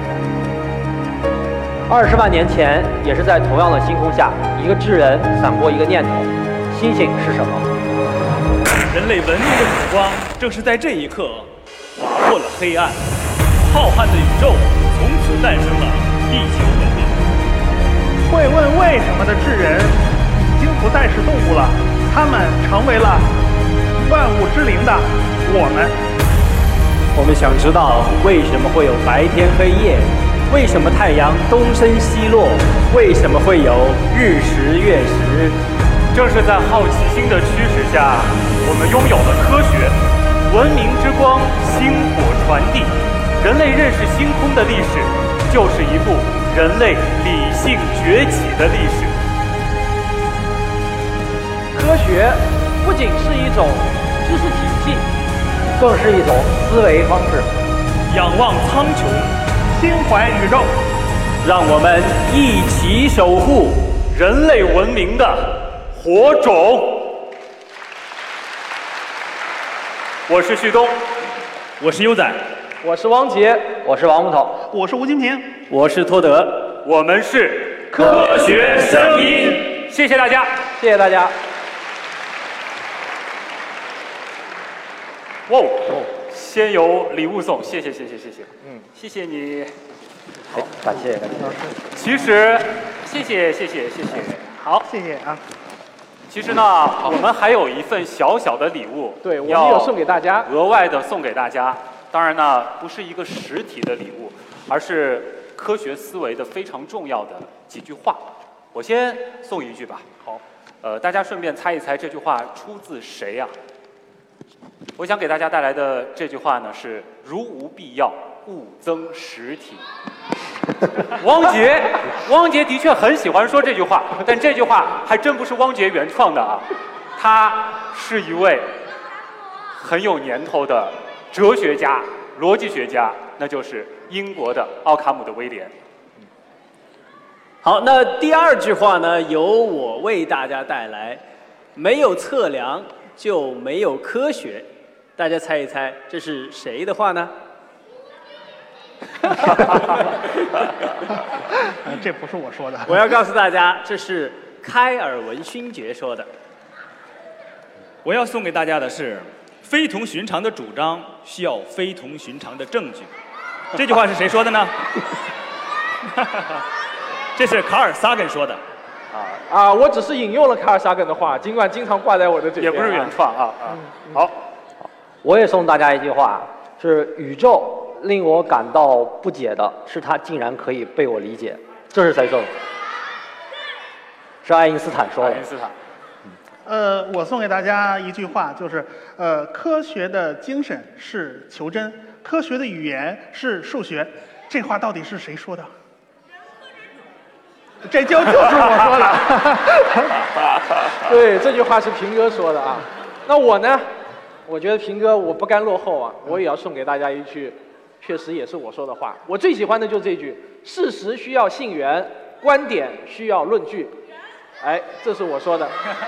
二十万年前，也是在同样的星空下，一个智人闪过一个念头：星星是什么？ 人类文明的曙光，正是在这一刻划破了黑暗。浩瀚的宇宙从此诞生了地球文明。 会问为什么的智人已经不再是动物了，他们成为了万物之灵的我们。 我们想知道为什么会有白天黑夜，为什么太阳东升西落，为什么会有日食月食。 正是在好奇心的驱使下，我们拥有了科学，文明之光星火传递。人类认识星空的历史，就是一部人类理性崛起的历史。 科学不仅是一种知识体系， 更是一种思维方式。 仰望苍穹， 心怀宇宙， 让我们一起守护人类文明的火种。我是旭东， 我是优仔， 我是汪杰， 我是王木头， 我是吴金平， 我是托德， 我们是科学声音。 谢谢大家， 谢谢大家。 哇哦，先有礼物送，谢谢谢谢谢谢，嗯，谢谢你。 好，感谢感谢。 其实，谢谢谢谢谢谢，好， 谢谢啊。 其实呢，我们还有一份小小的礼物， 对，我们有送给大家， 额外的送给大家。当然呢，不是一个实体的礼物，而是科学思维的非常重要的几句话。我先送一句吧。好，呃，大家顺便猜一猜这句话出自谁呀？我想给大家带来的这句话呢是“如无必要，勿增实体”。汪杰，汪杰的确很喜欢说这句话，但这句话还真不是汪杰原创的啊，他是一位很有年头的哲学家、逻辑学家，那就是英国的奥卡姆的威廉。 好，那第二句话呢，由我为大家带来：没有测量就没有科学。大家猜一猜，这是谁的话呢？ 这不是我说的。 我要告诉大家，这是开尔文勋爵说的。 我要送给大家的是：非同寻常的主张需要非同寻常的证据。这句话是谁说的呢？这是卡尔萨根说的。 啊啊！我只是引用了卡尔萨根的话，尽管经常挂在我的嘴边、啊。 也不是原创啊啊！好， 我也送大家一句话：是宇宙令我感到不解的是，它竟然可以被我理解。这是谁说的？是爱因斯坦说的。 爱因斯坦。 呃，我送给大家一句话，就是呃，科学的精神是求真，科学的语言是数学。这话到底是谁说的？这就就是我说的。 对，这句话是平哥说的啊。那我呢？我觉得平哥我不甘落后啊，我也要送给大家一句，确实也是我说的话。我最喜欢的就是这句：事实需要信源，观点需要论据。哎，这是我说的。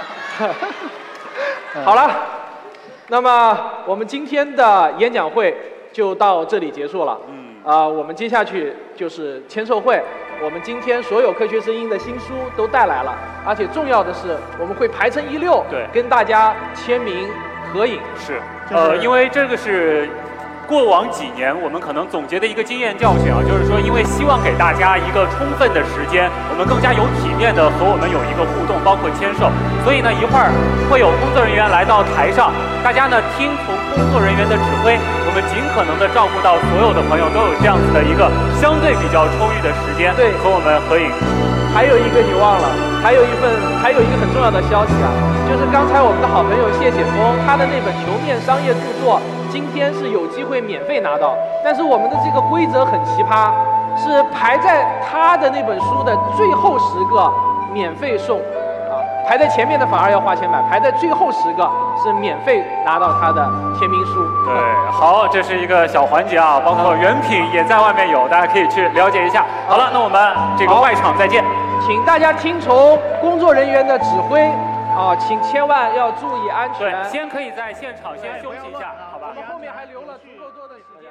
好了，那么我们今天的演讲会就到这里结束了。嗯。啊、呃，我们接下去就是签售会。我们今天所有科学声音的新书都带来了，而且重要的是，我们会排成一溜， 对， 跟大家签名合影。 是，呃，因为这个是过往几年我们可能总结的一个经验教训啊，就是说，因为希望给大家一个充分的时间，我们更加有体面的和我们有一个互动，包括签售。所以呢，一会儿会有工作人员来到台上，大家呢听从工作人员的指挥，我们尽可能的照顾到所有的朋友都有这样子的一个相对比较充裕的时间，对，和我们合影。 还有一个你忘了，还有一份，还有一个很重要的消息啊，就是刚才我们的好朋友谢显峰，他的那本球面商业著作，今天是有机会免费拿到，但是我们的这个规则很奇葩，是排在他的那本书的最后十个免费送，啊，排在前面的反而要花钱买，排在最后十个是免费拿到他的签名书。 对，好，这是一个小环节啊，包括原品也在外面有，大家可以去了解一下。好了，那我们这个外场再见。 请大家听从工作人员的指挥啊，请千万要注意安全。 对，先可以在现场先休息一下，好吧？ 我们后面还留了足够多的时间。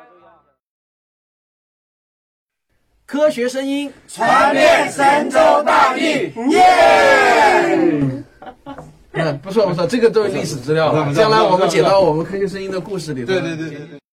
科学声音传遍神州大地，耶！ 嗯，不错不错，这个都是历史资料了，将来我们剪到我们科学声音的故事里头。对对对对对。